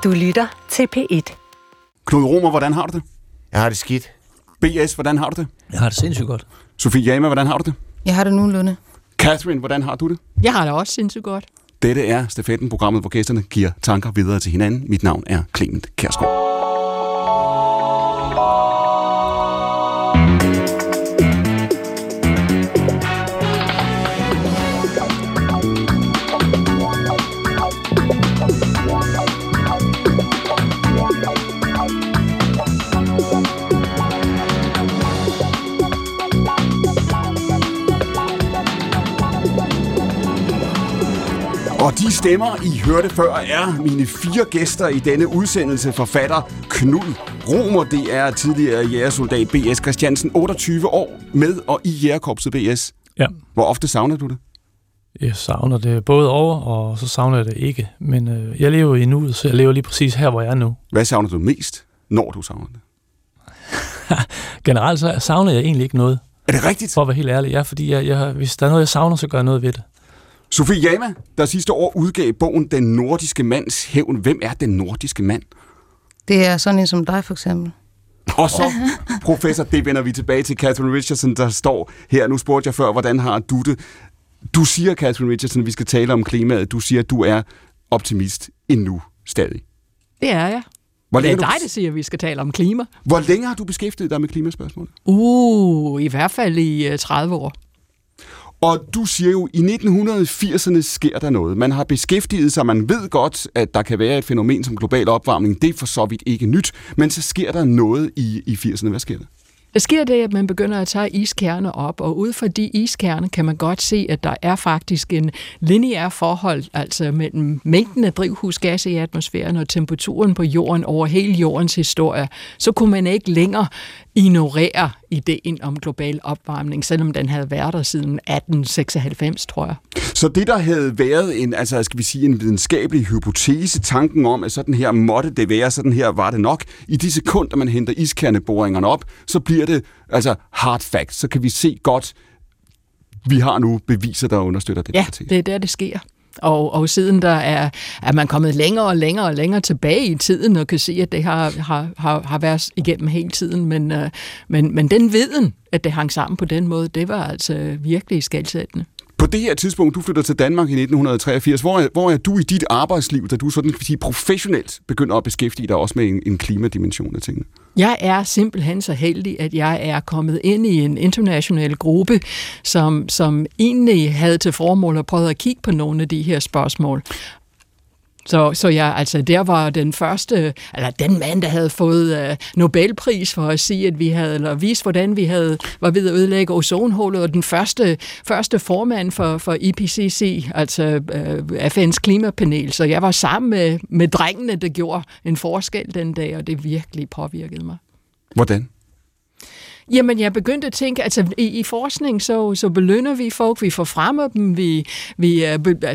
Du lytter til P1. Knud Romer, hvordan har du det? Jeg har det skidt. BS, hvordan har du det? Jeg har det sindssygt godt. Sofie Jama, hvordan har du det? Jeg har det nogenlunde. Catherine, hvordan har du det? Jeg har det også sindssygt godt. Dette er Stafetten, programmet, hvor gæsterne giver tanker videre til hinanden. Mit navn er Clement Kjærsgaard. Og de stemmer, I hørte før, er mine 4 gæster i denne udsendelse. Forfatter Knud Romer, det er tidligere jægersoldat B.S. Christiansen, 28 år med og i jægerkorpset B.S. Ja. Hvor ofte savner du det? Jeg savner det både over, og så savner jeg det ikke. Men jeg lever i nuet, så jeg lever lige præcis her, hvor jeg er nu. Hvad savner du mest, når du savner det? Generelt så savner jeg egentlig ikke noget. Er det rigtigt? For at være helt ærlig, ja, fordi hvis der er noget, jeg savner, så gør jeg noget ved det. Sofie Jama, der sidste år udgav bogen Den nordiske mands hævn. Hvem er den nordiske mand? Det er sådan en som dig, for eksempel. Og så, professor, det vender vi tilbage til Catherine Richardson, der står her. Nu spurgte jeg før, hvordan har du det? Du siger, Catherine Richardson, at vi skal tale om klimaet. Du siger, at du er optimist endnu stadig. Det er jeg. Det er dig, der siger, at vi skal tale om klima. Hvor længe har du beskæftiget dig med klimaspørgsmålet? I hvert fald i 30 år. Og du siger jo, at i 1980'erne sker der noget. Man har beskæftiget sig, man ved godt, at der kan være et fænomen som global opvarmning. Det er for så vidt ikke nyt, men så sker der noget i 80'erne. Hvad sker der? Der sker det, at man begynder at tage iskerner op, og ud fra de iskerner kan man godt se, at der er faktisk en lineær forhold, altså mellem mængden af drivhusgas i atmosfæren og temperaturen på jorden over hele jordens historie. Så kunne man ikke længere ignorere ideen om global opvarmning, selvom den havde været der siden 1896, tror jeg. Så det, der havde været en videnskabelig hypotese, tanken om, at sådan her måtte det være, sådan her var det nok, i de sekunder, man henter iskerneboringerne op, så bliver det hard fact. Så kan vi se godt, vi har nu beviser, der understøtter det. Ja, det er der, det sker. Og siden der er man kommet længere og længere tilbage i tiden, og kan se, at det har været igennem hele tiden. Men den viden, at det hang sammen på den måde, det var altså virkelig skelsættende. På det her tidspunkt, du flytter til Danmark i 1983, hvor er du i dit arbejdsliv, da du sådan kan sige professionelt begynder at beskæftige dig også med en klimadimension af tingene? Jeg er simpelthen så heldig, at jeg er kommet ind i en international gruppe, som egentlig havde til formål at prøve at kigge på nogle af de her spørgsmål. Så jeg, der var den første, eller den mand, der havde fået Nobelpris for at sige, at vi havde, eller vise, hvordan vi var ved at ødelægge ozonhullet, og den første formand for IPCC, altså FN's klimapanel. Så jeg var sammen med drengene, der gjorde en forskel den dag, og det virkelig påvirkede mig. Hvordan? Jamen, jeg begyndte at tænke, i forskning, så belønner vi folk, vi forfremmer dem, vi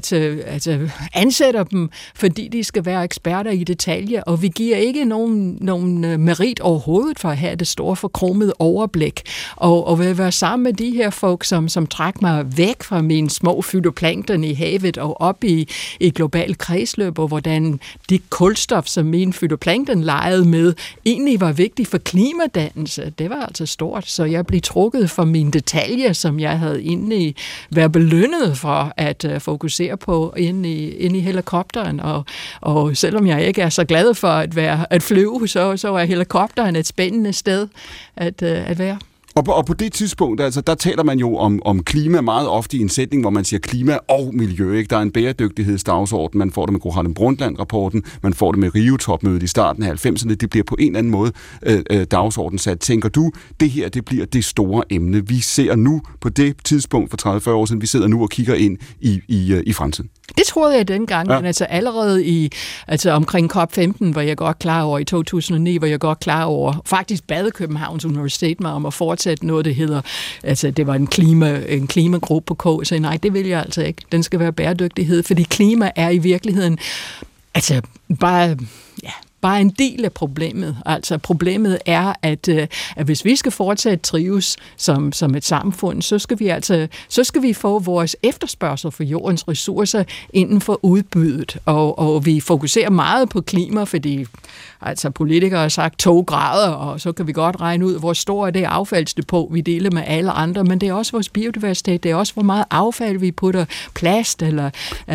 ansætter dem, fordi de skal være eksperter i detaljer, og vi giver ikke nogen merit overhovedet for at have det store forkromede overblik. Og vil være sammen med de her folk, som trækker mig væk fra mine små fytoplankton i havet og op i global kredsløb, og hvordan det kulstof, som min fytoplankton legede med, egentlig var vigtigt for klimadannelse. Det var altså stort, så jeg blev trukket for mine detaljer, som jeg havde egentlig været belønnet for at fokusere på inde i helikopteren, og selvom jeg ikke er så glad for at flyve, så er helikopteren et spændende sted at være. Og på det tidspunkt, der taler man jo om klima meget ofte i en sætning, hvor man siger klima og miljø. Ikke? Der er en bæredygtighedsdagsorden. Man får det med Gro Harlem Brundtland-rapporten. Man får det med Rio-topmødet i starten af 90'erne. Det bliver på en eller anden måde dagsordenen sat. Tænker du, det her det bliver det store emne? Vi ser nu på det tidspunkt for 30-40 år siden, vi sidder nu og kigger ind i fremtiden. Det troede jeg dengang, ja. Men allerede omkring COP15 var jeg godt klar over, i 2009 var jeg godt klar over, faktisk bad Københavns Universitet mig om at fortsætte noget, det hedder, det var en klimagruppe på K, så nej, det vil jeg altså ikke. Den skal være bæredygtighed, fordi klima er i virkeligheden, bare bare en del af problemet. Altså problemet er, at hvis vi skal fortsat trives som et samfund, så skal vi få vores efterspørgsel for jordens ressourcer inden for udbuddet. Og vi fokuserer meget på klima, fordi altså politikere har sagt 2 grader, og så kan vi godt regne ud, hvor stor er det affaldsdepot, vi deler med alle andre, men det er også vores biodiversitet, det er også, hvor meget affald vi putter, plast eller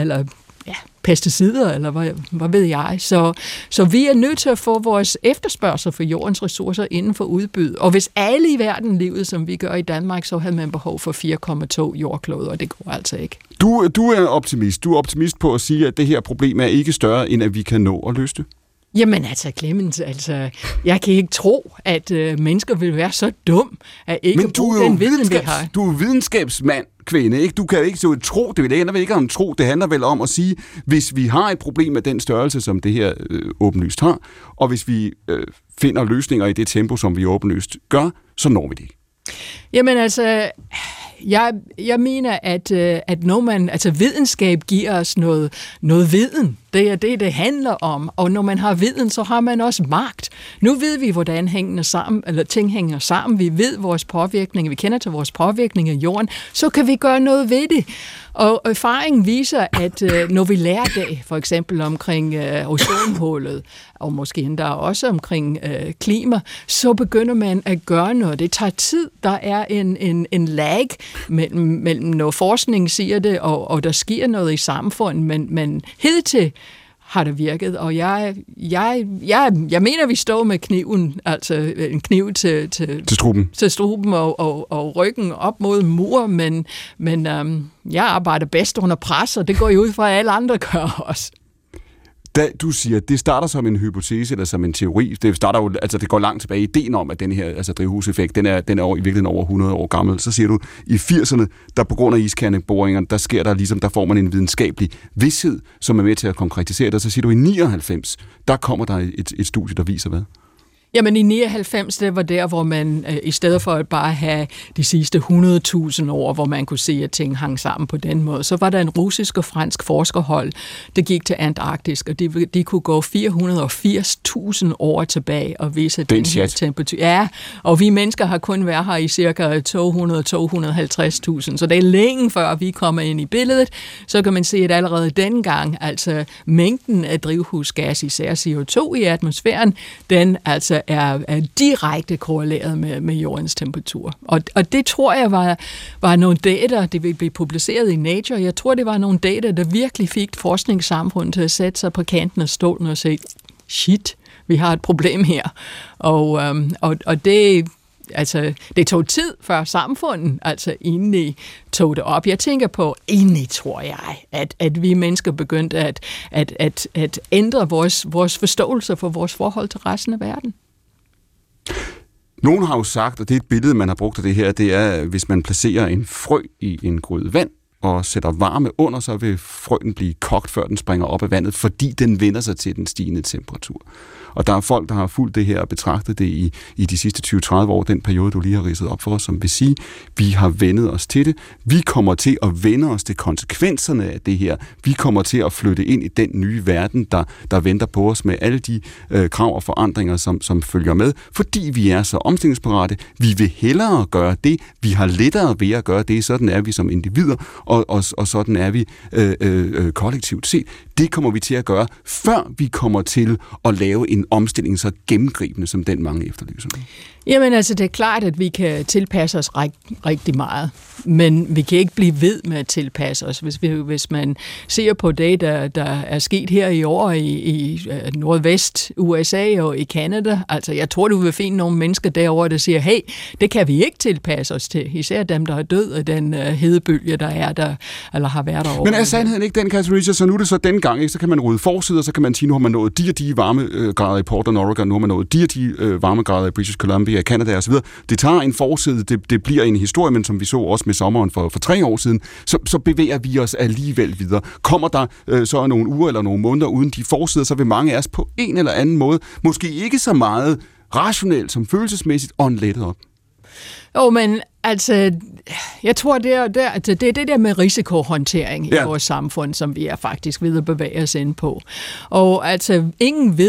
pesticider, eller hvad ved jeg. Så vi er nødt til at få vores efterspørgsel for jordens ressourcer inden for udbud. Og hvis alle i verden levede, som vi gør i Danmark, så havde man behov for 4,2 jordkloder, og det går altså ikke. Du er optimist. Du er optimist på at sige, at det her problem er ikke større, end at vi kan nå at løse det. Jamen altså, Clemens, jeg kan ikke tro, at mennesker vil være så dum, at ikke bruge den viden, vi har. Du er videnskabsmand, kvinde, ikke? Du kan jo ikke så tro, det handler vel ikke om tro, det handler vel om at sige, hvis vi har et problem med den størrelse, som det her åbenlyst har, og hvis vi finder løsninger i det tempo, som vi åbenlyst gør, så når vi det ikke. Jamen altså, jeg mener, at når man, altså videnskab giver os noget viden. Det er det handler om. Og når man har viden, så har man også magt. Nu ved vi, hvordan ting hænger sammen. Vi ved vores påvirkning. Vi kender til vores påvirkning af jorden. Så kan vi gøre noget ved det. Og erfaringen viser, at når vi lærer det, for eksempel omkring ozonhullet, og måske endda også omkring klima, så begynder man at gøre noget. Det tager tid. Der er en lag mellem når forskning siger det, og der sker noget i samfundet, men hidtil har det virket, og jeg mener, vi står med kniven, altså en kniv til struben og ryggen op mod mur, men jeg arbejder bedst under pres, og det går jo ud fra, at alle andre gør også. Da du siger, at det starter som en hypotese eller som en teori, det starter jo, altså det går langt tilbage i ideen om, at den her altså drivhuseffekt, den er i virkeligheden over 100 år gammel. Så siger du, i 80'erne, der på grund af iskerneborringerne, der sker der ligesom, der får man en videnskabelig vished, som er med til at konkretisere det. Så siger du, i 99, der kommer der et studie, der viser hvad? Jamen i 99, det var der, hvor man i stedet for at bare have de sidste 100.000 år, hvor man kunne se, at ting hang sammen på den måde, så var der en russisk og fransk forskerhold, der gik til Antarktis, og de kunne gå 480.000 år tilbage og vise den her temperatur. Ja, og vi mennesker har kun været her i cirka 200-250.000, så det er længe før vi kommer ind i billedet. Så kan man se, at allerede dengang, altså mængden af drivhusgas, især CO2 i atmosfæren, den altså er direkte korreleret med jordens temperatur. Og det tror jeg var nogle data, det vil blive publiceret i Nature. Jeg tror, det var nogle data, der virkelig fik forskningssamfundet til at sætte sig på kanten af stolen og sige, shit, vi har et problem her. Og det... Altså, det tog tid før samfundet egentlig tog det op. Jeg tænker på, egentlig tror jeg, at vi mennesker begyndte at ændre vores forståelse for vores forhold til resten af verden. Nogen har jo sagt, og det er et billede, man har brugt af det her, det er, hvis man placerer en frø i en gryde vand, og sætter varme under, så vil frøen blive kogt, før den springer op af vandet, fordi den vender sig til den stigende temperatur. Og der er folk, der har fulgt det her og betragtet det i de sidste 20-30 år, den periode, du lige har ridset op for os, som vil sige, vi har vendet os til det. Vi kommer til at vende os til konsekvenserne af det her. Vi kommer til at flytte ind i den nye verden, der venter på os med alle de krav og forandringer, som følger med, fordi vi er så omstillingsparate. Vi vil hellere gøre det. Vi har lettere ved at gøre det. Sådan er vi som individer, og sådan er vi kollektivt set. Det kommer vi til at gøre, før vi kommer til at lave en omstilling så gennemgribende, som den mange efterlyser. Jamen altså, det er klart, at vi kan tilpasse os rigtig meget, men vi kan ikke blive ved med at tilpasse os. Hvis man ser på det, der er sket her i år i nordvest USA og i Canada, altså jeg tror, du vil finde nogle mennesker derovre, der siger, hey, det kan vi ikke tilpasse os til. Især dem, der er død af den hedebølge, der er der, eller har været derovre. Men er sandheden ikke den, Katharina? Så nu er det så den gang, ikke? Så kan man rydde forsider, så kan man sige, nu har man nået de og de varmegrader i Portland, Oregon, nu har man nået de og de varmegrader i British Columbia, Canada osv. Det tager en forside, det bliver en historie, men som vi så også med sommeren for 3 år siden, så bevæger vi os alligevel videre. Kommer der så nogle uger eller nogle måneder uden de forsider, så vil mange af os på en eller anden måde, måske ikke så meget rationelt som følelsesmæssigt, åndlettet op. Men altså, jeg tror, det er det der med risikohåndtering i vores samfund, som vi er faktisk ved at bevæge os ind på. Og altså, ingen ved,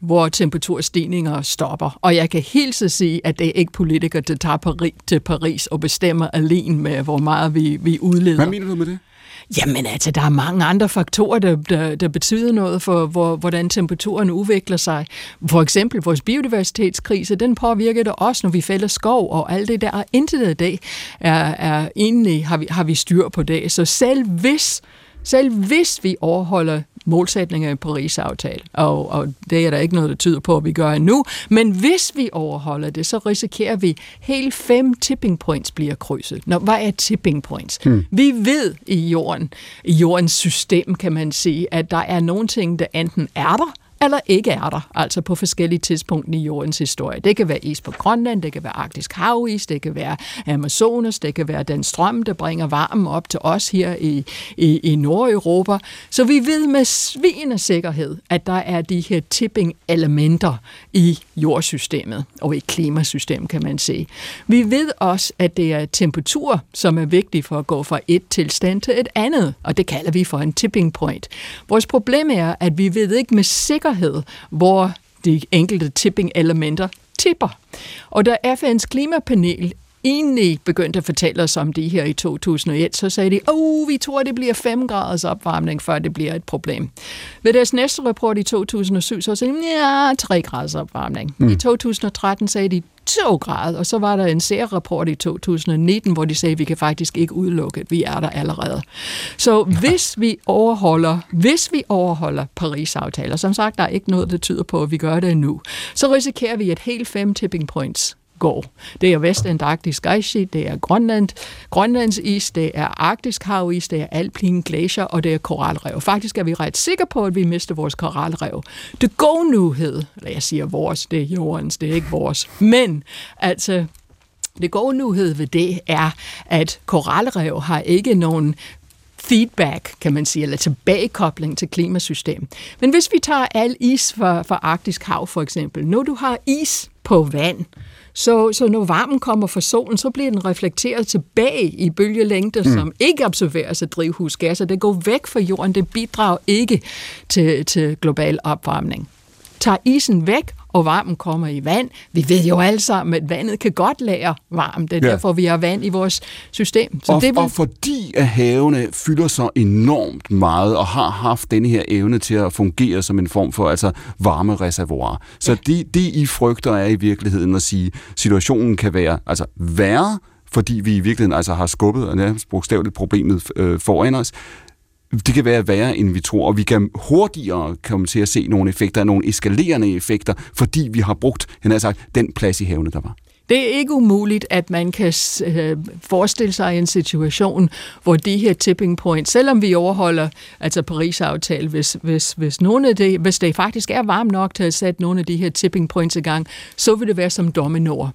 hvor temperaturstigninger stopper. Og jeg kan helt så sige, at det er ikke politikere, der tager til Paris og bestemmer alene med, hvor meget vi udleder. Hvad mener du med det? Jamen altså, der er mange andre faktorer, der betyder noget for, hvordan temperaturen udvikler sig. For eksempel vores biodiversitetskrise, den påvirker det også, når vi fælder skov og alt det der. Intet af det er egentlig, har vi styr på det. Så selv hvis vi overholder målsætninger i Paris-aftalen, og det er der ikke noget, der tyder på, at vi gør endnu, men hvis vi overholder det, så risikerer vi helt 5 tipping points bliver krydset. Hvad er tipping points? Vi ved i jordens system, kan man sige, at der er nogle ting, der enten er der, eller ikke er der, altså på forskellige tidspunkter i jordens historie. Det kan være is på Grønland, det kan være arktisk havis, det kan være Amazonas, det kan være den strøm, der bringer varmen op til os her i Nordeuropa. Så vi ved med svigende sikkerhed, at der er de her tipping-elementer i jordsystemet og i klimasystemet, kan man sige. Vi ved også, at det er temperatur, som er vigtig for at gå fra et tilstand til et andet, og det kalder vi for en tipping point. Vores problem er, at vi ved ikke med sikkerhed, hvor de enkelte tipping-elementer tipper. Og da FN's klimapanel egentlig begyndte at fortælle os om det her i 2001, så sagde de, vi tror, det bliver 5 graders opvarmning, før det bliver et problem. Ved deres næste rapport i 2007, så sagde de, 3 graders opvarmning. I 2013 sagde de 2 grader, og så var der en særrapport i 2019, hvor de sagde, at vi kan faktisk ikke udelukke, at vi er der allerede. Så hvis vi overholder Paris-aftaler, som sagt, der er ikke noget, der tyder på, at vi gør det endnu, så risikerer vi et helt 5 tipping points går. Det er Vestantarktisk icesheet, det er Grønlands is, det er arktisk havis, det er alpine glacier, og det er koralrev. Faktisk er vi ret sikre på, at vi mister vores koralrev. Det gode nyhed, eller jeg siger vores, det er jordens, det er ikke vores, men altså, det gode nyhed ved det er, at koralrev har ikke nogen feedback, kan man sige, eller tilbagekobling til klimasystem. Men hvis vi tager al is fra arktisk hav, for eksempel, når du har is på vand, så når varmen kommer fra solen, så bliver den reflekteret tilbage i bølgelængder, som ikke absorberes af drivhusgasser. Det går væk fra jorden, det bidrager ikke til global opvarmning. Tager isen væk, og varmen kommer i vand. Vi ved jo alle sammen, at vandet kan godt lagre varme. Det er derfor, vi har vand i vores system. Så og fordi at havene fylder så enormt meget, og har haft denne her evne til at fungere som en form for varmereservoir. Så det I frygter er i virkeligheden at sige, situationen kan være værre, fordi vi i virkeligheden har skubbet og nærmest bogstaveligt problemet foran os. Det kan være værre, end vi tror, og vi kan hurtigere komme til at se nogle effekter, nogle eskalerende effekter, fordi vi har brugt, den plads i havene, der var. Det er ikke umuligt, at man kan forestille sig en situation, hvor de her tipping points, selvom vi overholder Paris-aftale, hvis det faktisk er varmt nok til at sætte nogle af de her tipping points i gang, så vil det være som dominoer.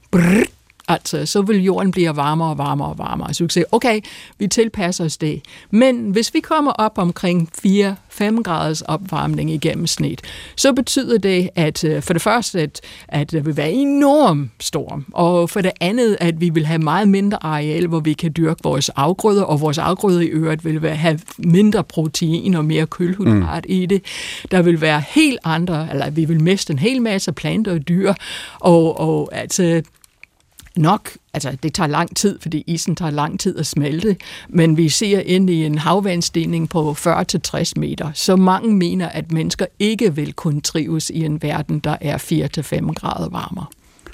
Så vil jorden blive varmere og varmere og varmere. Så vi kan sige, okay, vi tilpasser os det. Men hvis vi kommer op omkring 4-5 graders opvarmning i gennemsnit, så betyder det, at for det første, at det vil være enormt storm, og for det andet, at vi vil have meget mindre areal, hvor vi kan dyrke vores afgrøder, og vores afgrøder i øvrigt vil have mindre protein og mere kulhydrat i det. Der vil være helt andre, eller vi vil miste en hel masse planter og dyr, og det tager lang tid, fordi isen tager lang tid at smelte, men vi ser ind i en havvandsstigning på 40-60 meter. Så mange mener, at mennesker ikke vil kunne trives i en verden, der er 4-5 grader varmere.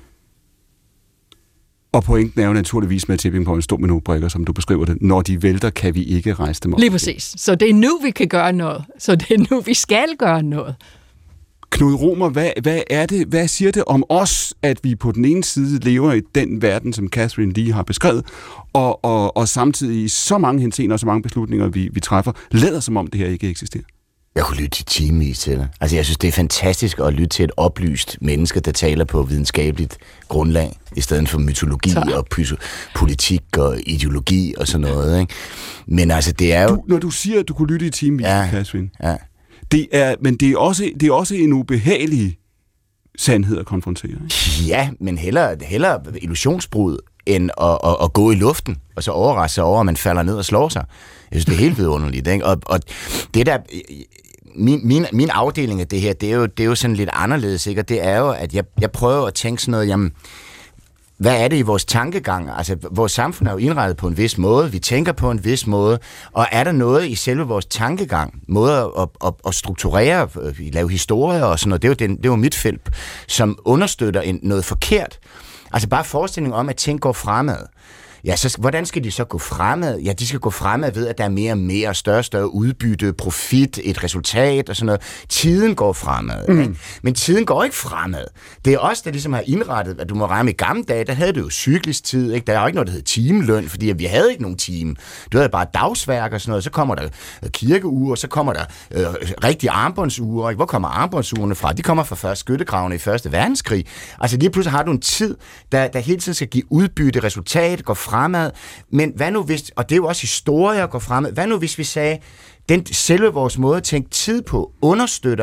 Og pointen er jo naturligvis med tipping points, dominobrikker, som du beskriver det. Når de vælter, kan vi ikke rejse dem op. Lige præcis. Så det er nu, vi kan gøre noget. Så det er nu, vi skal gøre noget. Knud Romer, hvad siger det om os, at vi på den ene side lever i den verden, som Catherine lige har beskrevet, og samtidig i så mange henseender og så mange beslutninger, vi træffer, lader som om det her ikke eksisterer? Jeg kunne lytte til timevis til det. Jeg synes, det er fantastisk at lytte til et oplyst menneske, der taler på videnskabeligt grundlag, i stedet for mytologi og politik og ideologi og sådan noget. Ikke? Men det er jo... Når du siger, at du kunne lytte i timevis, Catherine... Ja. Men det er også en ubehagelig sandhed at konfrontere. Ikke? Ja, men hellere illusionsbrud, end at gå i luften, og så overraske sig over, at man falder ned og slår sig. Jeg synes, det er helt vidunderligt. Ikke? Og det der... min afdeling af det her, det er jo sådan lidt anderledes, ikke? Og det er jo, at jeg prøver at tænke sådan noget, jamen, hvad er det i vores tankegang? Altså, vores samfund er jo indrettet på en vis måde, vi tænker på en vis måde, og er der noget i selve vores tankegang, måder at strukturere, lave historier og sådan noget, det er jo mit felt, som understøtter noget forkert. Altså bare forestillingen om, at ting går fremad. Ja, så hvordan skal de så gå fremad? Ja, de skal gå fremad ved, at der er mere og mere, større udbytte, profit, et resultat og sådan noget. Tiden går fremad. Ikke? Men tiden går ikke fremad. Det er os, der ligesom har indrettet, at du må regne i gamle dage, der havde du jo cyklisk tid. Ikke? Der er jo ikke noget, der hed timeløn, fordi vi havde ikke nogen time. Du havde bare dagsværk og sådan noget. Så kommer der kirkeuger, så kommer der rigtige armbåndsuger. Ikke? Hvor kommer armbåndsugerne fra? De kommer fra først skyttegravene i Første Verdenskrig. Altså lige pludselig har du en tid, der hele tiden skal give udbytte, resultat, går fremad. Men hvad nu hvis, og det er jo også historier går fremad, hvad nu hvis vi sagde, selve vores måde at tænke tid på, understøtter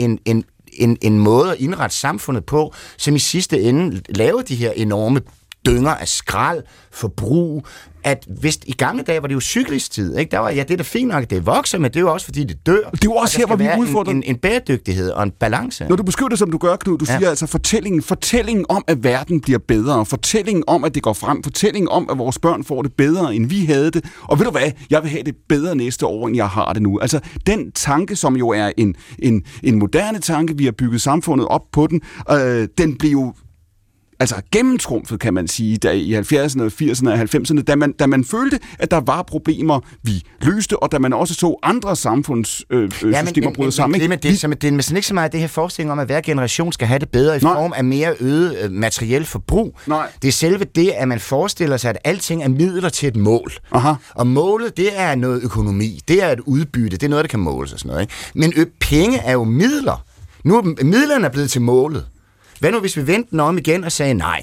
en måde at indrette samfundet på, som i sidste ende laver de her enorme dynger af skrald, forbrug, at hvis i gamle dage var det jo cyklisk tid, ikke? Der var, ja, det er da fint nok, det vokser, men det er jo også fordi det dør. Det er jo også her, hvor vi udfordrer en bæredygtighed og en balance. Når du beskriver det, som du gør, Knud, du siger altså fortællingen om, at verden bliver bedre, fortællingen om, at det går frem, fortællingen om, at vores børn får det bedre, end vi havde det, og ved du hvad, jeg vil have det bedre næste år, end jeg har det nu. Altså, den tanke, som jo er en moderne tanke, vi har bygget samfundet op på den bliver jo gennemtrumfet, kan man sige, der i 70'erne, 80'erne og 90'erne, da man følte, at der var problemer, vi løste, og da man også så andre samfundssystemer bryde sammen. Det er sådan ikke så meget det her forestilling om, at hver generation skal have det bedre i form af mere øget materiel forbrug. Nej. Det er selve det, at man forestiller sig, at alting er midler til et mål. Aha. Og målet, det er noget økonomi, det er et udbytte, det er noget, der kan måles og sådan noget. Ikke? Men penge er jo midler. Nu er midlerne blevet til målet. Hvad nu, hvis vi vendte den om igen og sagde nej?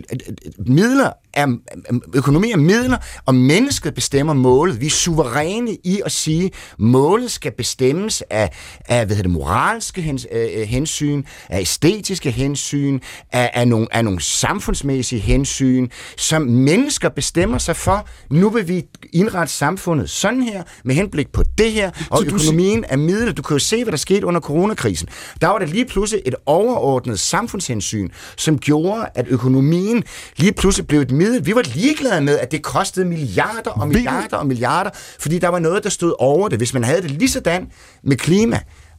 Økonomi er midler, og mennesket bestemmer målet. Vi er suveræne i at sige, målet skal bestemmes af moralske hensyn, af æstetiske hensyn, af nogle samfundsmæssige hensyn, som mennesker bestemmer sig for. Nu vil vi indrette samfundet sådan her, med henblik på det her, og økonomien er midler. Du kan jo se, hvad der skete under coronakrisen. Der var der lige pludselig et overordnet samfundshensyn, som gjorde, at økonomien lige pludselig blev et middel. Vi var ligeglade med, at det kostede milliarder og milliarder og milliarder, fordi der var noget, der stod over det. Hvis man havde det lige sådan med klima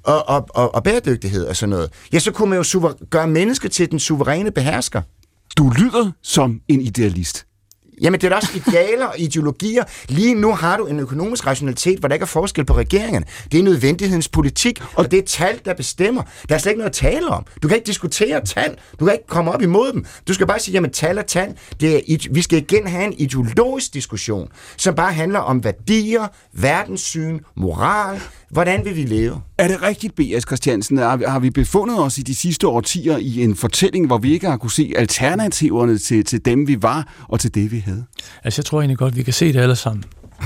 og bæredygtighed og sådan noget, ja, så kunne man jo gøre mennesket til den suveræne behersker. Du lyder som en idealist. Jamen, det er da også idealer og ideologier. Lige nu har du en økonomisk rationalitet, hvor der ikke er forskel på regeringerne. Det er nødvendighedens politik, og det er tal, der bestemmer. Der er slet ikke noget at tale om. Du kan ikke diskutere tal. Du kan ikke komme op imod dem. Du skal bare sige, jamen tal er tal. Vi skal igen have en ideologisk diskussion, som bare handler om værdier, verdenssyn, moral. Hvordan vil vi leve? Er det rigtigt, B.S. Christiansen? Har vi befundet os i de sidste årtier i en fortælling, hvor vi ikke har kunne se alternativerne til dem, vi var, og til det, vi havde? Altså, jeg tror egentlig godt, vi kan se det alle sammen.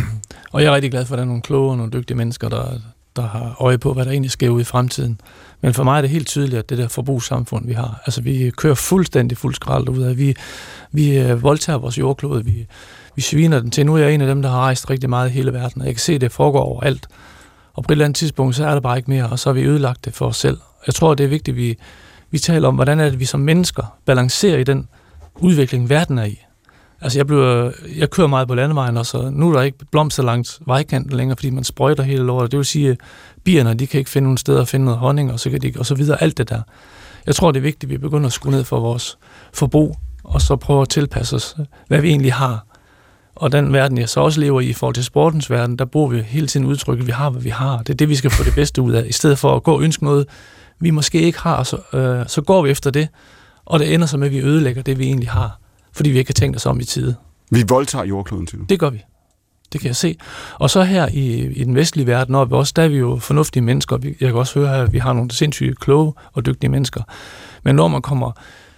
Og jeg er rigtig glad for, at der er nogle kloge og nogle dygtige mennesker, der har øje på, hvad der egentlig sker ude i fremtiden. Men for mig er det helt tydeligt, at det der forbrugssamfund, vi har, altså vi kører fuldstændig fuld skrald ud af. Vi voldtager vores jordklode, vi sviner den til. Nu er jeg en af dem, der har rejst rigtig meget i hele verden, og jeg kan se, at det foregår overalt. Og på et eller andet tidspunkt, så er der bare ikke mere, og så har vi ødelagt det for os selv. Jeg tror, det er vigtigt, at vi taler om, hvordan er det, vi som mennesker balancerer i den udvikling, verden er i. Altså, jeg kører meget på landevejen, og så nu er der ikke blomster langs vejkanten længere, fordi man sprøjter hele lortet. Det vil sige, at bierne, de kan ikke finde nogen steder at finde noget honning, og så kan de, og så videre, alt det der. Jeg tror, det er vigtigt, at vi begynder at skrue ned for vores forbrug, og så prøve at tilpasse os, hvad vi egentlig har. Og den verden, jeg så også lever i forhold til sportens verden, der bruger vi hele tiden udtrykket, vi har, hvad vi har. Det er det, vi skal få det bedste ud af. I stedet for at gå og ønske noget, vi måske ikke har, så går vi efter det, og det ender så med, at vi ødelægger det, vi egentlig har, fordi vi ikke har tænkt os om i tide. Vi voldtager jordkloden til. Det gør vi. Det kan jeg se. Og så her i den vestlige verden, der er vi jo fornuftige mennesker. Jeg kan også høre her, at vi har nogle sindssygt kloge og dygtige mennesker. Men når man kommer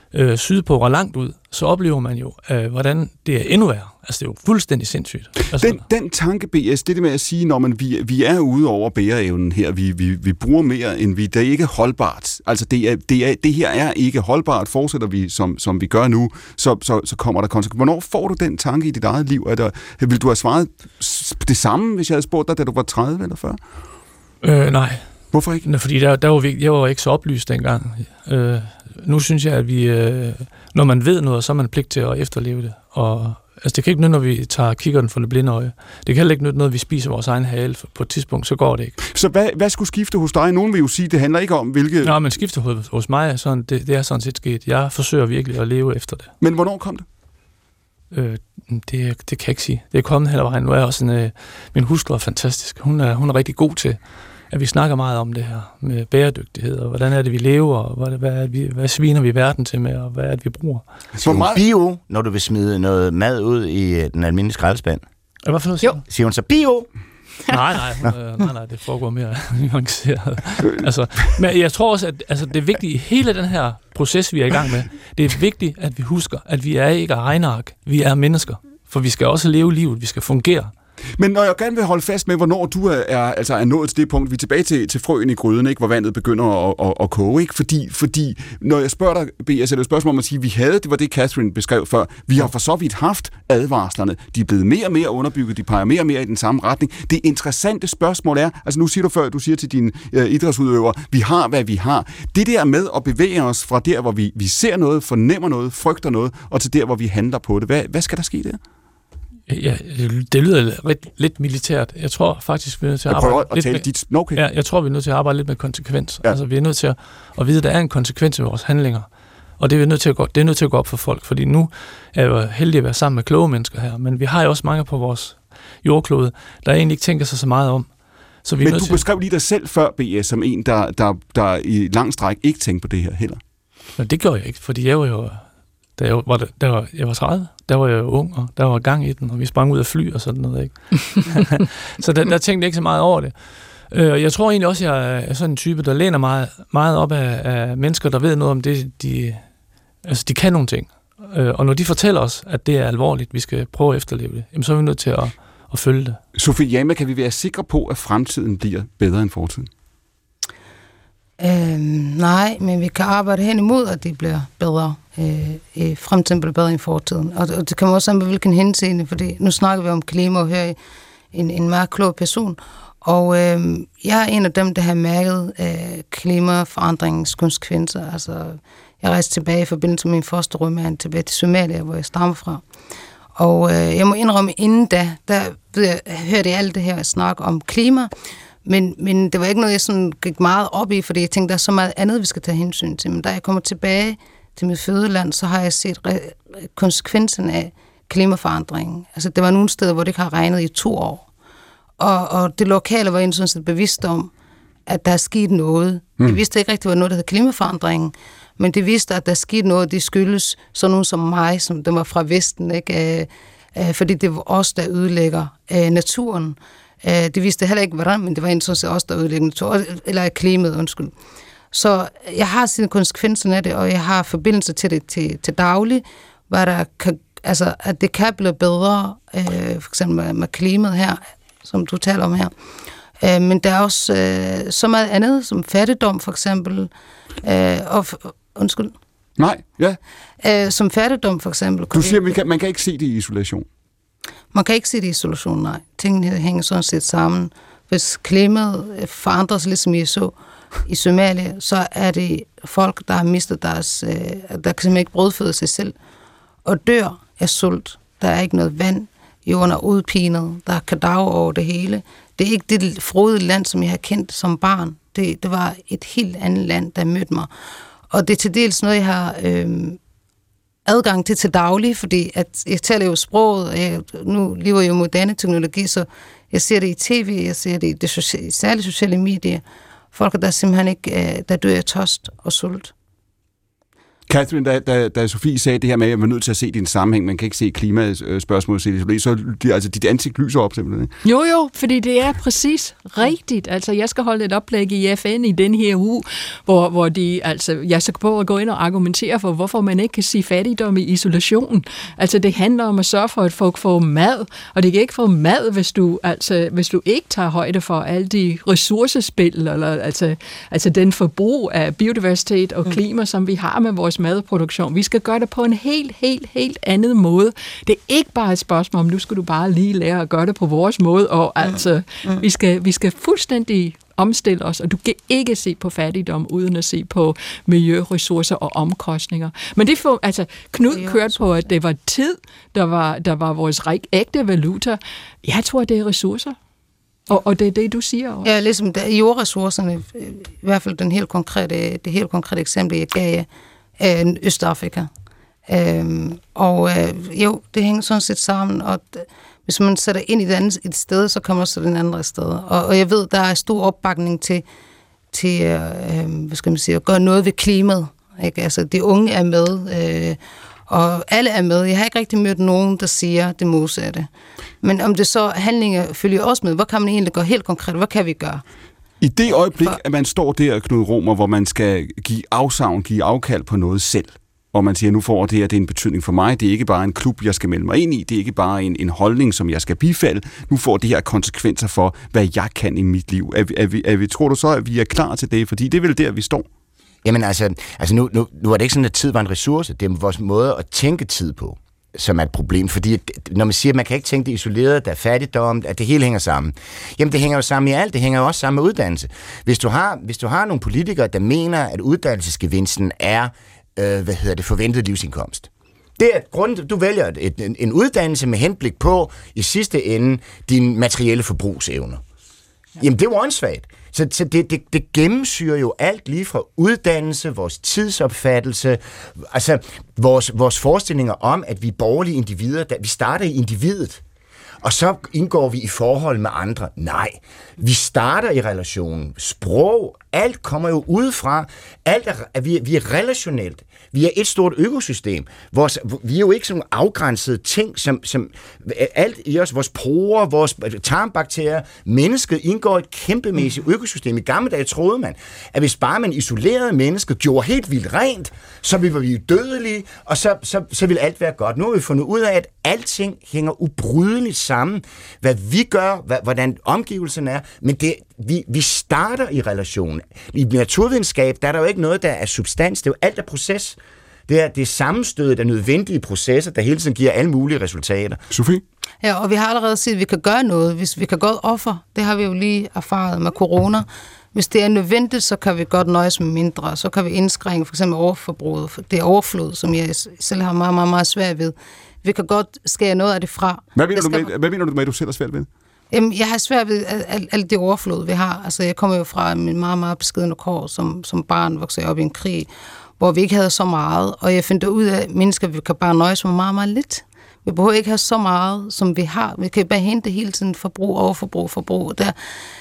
sydpå og langt ud, så oplever man jo, hvordan det er endnu værre. Altså, det er jo fuldstændig sindssygt. Altså, den tanke, B.S., det med at sige, når vi er ude over bæreevnen her, vi bruger mere, end det er ikke holdbart. Altså, det her er ikke holdbart. Fortsætter vi, som vi gør nu, så kommer der konsekvenser. Hvornår får du den tanke i dit eget liv? Nej. Hvorfor ikke? Fordi jeg var ikke så oplyst dengang. Nu synes jeg, at vi, når man ved noget, så er man pligt til at efterleve det. Og altså, det kan ikke nytte, når vi tager kiggerten for det blinde øje. Det kan heller ikke nytte, når vi spiser vores egen hale. På et tidspunkt, så går det ikke. Så hvad skulle skifte hos dig? Nogen vil jo sige, det handler ikke om, hvilke... Nå, men skifte hos mig, sådan, det er sådan set sket. Jeg forsøger virkelig at leve efter det. Men hvornår kom det? Det kan jeg ikke sige. Det er kommet hele vejen. Nu er jeg også min hustru er fantastisk. Hun er rigtig god til, at vi snakker meget om det her med bæredygtighed, og hvordan er det, vi lever, og hvad sviner vi verden til med, og hvad er det, vi bruger. Siger hun bio, når du vil smide noget mad ud i den almindelige skraldespand? Hvad for noget? Siger hun så bio? Nej, det foregår mere nuanceret. Altså, men jeg tror også, at det er vigtigt i hele den her proces, vi er i gang med, det er vigtigt, at vi husker, at vi er ikke regneark, vi er mennesker. For vi skal også leve livet, vi skal fungere. Men når jeg gerne vil holde fast med, hvornår du er nået til det punkt, vi er tilbage til frøen i gryden, ikke, hvor vandet begynder at koge, ikke? Fordi når jeg spørger dig, B, jeg sætter et spørgsmål om at sige, det var det, Catherine beskrev før, vi har for så vidt haft advarslerne, de er blevet mere og mere underbygget, de peger mere og mere i den samme retning. Det interessante spørgsmål er, altså nu siger du før, du siger til dine idrætsudøvere, vi har, hvad vi har. Det der med at bevæge os fra der, hvor vi ser noget, fornemmer noget, frygter noget, og til der, hvor vi handler på det. Hvad skal der ske der? Ja, det lyder lidt militært. Jeg tror faktisk, vi er nødt til at arbejde lidt med... Okay. Ja, jeg tror, vi er nødt til at arbejde lidt med konsekvens. Ja. Altså, vi er nødt til at vide, at der er en konsekvens i vores handlinger. Og det er nødt til at gå op for folk, fordi nu er jeg jo heldig at være sammen med kloge mennesker her, men vi har jo også mange på vores jordklode, der egentlig ikke tænker sig så meget om. Så vi men du beskrev lige dig selv før, B.S., som en, der i lang stræk ikke tænkte på det her heller. Men det gjorde jeg ikke, fordi jeg var jo... Da jeg var 30, der var jeg jo ung, og der var gang i den, og vi sprang ud af fly og sådan noget, ikke? Så der tænkte jeg ikke så meget over det. Jeg tror egentlig også, at jeg er sådan en type, der læner meget op af mennesker, der ved noget om det, de kan nogle ting. Og når de fortæller os, at det er alvorligt, vi skal prøve at efterleve det, jamen, så er vi nødt til at følge det. Sofie Jama, kan vi være sikre på, at fremtiden bliver bedre end fortiden? Nej, men vi kan arbejde hen imod, at det bliver bedre. Fremtiden bliver bedre end fortiden. Og det kommer også an på, hvilken henseende, fordi nu snakker vi om klima og hører en meget klog person. Og jeg er en af dem, der har mærket klimaforandringens konsekvenser. Altså, jeg rejste tilbage i forbindelse med min første rumand tilbage til Somalia, hvor jeg stammer fra. Og jeg må indrømme, inden der hørte jeg alt det her snak om klima, men det var ikke noget, jeg sådan gik meget op i, fordi jeg tænkte, der er så meget andet, vi skal tage hensyn til. Men da jeg kommer tilbage til mit fødeland, så har jeg set konsekvensen af klimaforandringen. Altså, det var nogle steder, hvor det ikke har regnet i 2 år. Og det lokale var egentlig sådan set bevidst om, at der er sket noget. De vidste ikke rigtig, hvad noget, der hed klimaforandringen, men de vidste, at der er sket noget, det skyldes sådan nogen som mig, som der var fra Vesten, ikke? Fordi det var os, der ødelægger naturen. Det vidste heller ikke, hvordan, men det var egentlig sådan set os, der ødelægger naturen, eller klimaet, undskyld. Så jeg har sine konsekvenser af det, og jeg har forbindelse til det til daglig, hvor der kan, altså, at det kan blive bedre, for eksempel med klimaet her, som du taler om her. Men der er også så meget andet, som fattigdom for eksempel. Undskyld. Nej, ja. Som fattigdom for eksempel. Du siger, man kan ikke se det i isolation. Man kan ikke se det i isolation, nej. Tingene hænger sådan set sammen. Hvis klimaet forandres lidt, som I så i Somalia, så er det folk, der har mistet deres... der kan simpelthen ikke brødføde sig selv, og dør af sult. Der er ikke noget vand. Jorden er udpinet. Der er kadaver over det hele. Det er ikke det frodige land, som jeg har kendt som barn. Det var et helt andet land, der mødte mig. Og det er til dels noget, jeg har adgang til daglig, fordi at jeg taler jo sproget, og nu lever jeg jo moderne teknologi, så jeg ser det i tv, jeg ser det i særligt sociale medier. Folk, der simpelthen ikke, der dør af tørst og sult. Catherine, da Sofie sagde det her med, at man er nødt til at se din sammenhæng, man kan ikke se klimaspørgsmålet, så altså dit ansigt lyser op simpelthen. Jo, fordi det er præcis rigtigt. Altså, jeg skal holde et oplæg i FN i den her uge, hvor jeg skal prøve at gå ind og argumentere for, hvorfor man ikke kan sige fattigdom i isolation. Altså, det handler om at sørge for, at folk får mad, og det kan ikke få mad, hvis du ikke tager højde for alle de ressourcespil, eller altså den forbrug af biodiversitet og klima, som vi har med vores madproduktion. Vi skal gøre det på en helt anden måde. Det er ikke bare et spørgsmål om, nu skal du bare lige lære at gøre det på vores måde, og vi skal fuldstændig omstille os, og du kan ikke se på fattigdom uden at se på miljøressourcer og omkostninger. Men det får, altså, Knud kørte på, at det var tid, der var vores ægte valuta. Jeg tror, det er ressourcer. Og det er det, du siger også. Ja, ligesom jordressourcerne, i hvert fald det helt konkrete eksempel, jeg gav Østafrika. Det hænger sådan set sammen, og hvis man sætter ind i det andet et sted, så kommer også den andre sted. Og jeg ved, der er stor opbakning til hvad skal man sige, at gøre noget ved klimaet. Ikke? Altså, de unge er med, og alle er med. Jeg har ikke rigtig mødt nogen, der siger det modsatte. Men om det så handlinger følger også med, hvad kan man egentlig gøre helt konkret? Hvad kan vi gøre? I det øjeblik, at man står der, Knud Romer, hvor man skal give afkald på noget selv, og man siger, nu får det her, det er en betydning for mig, det er ikke bare en klub, jeg skal melde mig ind i, det er ikke bare en holdning, som jeg skal bifalde, nu får det her konsekvenser for, hvad jeg kan i mit liv. Tror du så, at vi er klar til det? Fordi det er vel der, vi står. Jamen altså nu er det ikke sådan, at tid var en ressource, det er vores måde at tænke tid på, som er et problem, fordi når man siger, at man kan ikke tænke det isoleret, der er fattigdom, at det hele hænger sammen. Jamen, det hænger jo sammen i alt, det hænger jo også sammen med uddannelse. Hvis du har nogle politikere, der mener, at uddannelsesgevinsten er forventet livsindkomst. Det er grunden, du vælger en uddannelse med henblik på i sidste ende dine materielle forbrugsevner. Jamen, det er jo åndssvagt. Så det gennemsyrer jo alt lige fra uddannelse, vores tidsopfattelse, altså vores forestillinger om, at vi er borgerlige individer, vi starter i individet, og så indgår vi i forhold med andre. Nej, vi starter i relationen. Sprog, alt kommer jo udefra. Vi er relationelt. Vi er et stort økosystem. Vi er jo ikke sådan afgrænsede ting, som alt i os, vores porer, vores tarmbakterier, mennesket indgår i et kæmpemæssigt økosystem. I gamle dage troede man, at hvis bare man isolerede mennesket, gjorde helt vildt rent, så ville vi dødelige, og så ville alt være godt. Nu har vi fundet ud af, at alting hænger ubrydeligt sammen. Hvad vi gør, hvordan omgivelserne er, men vi starter i relationen. I naturvidenskab, der er der jo ikke noget, der er substans. Det er jo alt er proces. Det er sammenstødet af nødvendige processer, der hele tiden giver alle mulige resultater. Sofie? Ja, og vi har allerede set, at vi kan gøre noget. Hvis vi kan godt offer, det har vi jo lige erfaret med corona. Hvis det er nødvendigt, så kan vi godt nøjes med mindre. Så kan vi indskrænke for eksempel overforbruget. Det er overflod, som jeg selv har meget, meget, meget svært ved. Vi kan godt skære noget af det fra. Hvad mener du med, at du selv er svært ved? Jamen, jeg har svært ved alt det overflod, vi har. Altså, jeg kommer jo fra en meget, meget beskedne kår, som barn voksede op i en krig, hvor vi ikke havde så meget. Og jeg fandt ud af, at mennesker, vi kan bare nøjes med meget, meget lidt. Vi behøver ikke have så meget, som vi har. Vi kan bare hente hele tiden forbrug. Der.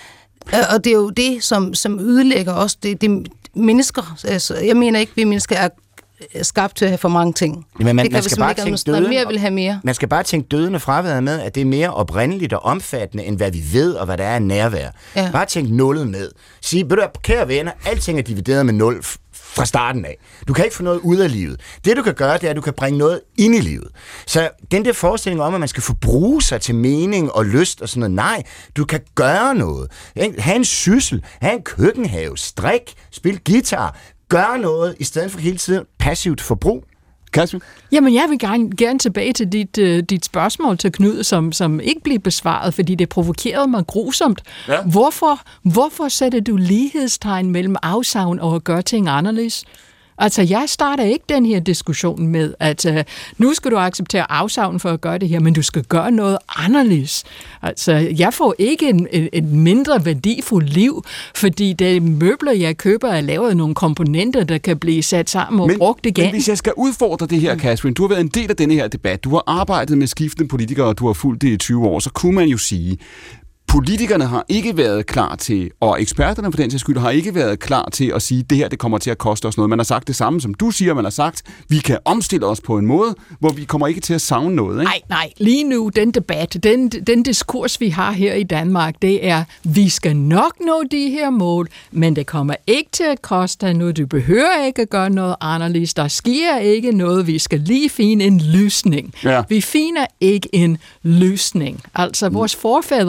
Og det er jo det, som ødelægger os. Det mennesker. Altså, jeg mener ikke, at vi mennesker er skabt til at have for mange ting. Men man skal bare tænke døden, mere vil have mere. Man skal bare tænke døden og fraværet med, at det er mere oprindeligt og omfattende, end hvad vi ved, og hvad der er nærvær. Ja. Bare tænk nullet med. Sig, kære venner, alting er divideret med 0 fra starten af. Du kan ikke få noget ud af livet. Det du kan gøre, det er, at du kan bringe noget ind i livet. Så den der forestilling om, at man skal forbruge sig til mening og lyst og sådan noget, nej, du kan gøre noget. Ha' en syssel, ha' en køkkenhave, strik, spil guitar, gør noget, i stedet for hele tiden passivt forbrug. Kasper? Jamen, jeg vil gerne tilbage til dit spørgsmål til Knud, som ikke blev besvaret, fordi det provokerede mig grusomt. Ja. Hvorfor sætter du lighedstegn mellem afsavn og at gøre ting anderledes? Altså, jeg starter ikke den her diskussion med, at nu skal du acceptere afsavn for at gøre det her, men du skal gøre noget anderledes. Altså, jeg får ikke et mindre værdifuldt liv, fordi det møbler, jeg køber, er lavet nogle komponenter, der kan blive sat sammen og brugt igen. Men hvis jeg skal udfordre det her, Kasper, du har været en del af denne her debat, du har arbejdet med skiftende politikere, og du har fulgt det i 20 år, så kunne man jo sige, politikerne har ikke været klar til, og eksperterne for den sags skyld har ikke været klar til at sige, at det her det kommer til at koste os noget. Man har sagt det samme, som du siger, man har sagt, vi kan omstille os på en måde, hvor vi kommer ikke til at savne noget. Ikke? Nej. Lige nu, den debat, den diskurs, vi har her i Danmark, det er, vi skal nok nå de her mål, men det kommer ikke til at koste noget. Du behøver ikke at gøre noget anderledes. Der sker ikke noget. Vi skal lige finde en løsning. Ja. Vi finder ikke en løsning. Altså, vores forfædre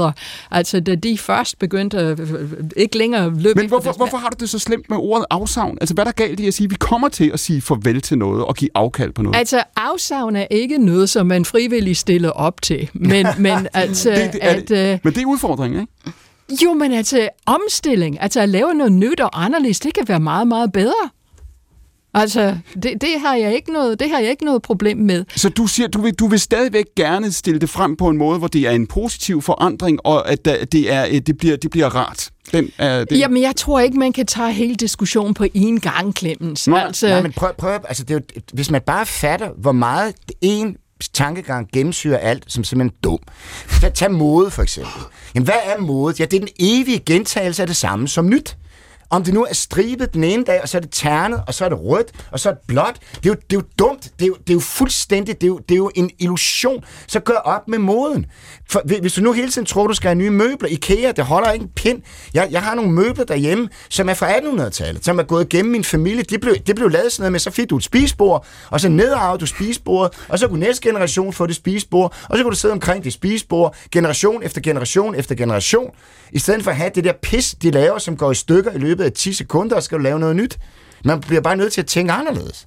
Altså, da de først begyndte at ikke længere løbe... Men hvorfor har du det så slemt med ordet afsavn? Altså, hvad er der galt i at sige, at vi kommer til at sige farvel til noget og give afkald på noget? Altså, afsavn er ikke noget, som man frivilligt stiller op til. Men altså... Men det er udfordringen, ikke? Jo, men altså, omstilling, altså at lave noget nyt og anderledes, det kan være meget, meget bedre. Altså, det har jeg ikke noget problem med. Så du siger, du vil stadigvæk gerne stille det frem på en måde, hvor det er en positiv forandring, og at det bliver rart. Jamen, jeg tror ikke, man kan tage hele diskussionen på én gang, Clemens. Nej, men prøv altså, det er jo, hvis man bare fatter, hvor meget en tankegang gennemsyrer alt, som simpelthen dum. Tag mode, for eksempel. Jamen, hvad er mode? Ja, det er den evige gentagelse af det samme som nyt. Om det nu er stribet den ene dag, og så er det ternet, og så er det rødt, og så er det blåt. Det er jo dumt. Det er jo fuldstændig, det er jo en illusion. Så gør op med moden. For hvis du nu hele tiden tror, du skal have nye møbler, IKEA, det holder ikke en pind. Jeg har nogle møbler derhjemme, som er fra 1800-tallet, som er gået gennem min familie. Det blev lavet sådan noget med, så fik du et spisebord, og så nedarvede du spisebordet, og så kunne næste generation få det spisebord, og så kunne du sidde omkring det spisebord, generation efter generation efter generation, i stedet for at have det der pis, de laver, som går i stykker i løbet af 10 sekunder, og skal du lave noget nyt. Man bliver bare nødt til at tænke anderledes.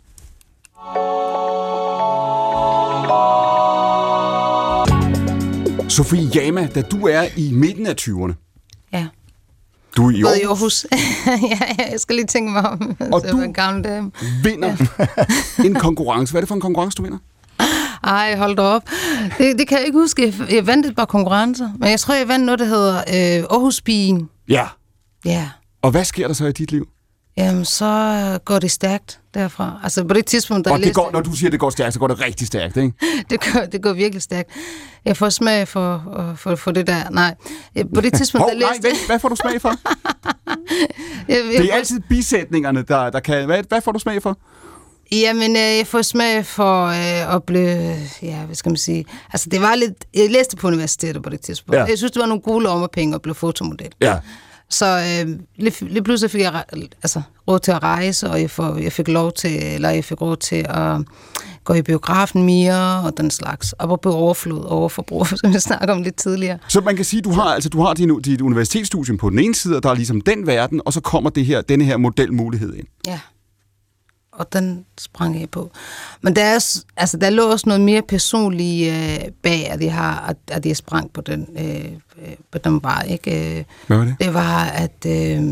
Sofie Jama, da du er i midten af 20'erne. Ja. Du er i Aarhus. I Aarhus. Ja, jeg skal lige tænke mig om. Og du vinder en konkurrence. Hvad er det for en konkurrence, du vinder? Ej, hold da op. Det kan jeg ikke huske. Jeg vandt et par konkurrencer. Men jeg tror, jeg vandt noget, der hedder Aarhus-pigen. Ja. Ja. Og hvad sker der så i dit liv? Jamen, så går det stærkt derfra. Altså, på det tidspunkt, og det går, når du siger, det går stærkt, så går det rigtig stærkt, ikke? det går virkelig stærkt. Jeg får smag for det der. Nej, på det tidspunkt, hvad får du smag for? Det er altid bisætningerne, der kan... Hvad får du smag for? Jamen, jeg får smag for at blive... Ja, hvad skal man sige? Altså, det var lidt... Jeg læste på universitetet på det tidspunkt. Ja. Jeg synes, det var nogle gode lommepenge at blive fotomodel. Ja. Så lige pludselig fik jeg råd til at rejse, og jeg fik råd til at gå i biografen mere, og den slags. Og på overforbrug, som jeg snakkede om lidt tidligere. Så man kan sige, du har dit universitetsstudium på den ene side, og der er ligesom den verden, og så kommer denne her modelmulighed ind. Ja. Og den sprang jeg på. Men der lå også noget mere personligt bag, at jeg sprang på den vej, ikke? Hvad var det? Det var, at,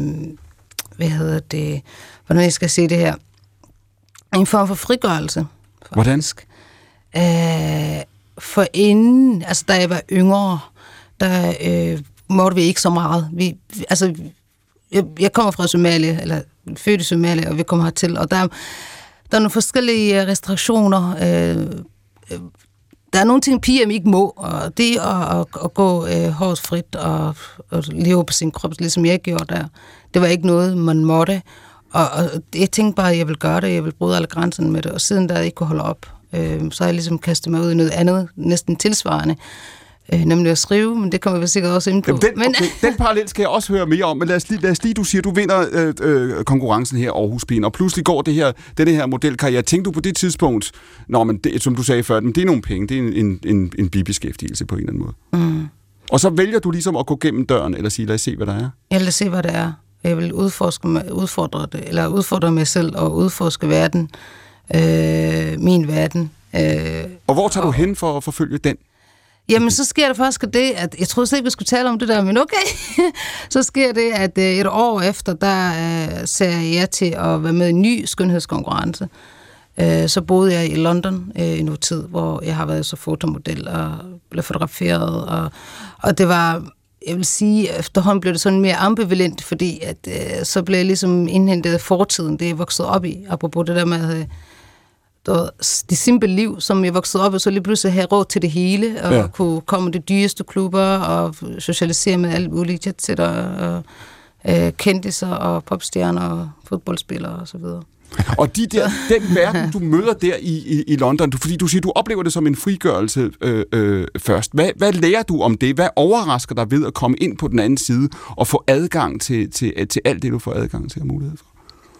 hvordan jeg skal sige det her, en form for frigørelse. Faktisk. Hvordan? For inden, altså da jeg var yngre, der måtte vi ikke så meget. Jeg kommer fra Somalia, eller født i Somalia, og vi kommer hertil, og der er nogle forskellige restriktioner. Der er nogle ting, piger ikke må, og det at gå hårdsfrit og leve på sin krop, ligesom jeg gjorde der, det var ikke noget, man måtte. Og jeg tænkte bare, at jeg ville gøre det, jeg ville bryde alle grænserne med det, og siden da jeg ikke kunne holde op, så har jeg ligesom kastet mig ud i noget andet, næsten tilsvarende. Nemlig at skrive, men det kommer vi sikkert også ind på. Den parallel skal jeg også høre mere om, men lad os lige, du siger, du vinder konkurrencen her Aarhus-pigen, og pludselig går denne her modelkarriere. Tænkte du på det tidspunkt, men det, som du sagde før, men det er nogle penge, det er en bibeskæftigelse på en eller anden måde. Mm. Og så vælger du ligesom at gå gennem døren, eller sige, lad os se, hvad der er. Ja, lad os se, hvad det er. Jeg vil udfordre mig selv og udforske verden, min verden. Og hvor tager du hen for at forfølge den? Jamen, så sker der faktisk det, at jeg troede slet ikke, vi skulle tale om det der, men okay. Så sker det, at et år efter, der sagde jeg til at være med i en ny skønhedskonkurrence. Så boede jeg i London i noget tid, hvor jeg har været så fotomodel og blev fotograferet. Og det var, jeg vil sige, efterhånden blev det sådan mere ambivalent, fordi at, så blev jeg ligesom indhentet af fortiden, det jeg voksede op i, apropos det der med det simple liv, som jeg voksede op i, så lige pludselig have råd til det hele, og kunne komme de dyreste klubber, og socialisere med alle mulige jetsætter, kendiser, og popstjerner, og fodboldspillere, og så videre. Og den verden, du møder der i London, fordi du siger, du oplever det som en frigørelse først. Hvad lærer du om det? Hvad overrasker dig ved at komme ind på den anden side, og få adgang til alt det, du får adgang til og mulighed for?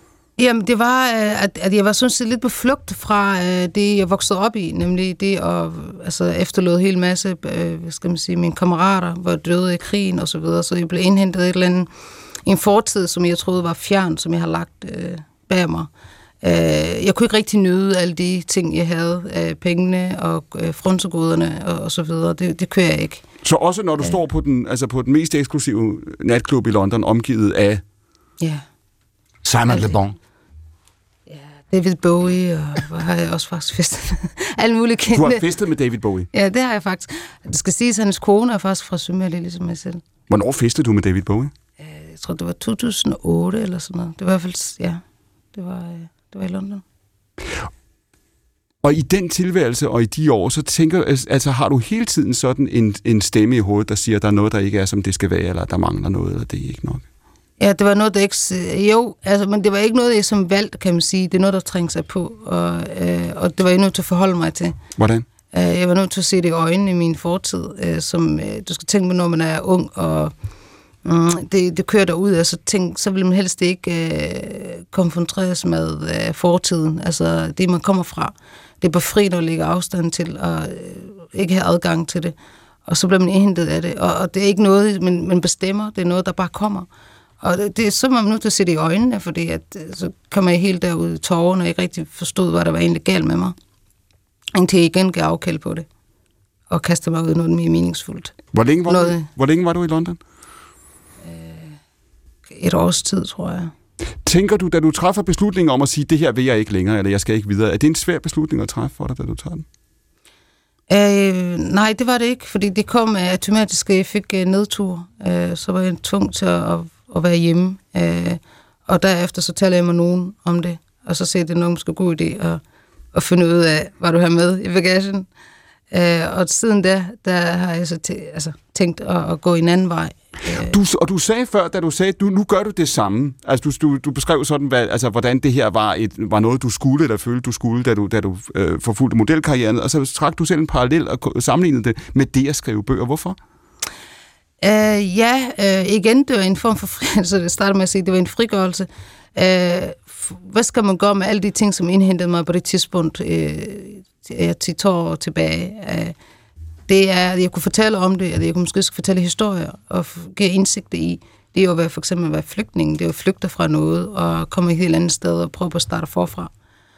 Jamen, det var, at jeg var sådan set lidt på flugt fra det, jeg voksede op i, nemlig det at efterlod en hel masse, mine kammerater var døde i krigen og så videre, så jeg blev indhentet et eller andet, en fortid, som jeg troede var fjern, som jeg har lagt bag mig. Jeg kunne ikke rigtig nyde alle de ting, jeg havde, pengene og frunsegoderne og så videre. Det kunne jeg ikke. Så også når du står på den mest eksklusive natklub i London, omgivet af Simon Le Bon. David Bowie, og hvor har jeg også faktisk festet med alle mulige kendte. Du har festet med David Bowie? Ja, det har jeg faktisk. Det skal siges, at hans kone er faktisk fra Sønderjylland, ligesom mig selv. Hvornår festede du med David Bowie? Jeg tror, det var 2008 eller sådan noget. Det var i hvert fald, det var i London. Og i den tilværelse og i de år, så tænker har du hele tiden sådan en stemme i hovedet, der siger, at der er noget, der ikke er, som det skal være, eller der mangler noget, eller det er ikke nok? Ja, det var noget, der ikke... men det var ikke noget, jeg som valgte, kan man sige. Det er noget, der trængte sig på, og det var jeg nødt til at forholde mig til. Hvordan? Jeg var nødt til at se det i øjnene i min fortid, som du skal tænke på, når man er ung, og det kører derud, så vil man helst ikke konfronteres med fortiden, altså det, man kommer fra. Det er befriende at lægge afstand til, og ikke have adgang til det. Og så bliver man indhentet af det, og det er ikke noget, man bestemmer, det er noget, der bare kommer. Og det er så man nødt til at se det i øjnene, fordi så kom jeg helt derud i tårerne, og ikke rigtig forstod, hvad der var egentlig galt med mig. Indtil jeg igen gav afkald på det, og kastede mig ud i noget mere meningsfuldt. Hvor længe var du i London? Et års tid, tror jeg. Tænker du, da du træffer beslutningen om at sige, det her vil jeg ikke længere, eller jeg skal ikke videre, er det en svær beslutning at træffe for dig, da du tager den? Nej, det var det ikke, fordi det kom automatisk, at jeg fik nedtur. Så var jeg tvunget til at være hjemme. Og derefter så taler jeg med nogen om det, og så siger det nok måske god idé at finde ud af, hvad du har med i bagagen. Og siden da har jeg så tænkt at gå en anden vej. Du sagde før, da du sagde, nu gør du det samme. Altså, du beskrev sådan, hvordan det her var noget, du skulle, eller følte, du skulle, da du forfulgte modelkarrieren, og så trak du selv en parallel og sammenlignede det med det at skrive bøger. Hvorfor? Igen, det var en form for altså det startede med at sige, det var en frigørelse. Hvad skal man gøre med alle de ting, som indhentede mig på det tidspunkt, 10 år tilbage? Det er, at jeg kunne fortælle om det, at jeg kunne måske fortælle historier og give indsigt i. Det er jo for eksempel at være flygtning, det er jo flygte fra noget og komme et helt andet sted og prøve at starte forfra.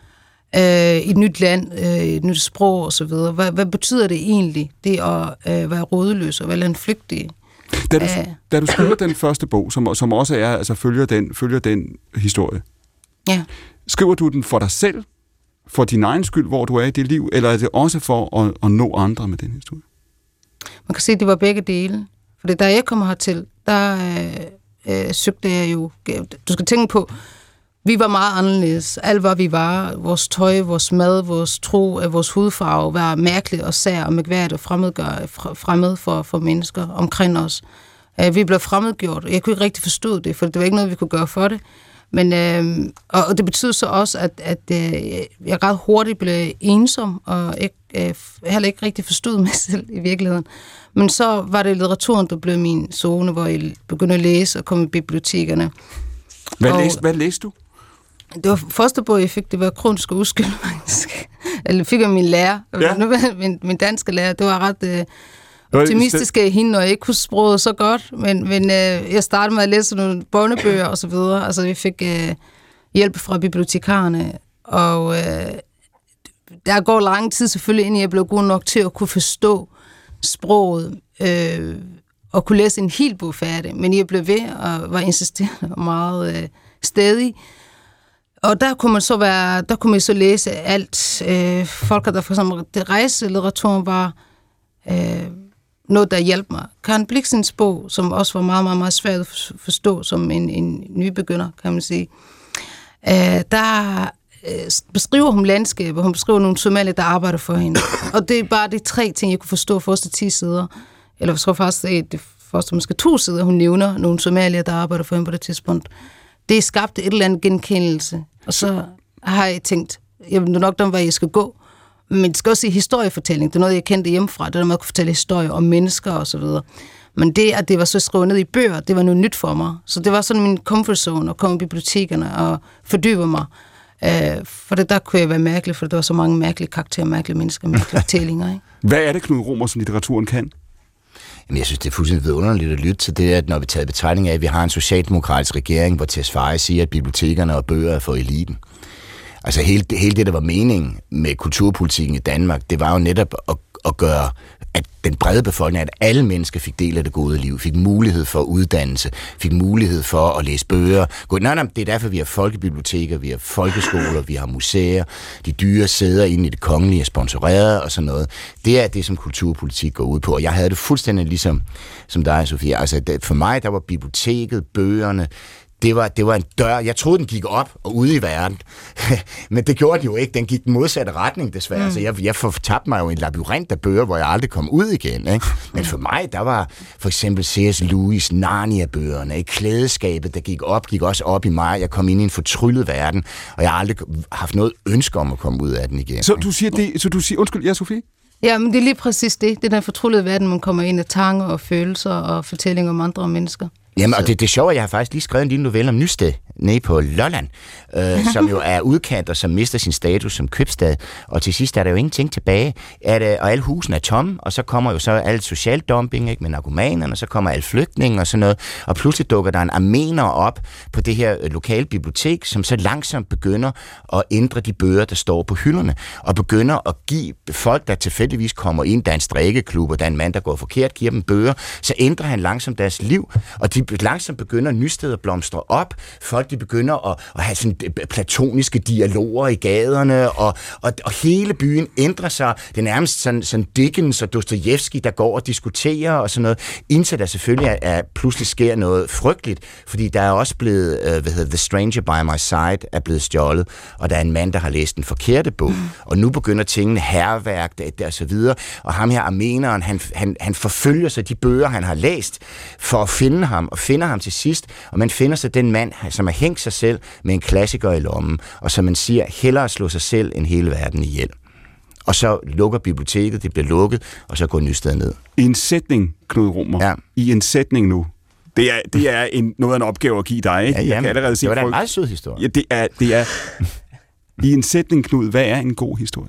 Et nyt land, et nyt sprog osv. Hvad betyder det egentlig, det at være rådeløs og være en flygtig? Da du skriver den første bog, som også er, altså følger den historie, skriver du den for dig selv, for din egen skyld, hvor du er i dit liv, eller er det også for at nå andre med den historie? Man kan se, at det var begge dele. For da jeg kom hertil, der søgte jeg jo... Du skal tænke på, vi var meget anderledes. Alt hvad vi var, vores tøj, vores mad, vores tro, vores hudfarve, var mærkeligt og sær og mærkværdigt og fremmed for mennesker omkring os. Vi blev fremmedgjort, og jeg kunne ikke rigtig forstå det, for det var ikke noget, vi kunne gøre for det. Men, og det betyder så også, at jeg ret hurtigt blev ensom, og heller ikke rigtig forstod mig selv i virkeligheden. Men så var det litteraturen, der blev min zone, hvor jeg begyndte at læse og komme i bibliotekerne. Hvad læste du? Det var første bog, jeg fik, det var Kronisk og Uskyld, faktisk. Eller fik jeg min lærer, min danske lærer. Det var ret optimistisk af hende, og jeg ikke kunne sproget så godt, men jeg startede med at læse nogle børnebøger og så videre. Altså, vi fik hjælp fra bibliotekarerne, og der går lang tid selvfølgelig, inden jeg blev god nok til at kunne forstå sproget, og kunne læse en hel bog færdig, men jeg blev ved og var insisterende og meget stædig. Og der kunne man så læse alt. Folk, der for eksempel rejselitteraturen var noget, der hjalp mig. Karen Blixens bog, som også var meget, meget, meget svært at forstå som en nybegynder, kan man sige. Der beskriver hun landskabet, hun beskriver nogle somalier, der arbejder for hende. Og det er bare de 3 ting, jeg kunne forstå første 10 sider. Eller jeg tror faktisk, det første måske 2 sider, hun nævner nogle somalier, der arbejder for hende på det tidspunkt. Det skabte et eller andet genkendelse. Og så har jeg tænkt, jeg ved nok om, hvad jeg skal gå. Men det skal også sige historiefortælling. Det er noget, jeg kendte hjemmefra. Det er noget, man kunne fortælle historier om mennesker og så videre. Men det, at det var så skrevet ned i bøger, det var noget nyt for mig. Så det var sådan min comfort zone at komme i bibliotekerne og fordybe mig. For det der kunne jeg være mærkelig, for der var så mange mærkelige karakterer, mærkelige mennesker, mærkelige fortællinger. Ikke? Hvad er det, Knud Romer, som litteraturen kan? Jamen, jeg synes, det er fuldstændig vidunderligt at lytte til det, at når vi tager betragtning af, at vi har en socialdemokratisk regering, hvor Tesfaye siger, at bibliotekerne og bøger er for eliten. Altså hele det, der var meningen med kulturpolitikken i Danmark, det var jo netop at gøre, at den brede befolkning, at alle mennesker fik del af det gode liv, fik mulighed for uddannelse, fik mulighed for at læse bøger. Nej, det er derfor, vi har folkebiblioteker, vi har folkeskoler, vi har museer, de dyre sæder inde i det kongelige er sponsoreret og sådan noget. Det er det, som kulturpolitik går ud på, og jeg havde det fuldstændig ligesom som dig, Sofia. Altså for mig, der var biblioteket, bøgerne, det var en dør. Jeg troede, den gik op og ud i verden. Men det gjorde den jo ikke. Den gik den modsatte retning, desværre. Så jeg fortabte mig jo i en labyrint af bøger, hvor jeg aldrig kom ud igen. Ikke? Men for mig, der var for eksempel C.S. Lewis, Narnia-bøgerne, ikke? Klædeskabet, der gik også op i mig. Jeg kom ind i en fortryllet verden, og jeg har aldrig haft noget ønske om at komme ud af den igen. Så du siger, undskyld, ja, Sofie? Ja, men det er lige præcis det. Det er den fortryllede verden, man kommer ind af tanker og følelser og fortællinger om andre mennesker. Jamen, og det er sjovt, at jeg har faktisk lige skrevet en lille novelle om Nysted, nede på Lolland, som jo er udkant og som mister sin status som købstad, og til sidst er der jo ingenting tilbage, og alle husene er tomme, og så kommer jo så alt social dumping, ikke, med narkomanerne, og så kommer alle flygtninge og sådan noget, og pludselig dukker der en armener op på det her lokale bibliotek, som så langsomt begynder at ændre de bøger, der står på hylderne, og begynder at give folk, der tilfældigvis kommer ind, der er en strikkeklub, og der er en mand, der går forkert, giver dem bøger, så ændrer han langsomt deres liv, og de langsomt begynder Nysted at blomstre op. Folk, de begynder at have sådan platoniske dialoger i gaderne, og hele byen ændrer sig. Det er nærmest sådan Dickens og Dostojevski, der går og diskuterer og sådan noget, indtil der selvfølgelig pludselig sker noget frygteligt, fordi der er også blevet, The Stranger by My Side er blevet stjålet, og der er en mand, der har læst den forkerte bog, og nu begynder tingene hærværk og så videre, og ham her armeneren, han forfølger sig de bøger, han har læst, for at finde ham, og finder ham til sidst, og man finder så den mand, som har hængt sig selv med en klassiker i lommen, og som man siger, hellere slå sig selv end hele verden ihjel. Og så lukker biblioteket, det bliver lukket, og så går Nysted ned. I en sætning, Knud Romer, ja. I en sætning nu, det er noget af en opgave at give dig, ikke? Ja, det var da en meget sød historie. Ja, det er i en sætning, Knud, hvad er en god historie?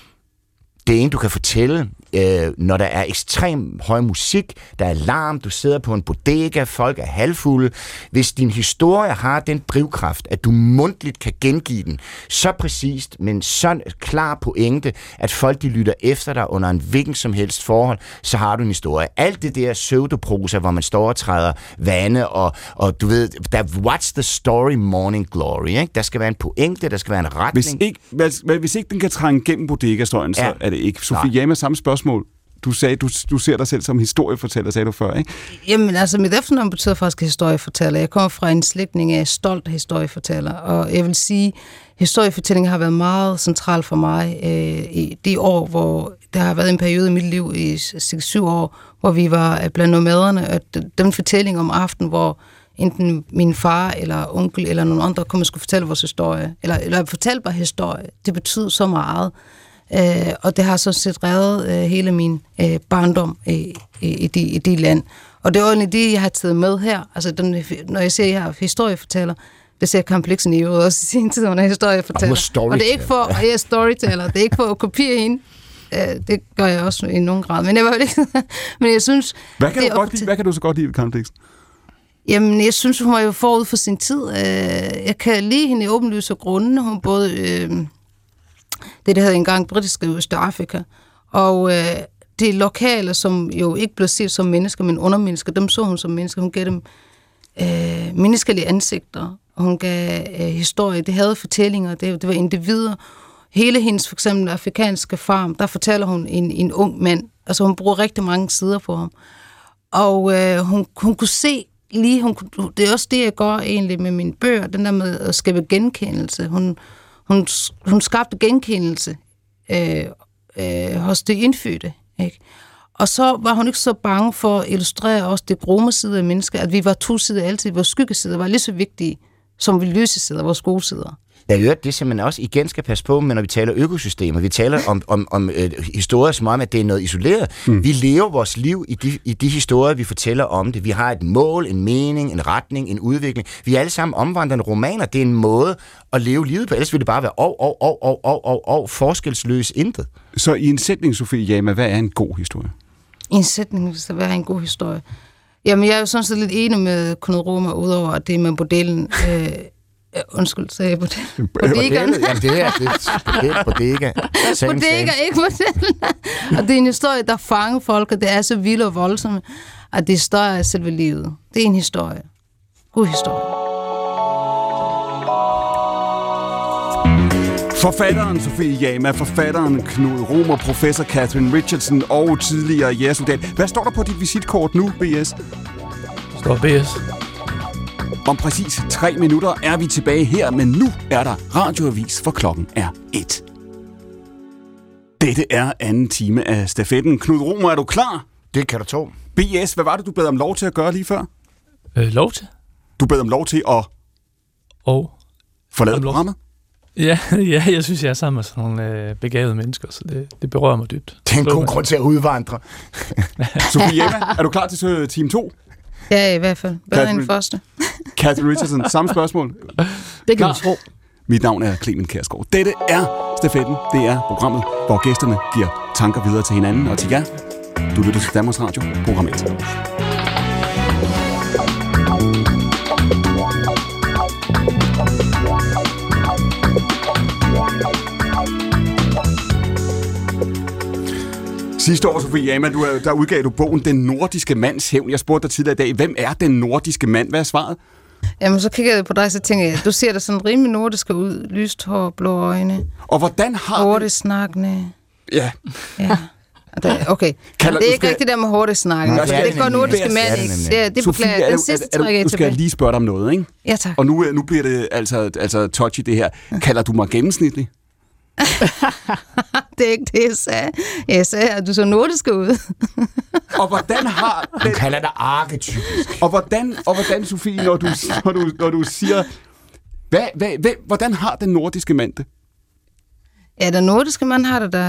Det er en, du kan fortælle, når der er ekstrem høj musik, der er larm, du sidder på en bodega, folk er halvfulde. Hvis din historie har den drivkraft, at du mundtligt kan gengive den så præcist, men så klar pointe, at folk de lytter efter dig under en hvilken som helst forhold, så har du en historie. Alt det der pseudoprosa, hvor man står og træder vande, og du ved, der what's the story morning glory, ikke? Der skal være en pointe, der skal være en retning. Hvis ikke den kan trænge gennem bodega-historien, så er det ikke. Sofie Jama, samme spørgsmål. Du sagde, du ser dig selv som historiefortæller, sagde du før, ikke? Jamen, altså, mit efternavn betyder faktisk historiefortæller. Jeg kommer fra en slægtning af stolt historiefortæller, og jeg vil sige, historiefortælling har været meget central for mig i de år, hvor der har været en periode i mit liv i 6-7 år, hvor vi var blandt nomaderne, og den fortælling om aftenen, hvor enten min far eller onkel eller nogen andre kom og skulle fortælle vores historie, eller fortællebar historie, det betyder så meget. Og det har så set reddet hele min barndom i de land. Og det er egentlig det, jeg har taget med her. Altså, når jeg siger, at jeg er historiefortæller, det ser kompleksen i også i sin tid, når jeg er historiefortæller. Og det er ikke for, at jeg er storyteller, det er ikke for at kopiere hende. Det gør jeg også i nogen grad. Men jeg synes... Hvad kan du så godt lide ved kompleksen? Jamen, jeg synes, hun var jo forud for sin tid. Jeg kan lide hende i åbenlyse grunde. Hun både... det hedder engang britiske Østafrika. Og det lokale, som jo ikke blev set som mennesker, men undermennesker, dem så hun som mennesker. Hun gav dem menneskelige ansigter, og hun gav historie. Det havde fortællinger, det var individer. Hele hendes, for eksempel, afrikanske farm, der fortæller hun en ung mand. Altså, hun bruger rigtig mange sider på ham. Og hun kunne se lige... det er også det, jeg gør egentlig med mine bøger, den der med at skabe genkendelse. Hun skabte genkendelse hos det indfødte, ikke? Og så var hun ikke så bange for at illustrere også det grumme side af mennesker, at vi var to sider altid. Vores skyggesider var lige så vigtige, som vi lyse sider, vores gode sider. Jeg hører det, som man også igen skal passe på, men når vi taler økosystemer, vi taler om historier som om, at det er noget isoleret. Vi lever vores liv i de historier, vi fortæller om det. Vi har et mål, en mening, en retning, en udvikling. Vi er alle sammen omvandrende romaner. Det er en måde at leve livet på. Ellers vil det bare være forskelsløs intet. Så i en sætning, Sofie Jama, hvad er en god historie? I en sætning, hvis der er en god historie. Jamen, jeg er jo sådan set lidt enig med Knud Romer, udover at det med bordelen. Undskyld, sagde jeg bordelen. Bodegaen? Jamen, det er bodega. Bodega, ikke bordelen. Og det er en historie, der fanger folk, og det er så vildt og voldsomt, at det er større af selve livet. Det er en historie. God historie. Forfatteren Sofie Jama, forfatteren Knud Romer, professor Catherine Richardson og tidligere jægersoldat. Hvad står der på dit visitkort nu, BS? Der står BS. Om præcis 3 minutter er vi tilbage her, men nu er der radioavis, for klokken er 1. Dette er anden time af stafetten. Knud Romer, er du klar? Det kan du tro. BS, hvad var det, du bad om lov til at gøre lige før? Lov til? Du bad om lov til at forlade programmet? Ja, jeg synes, jeg er sammen med sådan nogle begavede mennesker, så det berører mig dybt. Det er en god grund til at udvandre. Sofie Jama, er du klar til time 2? Ja, i hvert fald. Bedre end første. Catherine Richardson, samme spørgsmål. Det kan du tro. Mit navn er Clement Kjærsgaard. Dette er Stafetten. Det er programmet, hvor gæsterne giver tanker videre til hinanden og til jer. Du lytter til Danmarks Radio, program 1. Sidste år, Sofie Jama, der udgav du bogen Den nordiske mands hævn. Jeg spurgte dig tidligere i dag, hvem er den nordiske mand? Hvad er svaret? Jamen, så kigger jeg på dig, så tænker jeg, du ser da sådan rimelig nordisk ud. Lyst hår, blå øjne. Og hvordan har hurtigt snakkende. Ja. Okay. Det er ikke rigtigt der med hurtigt snakkende. Det går nordiske mand ikke. Det beklager. Den sidste trækker jeg tilbage. Nu skal jeg lige spørge dig om noget, ikke? Ja, tak. Og nu bliver det altså touchy det her. Kalder du mig gennemsnitlig? Det er ikke det, jeg sagde. Jeg sagde, at du så nordisk ud. Og hvordan har... Du kalder dig arketypisk. Og hvordan, Sofie, når du siger... Hvordan har den nordiske mand det? Ja, den nordiske mand har det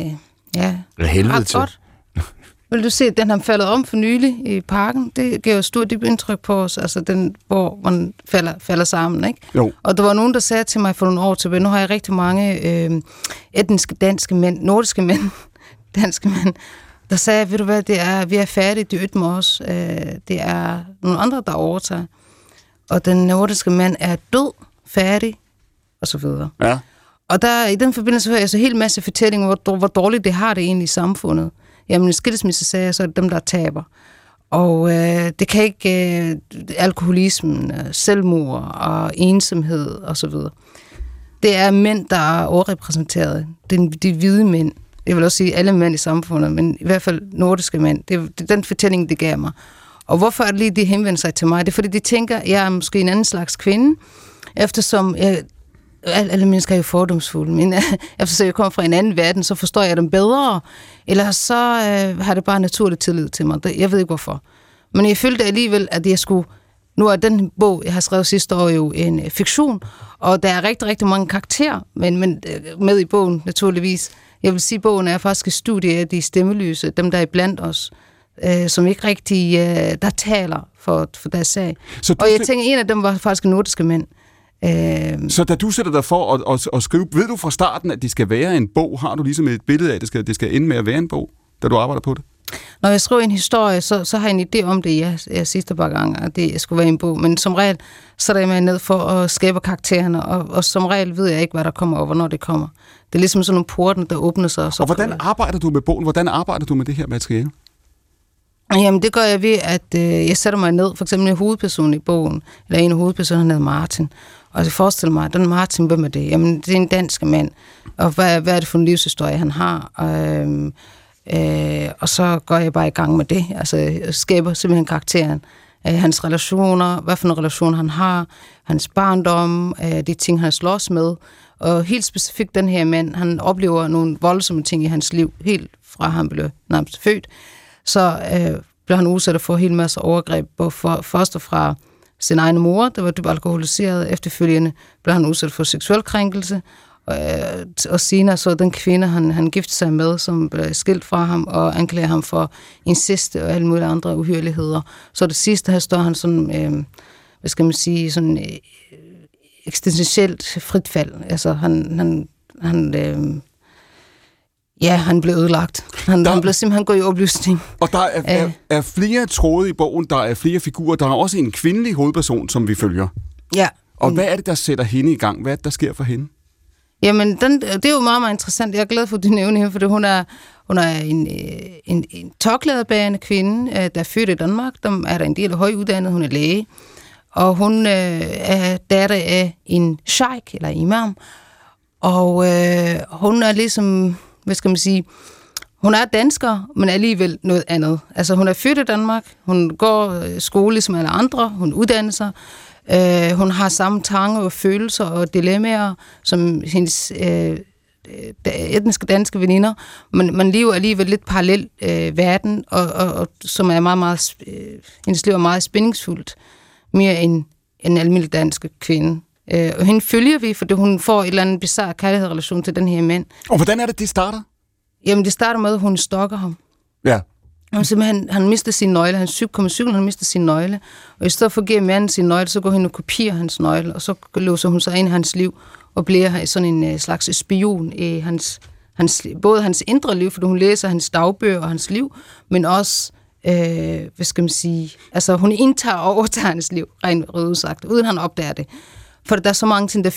ret godt. Vil du se, at den har faldet om for nylig i parken? Det giver jo stort dybt indtryk på os, altså den, hvor man falder sammen, ikke? Jo. Og der var nogen, der sagde til mig for nogle år tilbage, nu har jeg rigtig mange etniske danske mænd, nordiske mænd, danske mænd, der sagde, ved du hvad, vi er færdige, de ytmer os, det er nogle andre, der overtager. Og den nordiske mand er død, færdig, og så videre. Ja. Og der, i den forbindelse hører jeg så helt masse fortællinger, hvor dårligt det har det egentlig i samfundet. Jamen, i skilsmisse sagde jeg, så er det dem, der taber. Og det kan ikke alkoholismen, selvmord og ensomhed og så videre. Det er mænd, der er overrepræsenteret. De hvide mænd. Jeg vil også sige alle mænd i samfundet, men i hvert fald nordiske mænd. Det er den fortælling, det gav mig. Og hvorfor er det lige, de henvender sig til mig? Det er, fordi de tænker, at jeg er måske en anden slags kvinde, eftersom alle mennesker er jo fordomsfulde, men eftersom jeg kommer fra en anden verden, så forstår jeg dem bedre, eller så har det bare naturlig tillid til mig. Jeg ved ikke hvorfor. Men jeg følte alligevel, at jeg skulle... Nu er den bog, jeg har skrevet sidste år, jo en fiktion, og der er rigtig, rigtig mange karakterer, men med i bogen naturligvis. Jeg vil sige, at bogen er faktisk et studie af de stemmeløse, dem der er blandt os, som ikke rigtig der taler for deres sag. Og jeg tænker, en af dem var faktisk nordiske mænd. Så da du sætter dig for at skrive, ved du fra starten, at det skal være en bog? Har du ligesom et billede af, at det skal ende med at være en bog, da du arbejder på det? Når jeg skriver en historie, så har jeg en idé om det, jeg sidste par gange, at det skulle være en bog. Men som regel, så er jeg ned for at skabe karaktererne, og som regel ved jeg ikke, hvad der kommer, og hvornår det kommer. Det er ligesom sådan nogle porten, der åbner sig. Og hvordan arbejder du med bogen? Hvordan arbejder du med det her materiale? Jamen, det gør jeg ved, at jeg sætter mig ned, for eksempel en hovedperson i bogen, eller en af hovedpersonerne hedder Martin, og jeg forestiller mig, at den Martin, hvem er det? Jamen, det er en dansk mand, og hvad er det for en livshistorie, han har? Og så går jeg bare i gang med det, altså jeg skaber simpelthen karakteren, hans relationer, hvad for en relation han har, hans barndom, de ting, han slås med, og helt specifikt den her mand, han oplever nogle voldsomme ting i hans liv, helt fra han blev nærmest født, så bliver han udsat for en hel masse overgreb, først og fra sin egen mor, der var dybt alkoholiseret. Efterfølgende blev han udsat for seksuel krænkelse, og senere så den kvinde, han giftede sig med, som blev skilt fra ham, og anklager ham for incest og alle mulige andre uhyrligheder. Så det sidste her står han sådan, hvad skal man sige, sådan eksistentielt frit fald. Altså han blev ødelagt. Han blev simpelthen gået i opløsning. Og der er flere tråde i bogen, der er flere figurer. Der er også en kvindelig hovedperson, som vi følger. Ja. Og hvad er det, der sætter hende i gang? Hvad er det, der sker for hende? Jamen, det er jo meget, meget interessant. Jeg er glad for, at du nævner hende, for hun er en tørklæderbærende kvinde, der er født i Danmark. Der er der en del af højuddannet. Hun er læge. Og hun er datter af en sheik, eller imam. Og hun er ligesom, hvad skal man sige, hun er dansker, men alligevel noget andet. Altså, hun er født i Danmark. Hun går skole som alle andre. Hun uddanner sig. Hun har samme tanker og følelser og dilemmaer som hendes etniske danske veninder, men man lever alligevel lidt parallel verden, og som er meget, meget, hendes liv er meget spændingsfuldt, mere end en almindelig dansk kvinde. Og hende følger vi, fordi hun får et eller andet bizarre kærlighedsrelation til den her mand. Og hvordan er det starter? Jamen, det starter med, at hun stalker ham. Ja. Han mister sin nøgle. Han kommer cyklen, han mister sin nøgle. Og i stedet for at give manden sin nøgle, så går hun og kopierer hans nøgle, og så låser hun sig ind i hans liv, og bliver sådan en slags spion i både hans indre liv, fordi hun læser hans dagbøger og hans liv, men også, hvad skal man sige, altså hun indtager og overtager hans liv, rent udsagt, uden han opdager det. For der er så mange ting, der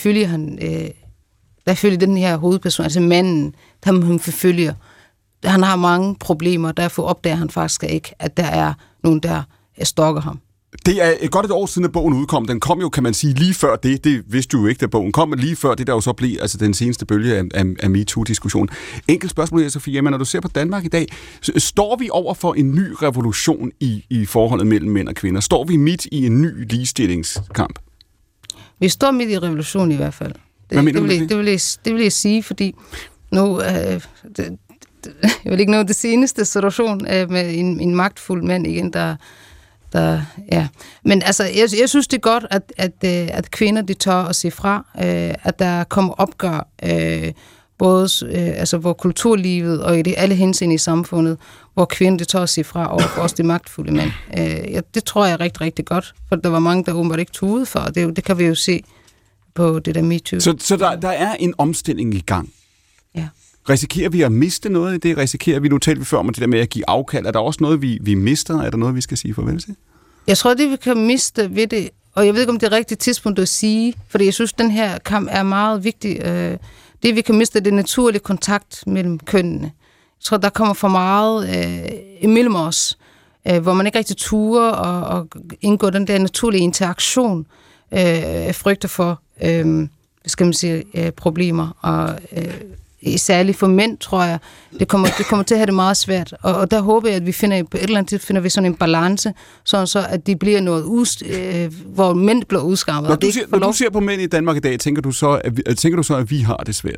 følger den her hovedperson, altså manden, der hun forfølger. Han har mange problemer, og derfor opdager han faktisk ikke, at der er nogen, der stalker ham. Det er godt et år siden, at bogen udkom. Den kom jo, kan man sige, lige før det. Det vidste du jo ikke, da bogen kom, men lige før det, der jo så blev altså den seneste bølge af MeToo-diskussion. Enkelt spørgsmål her, Sofie. Jamen, når du ser på Danmark i dag, står vi over for en ny revolution i forholdet mellem mænd og kvinder? Står vi midt i en ny ligestillingskamp? Vi står midt i revolution i hvert fald. Det vil jeg sige, fordi nu... jeg vil ikke nå det seneste situation med en magtfuld mand igen, der ja. Men altså, jeg synes, det er godt, at kvinder, de tør at se fra, at der kommer opgør, både altså, hvor kulturlivet og i det alle henseende i samfundet, hvor kvinder, de tør at se fra over for os, det magtfulde mænd. Det tror jeg er rigtig, rigtig godt, for der var mange, der åbenbart ikke tog ud for, og det kan vi jo se på det der MeToo. Så der er en omstilling i gang? Ja. Risikerer vi at miste noget i det? Risikerer vi, nu talte vi før om det der med at give afkald. Er der også noget, vi mister? Er der noget, vi skal sige farvel til? Jeg tror, det vi kan miste ved det, og jeg ved ikke, om det er det rigtige tidspunkt at sige, fordi jeg synes, den her kamp er meget vigtig. Det vi kan miste, det er naturlig kontakt mellem kønnene. Jeg tror, der kommer for meget imellem os, hvor man ikke rigtig turer og indgår den der naturlige interaktion, frygter for, skal man sige, problemer og særligt for mænd, tror jeg, det kommer til at have det meget svært. Og der håber jeg, at vi på et eller andet tidspunkt finder vi sådan en balance, sådan så, at det bliver noget hvor mænd bliver udskammet. Når du ser på mænd i Danmark i dag, tænker du så, at vi har det svært?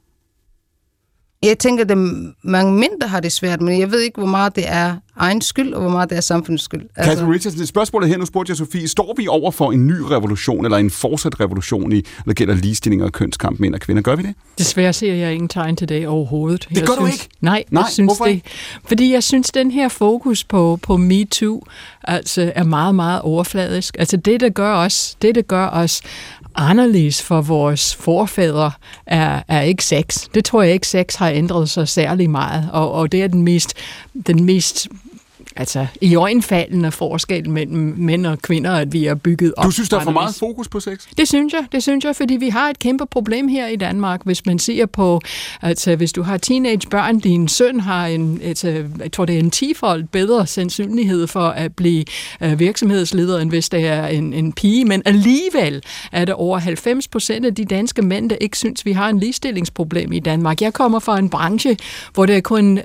Jeg tænker, at mange mænd, der har det svært, men jeg ved ikke, hvor meget det er egen skyld, og hvor meget det er samfundets skyld. Catherine Richardson, spørgsmålet her, nu spurgte jeg Sofie, står vi over for en ny revolution, eller en fortsat revolution, når det gælder ligestilling og kønskamp mænd og kvinder? Gør vi det? Desværre ser jeg ingen tegn til det overhovedet. Det gør du ikke? Nej, jeg synes hvorfor? det. Fordi jeg synes, den her fokus på MeToo altså, er meget, meget overfladisk. Altså det, der gør os anderledes for vores forfædre, er ikke sex. Det tror jeg ikke, sex har ændret sig særlig meget, og det er den mest altså iøjnefaldende forskel mellem mænd og kvinder, at vi er bygget op. Du synes, der er for meget fokus på sex? Det synes jeg, fordi vi har et kæmpe problem her i Danmark, hvis man ser på, altså hvis du har teenagebørn, din søn har jeg tror det er en 10-fold bedre sandsynlighed for at blive virksomhedsleder, end hvis det er en pige, men alligevel er det over 90% af de danske mænd, der ikke synes, vi har en ligestillingsproblem i Danmark. Jeg kommer fra en branche, hvor det er kun,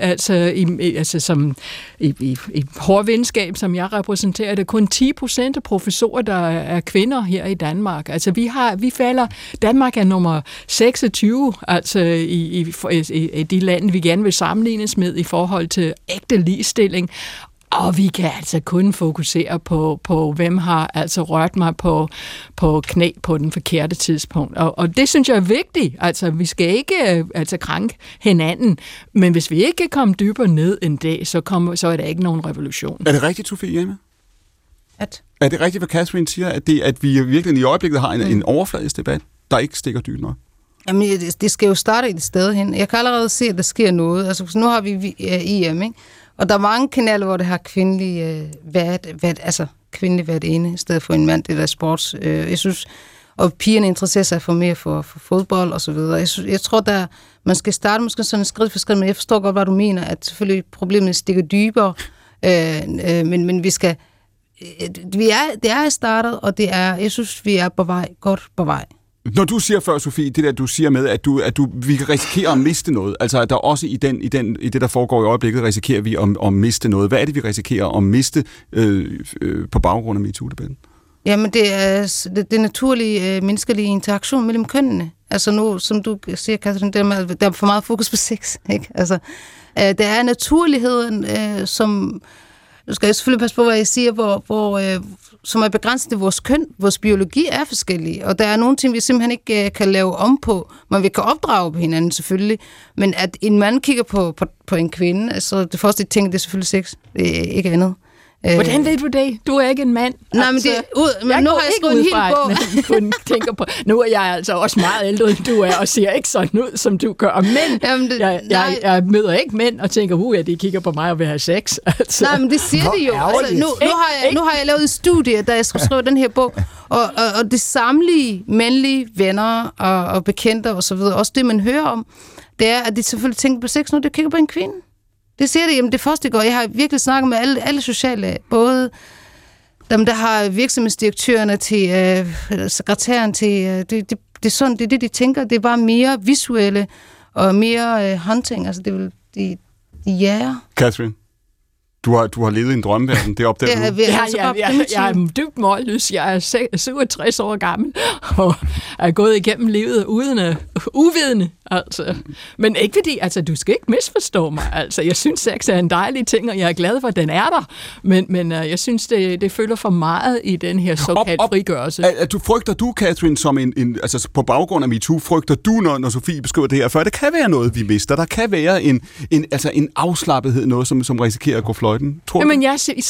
som i hårdvidenskab, som jeg repræsenterer, det er kun 10% af professorer, der er kvinder her i Danmark. Altså vi falder, Danmark er nummer 26, altså i de lande, vi gerne vil sammenlignes med i forhold til ægte ligestilling. Og vi kan altså kun fokusere på hvem har altså rørt mig på knæ på den forkerte tidspunkt. Og det synes jeg er vigtigt. Altså, vi skal ikke krænke hinanden, men hvis vi ikke kan komme dybere ned end det, så er der ikke nogen revolution. Er det rigtigt, Sofie Hjemme? Er det rigtigt, hvad Catherine siger, at vi virkelig i øjeblikket har en overfladisk debat, der ikke stikker dybt nok? Jamen, det skal jo starte et sted hen. Jeg kan allerede se, at der sker noget. Altså, nu har vi EM, ikke? Og der er mange kanaler, hvor det har kvindelig vært ene, i stedet for en mand, det der sports. Jeg synes, og pigerne interesserer sig for mere for fodbold og så videre. Jeg tror, man skal starte måske sådan skridt for skridt, men jeg forstår godt, hvad du mener, at selvfølgelig problemet stikker dybere, men vi skal... Det er startet, og jeg synes, vi er godt på vej. Når du siger før, Sofie, det der, du siger med, at vi kan risikere at miste noget, altså at der også i det, der foregår i øjeblikket, risikerer vi at miste noget. Hvad er det, vi risikerer at miste på baggrund af MeToo-debatten? Jamen, det er det naturlige menneskelige interaktion mellem kønnene. Altså nu, som du siger, Catherine, der er for meget fokus på sex, ikke? Altså, der er naturligheden, som... Nu skal jeg selvfølgelig passe på, hvad jeg siger, som er begrænset til vores køn. Vores biologi er forskellige, og der er nogle ting, vi simpelthen ikke kan lave om på, men vi kan opdrage på hinanden selvfølgelig. Men at en mand kigger på en kvinde, altså det første, jeg tænker, det er selvfølgelig sex, det er ikke andet. Hvordan ved du det? Du er ikke en mand. Nej, men, men nu har jeg skrevet en hel bog. Tænker på. Nu er jeg altså også meget ældre, end du er, og ser ikke sådan ud, som du gør. Men jeg møder ikke mænd og tænker, de kigger på mig og vil have sex. Altså. Nej, men det siger de jo. Altså, nu har jeg lavet et studie, da jeg skulle skrive den her bog, og det samlige mandlige venner og bekendte og så videre, også det, man hører om, det er, at de selvfølgelig tænker på sex, når de kigger på en kvinde. Det siger det, jamen det første går. Jeg har virkelig snakket med alle sociale, både dem, der har virksomhedsdirektørerne til sekretæren til, det er sådan, det er det, de tænker. Det er bare mere visuelle og mere hunting. Altså det vil de jager. Catherine, du har levet i en drømmeverden, det opdager du. Jeg er dybt målløs. Jeg er 67 år gammel og er gået igennem livet uvidende. Altså. Men ikke fordi, altså du skal ikke misforstå mig. Altså, jeg synes, sex er en dejlig ting, og jeg er glad for, at den er der. Men jeg synes, det følger for meget i den her såkaldt frigørelse. Frygter du, Catherine, som altså på baggrund af MeToo, frygter du, når Sofie beskriver det her, for det kan være noget, vi mister. Der kan være en afslappethed, noget, som risikerer at gå fløjten. Jamen,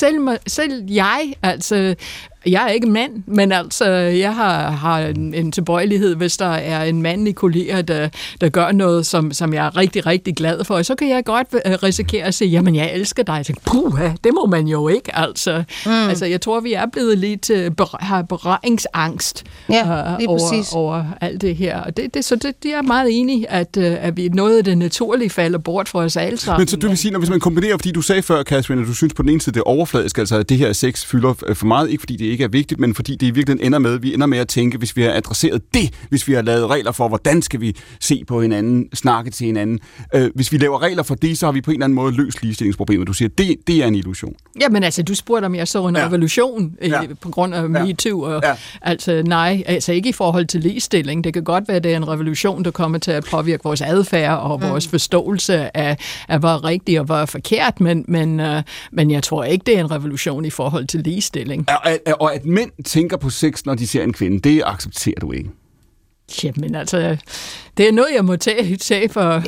jeg er ikke en mand, men altså, jeg har en tilbøjelighed, hvis der er en mandlig kollega, der gør noget, som jeg er rigtig, rigtig glad for. Og så kan jeg godt risikere at sige, jamen, jeg elsker dig. Jeg tænker, puha, det må man jo ikke, altså. Altså, jeg tror, vi er blevet lidt, har berøringsangst over alt det her. Og så det er meget enig, at vi noget af det naturlige falder bort for os alle sammen. Men så du vil sige, hvis man kombinerer, fordi du sagde før, Catherine, at du synes på den ene side, det er overfladisk, altså at det her sex fylder for meget, ikke fordi det ikke er vigtigt, men fordi det i virkeligheden ender med at tænke, hvis vi har adresseret det, hvis vi har lavet regler for, hvordan skal vi se på hinanden, snakke til hinanden. Hvis vi laver regler for det, så har vi på en eller anden måde løst ligestillingsproblemet. Du siger, det er en illusion. Jamen altså, du spurgte om jeg så en revolution på grund af MeToo. Og, altså nej, altså ikke i forhold til ligestilling. Det kan godt være, at det er en revolution, der kommer til at påvirke vores adfærd og vores forståelse af hvad er rigtigt og hvad er forkert, men jeg tror ikke, det er en revolution i forhold til ligestilling. Og at mænd tænker på sex, når de ser en kvinde, det accepterer du ikke? Jamen altså, det er noget, jeg må tage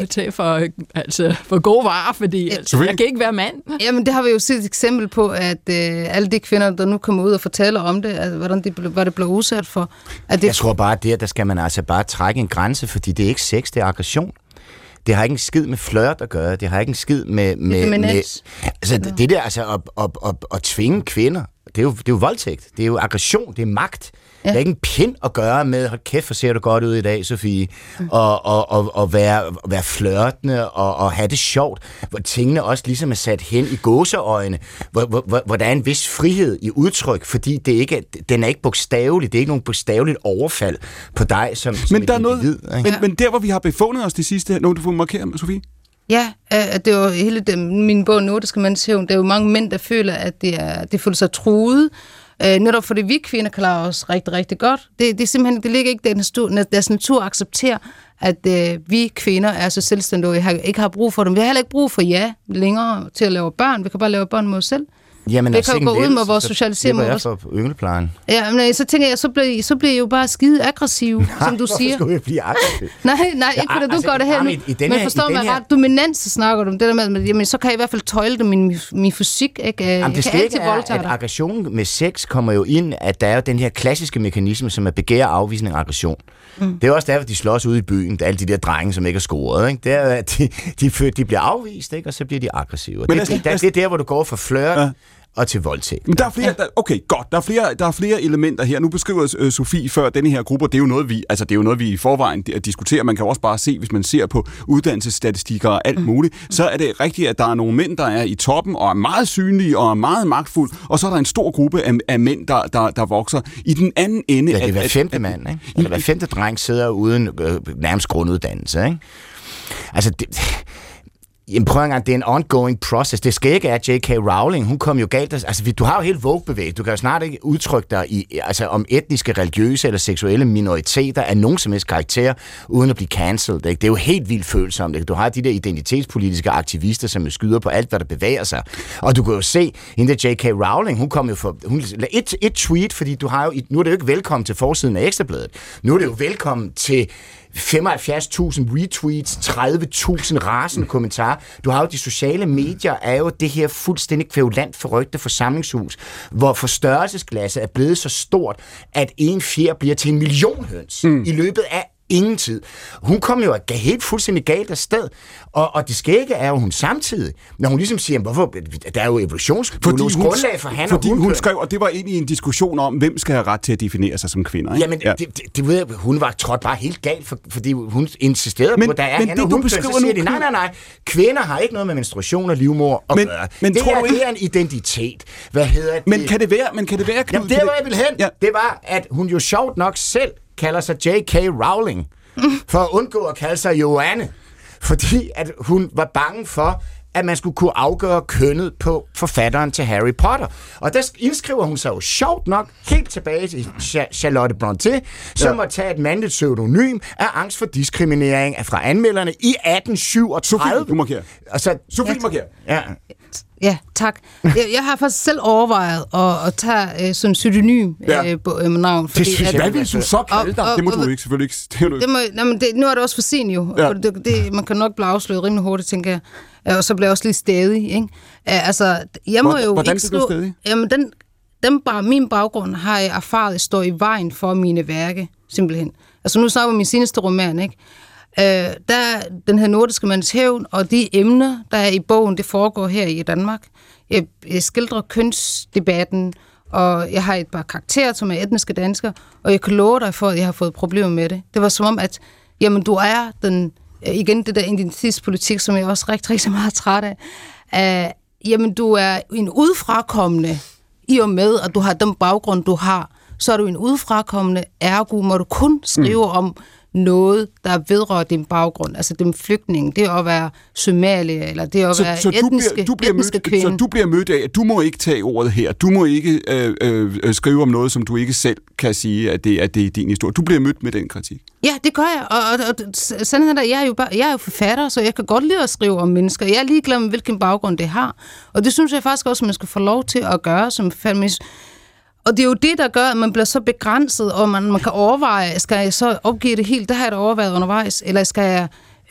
for gode varer, fordi altså, jeg kan ikke være mand. Jamen, det har vi jo set et eksempel på, at alle de kvinder, der nu kommer ud og fortæller om det, altså, hvad det blev udsat for. Jeg tror bare, der skal man altså bare trække en grænse, fordi det er ikke sex, det er aggression. Det har ikke en skid med flirt at gøre, det har ikke en skid med altså, det der altså at tvinge kvinder, det er jo voldtægt, det er jo aggression, det er magt. Ja. Det er ikke en pind at gøre med, hold kæft, hvor ser du godt ud i dag, Sofie, og være flirtende og have det sjovt, hvor tingene også ligesom er sat hen i gåseøjne, hvor der er en vis frihed i udtryk, fordi den er ikke bogstavelig, det er ikke nogen bogstaveligt overfald på dig som men der er noget, men der, hvor vi har befundet os det sidste, når du får markere, Sofie? Ja, det var hele min bog Nordiske Mænds Hævn. Der er jo mange mænd, der føler, at det føler sig truet. Netop fordi vi kvinder klarer os rigtig, rigtig godt. Det er simpelthen, det ligger ikke deres natur at acceptere, at vi kvinder er så selvstændige, og ikke har brug for dem. Vi har heller ikke brug for jer længere til at lave børn. Vi kan bare lave børn med os selv. Jamen, det kan jo gå ud med vores socialisering. Det var jeg for yngleplejen. Ja, men så tænker jeg, så bliver I jo bare skide aggressiv, som du siger. Hvorfor skulle jeg blive aggressiv? Nej, ikke fordi du gør det her nu. Men forstår mig ret, dominans, så snakker du om det der med, jamen, så kan jeg i hvert fald tøjle min fysik. Ikke? Jamen, det skal ikke være, at aggression med sex kommer jo ind, at der er jo den her klassiske mekanisme, som er begær, afvisning og aggression. Det er også derfor, de slås ude i byen, alle de der drenge, som ikke er scoret. Ikke? Det er, at de bliver afvist, ikke? Og så bliver de aggressive. Det er der, hvor du går fra flirt og til voldtægt. Men der er flere, okay, godt. Der er flere elementer her. Nu beskriver Sofie før denne her gruppe, og det er jo noget, vi i forvejen diskuterer. Man kan også bare se, hvis man ser på uddannelsesstatistikker og alt muligt, så er det rigtigt, at der er nogle mænd, der er i toppen og er meget synlige og er meget magtfulde, og så er der en stor gruppe af mænd, der vokser. I den anden ende... Ja, det er hver femte mand, ikke? Eller hver femte dreng sidder uden nærmest grunduddannelse, ikke? Altså, Jamen prøv en gang, det er en ongoing process. Det skal ikke at J.K. Rowling, hun kom jo galt. Altså, du har jo helt Vogue-bevægelsen. Du kan jo snart ikke udtrykke dig om etniske, religiøse eller seksuelle minoriteter af nogen som helst karakter, uden at blive cancelled. Ikke? Det er jo helt vildt følsomt. Ikke? Du har de der identitetspolitiske aktivister, som skyder på alt, hvad der bevæger sig. Og du kan jo se, hende der J.K. Rowling, hun kom jo for... Et tweet, fordi du har jo... Nu er det jo ikke velkommen til forsiden af Ekstrabladet. Nu er det jo velkommen til 75.000 retweets, 30.000 rasende kommentarer. Du har jo de sociale medier, er jo det her fuldstændig kvævlant forrygte forsamlingshus, hvor forstørrelsesglasset er blevet så stort, at en fjer bliver til 1 million høns i løbet af ingen tid. Hun kom jo helt fuldstændig galt af sted, og det skægge er jo hun samtidig, når hun ligesom siger, hvorfor, der er jo evolutionsbiologisk grundlag for han fordi og hun skrev, og det var ind i en diskussion om, hvem skal have ret til at definere sig som kvinder. Ikke? Jamen, det ved jeg, hun var trådt bare helt galt, fordi hun insisterede på, at der er han og hun, så siger de, nej, kvinder har ikke noget med menstruation og livmor at gøre. Men det er en identitet. Hvad hedder det? Men kan det være, Knud? Jamen, det var jeg vil hen. Det var, at hun jo sjovt nok selv kalder sig J.K. Rowling, for at undgå at kalde sig Joanne, fordi at hun var bange for, at man skulle kunne afgøre kønnet på forfatteren til Harry Potter. Og der indskriver hun sig jo sjovt nok helt tilbage til Charlotte Brontë, som må tage et mandligt pseudonym af angst for diskriminering fra anmelderne i 1837. Sofie, du markerer. Sofie markerer. Ja, tak. Jeg har faktisk selv overvejet at tage sådan en pseudonym navn. Hvad vil du så kalde dig? Det må du ikke, selvfølgelig ikke. Nu er det også for sent jo. Ja. Man kan nok blive afsløret rimelig hurtigt, tænker jeg. Og så bliver jeg også lidt stædig, ikke? Altså, jeg må jo hvordan ikke stå... Jamen, min baggrund har jeg erfaret at stå i vejen for mine værke, simpelthen. Altså, nu snakker vi om min seneste roman, ikke? Der den her nordiske mands hævn, og de emner, der er i bogen, det foregår her i Danmark. Jeg skildrer kønsdebatten, og jeg har et par karakterer, som er etniske danskere, og jeg kan love dig for, at jeg har fået problemer med det. Det var som om, at jamen, du er igen det der identitetspolitik, som jeg også rigtig meget træt af. Jamen, du er en udfrakommende, i og med, at du har den baggrund, du har, så er du en udfrakommende, ergo må du kun skrive om noget, der vedrører din baggrund, altså din flygtning, det at være somalier, eller det at være etniske kvinde. Så du bliver mødt af, at du må ikke tage ordet her, du må ikke skrive om noget, som du ikke selv kan sige, at det er din historie. Du bliver mødt med den kritik. Ja, det gør jeg, og sandheden er, jeg er jo forfatter, så jeg kan godt lide at skrive om mennesker. Jeg er ligeglad med, hvilken baggrund det har, og det synes jeg faktisk også, at man skal få lov til at gøre som feminist. Og det er jo det, der gør, at man bliver så begrænset, og man kan overveje, skal jeg så opgive det helt, det har jeg da overvejet undervejs, eller skal jeg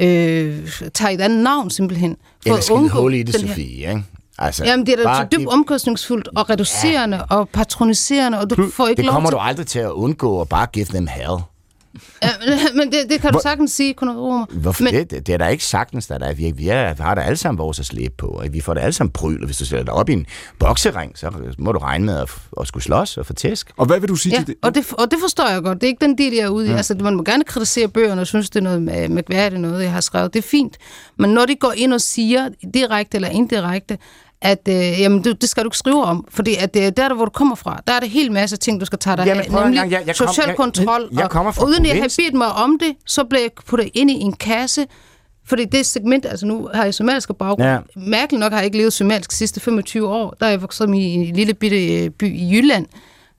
tage et andet navn simpelthen? Eller skal det hul i det, Sofie, ikke? Altså, jamen, det er da så dybt omkostningsfuldt og reducerende og patroniserende, og du får ikke lov til... Det kommer du aldrig til at undgå at bare give them hell. Ja, men det kan du sagtens sige, hvorfor det er der ikke sagtens, vi har da alle sammen vores at slæbe på, og vi får det alle sammen bryl, og hvis du sætter dig op i en boksering, så må du regne med at skulle slås og få tæsk. Og hvad vil du sige til det? Og det forstår jeg godt, det er ikke den del, jeg er ude i. Altså, man må gerne kritisere bøgerne og synes, det er noget mærkværdigt, noget jeg har skrevet, det er fint, men når de går ind og siger direkte eller indirekte, at jamen, det skal du ikke skrive om, fordi at der hvor du kommer fra, der er det helt masse ting, du skal tage dig af, nemlig social kontrol, og uden jeg har bedt mig om det, så bliver jeg puttet ind i en kasse, fordi det segment, altså nu har jeg somalisk baggrund, mærkeligt nok har jeg ikke levet somalisk de sidste 25 år, der er jeg vokset i en lille bitte by i Jylland,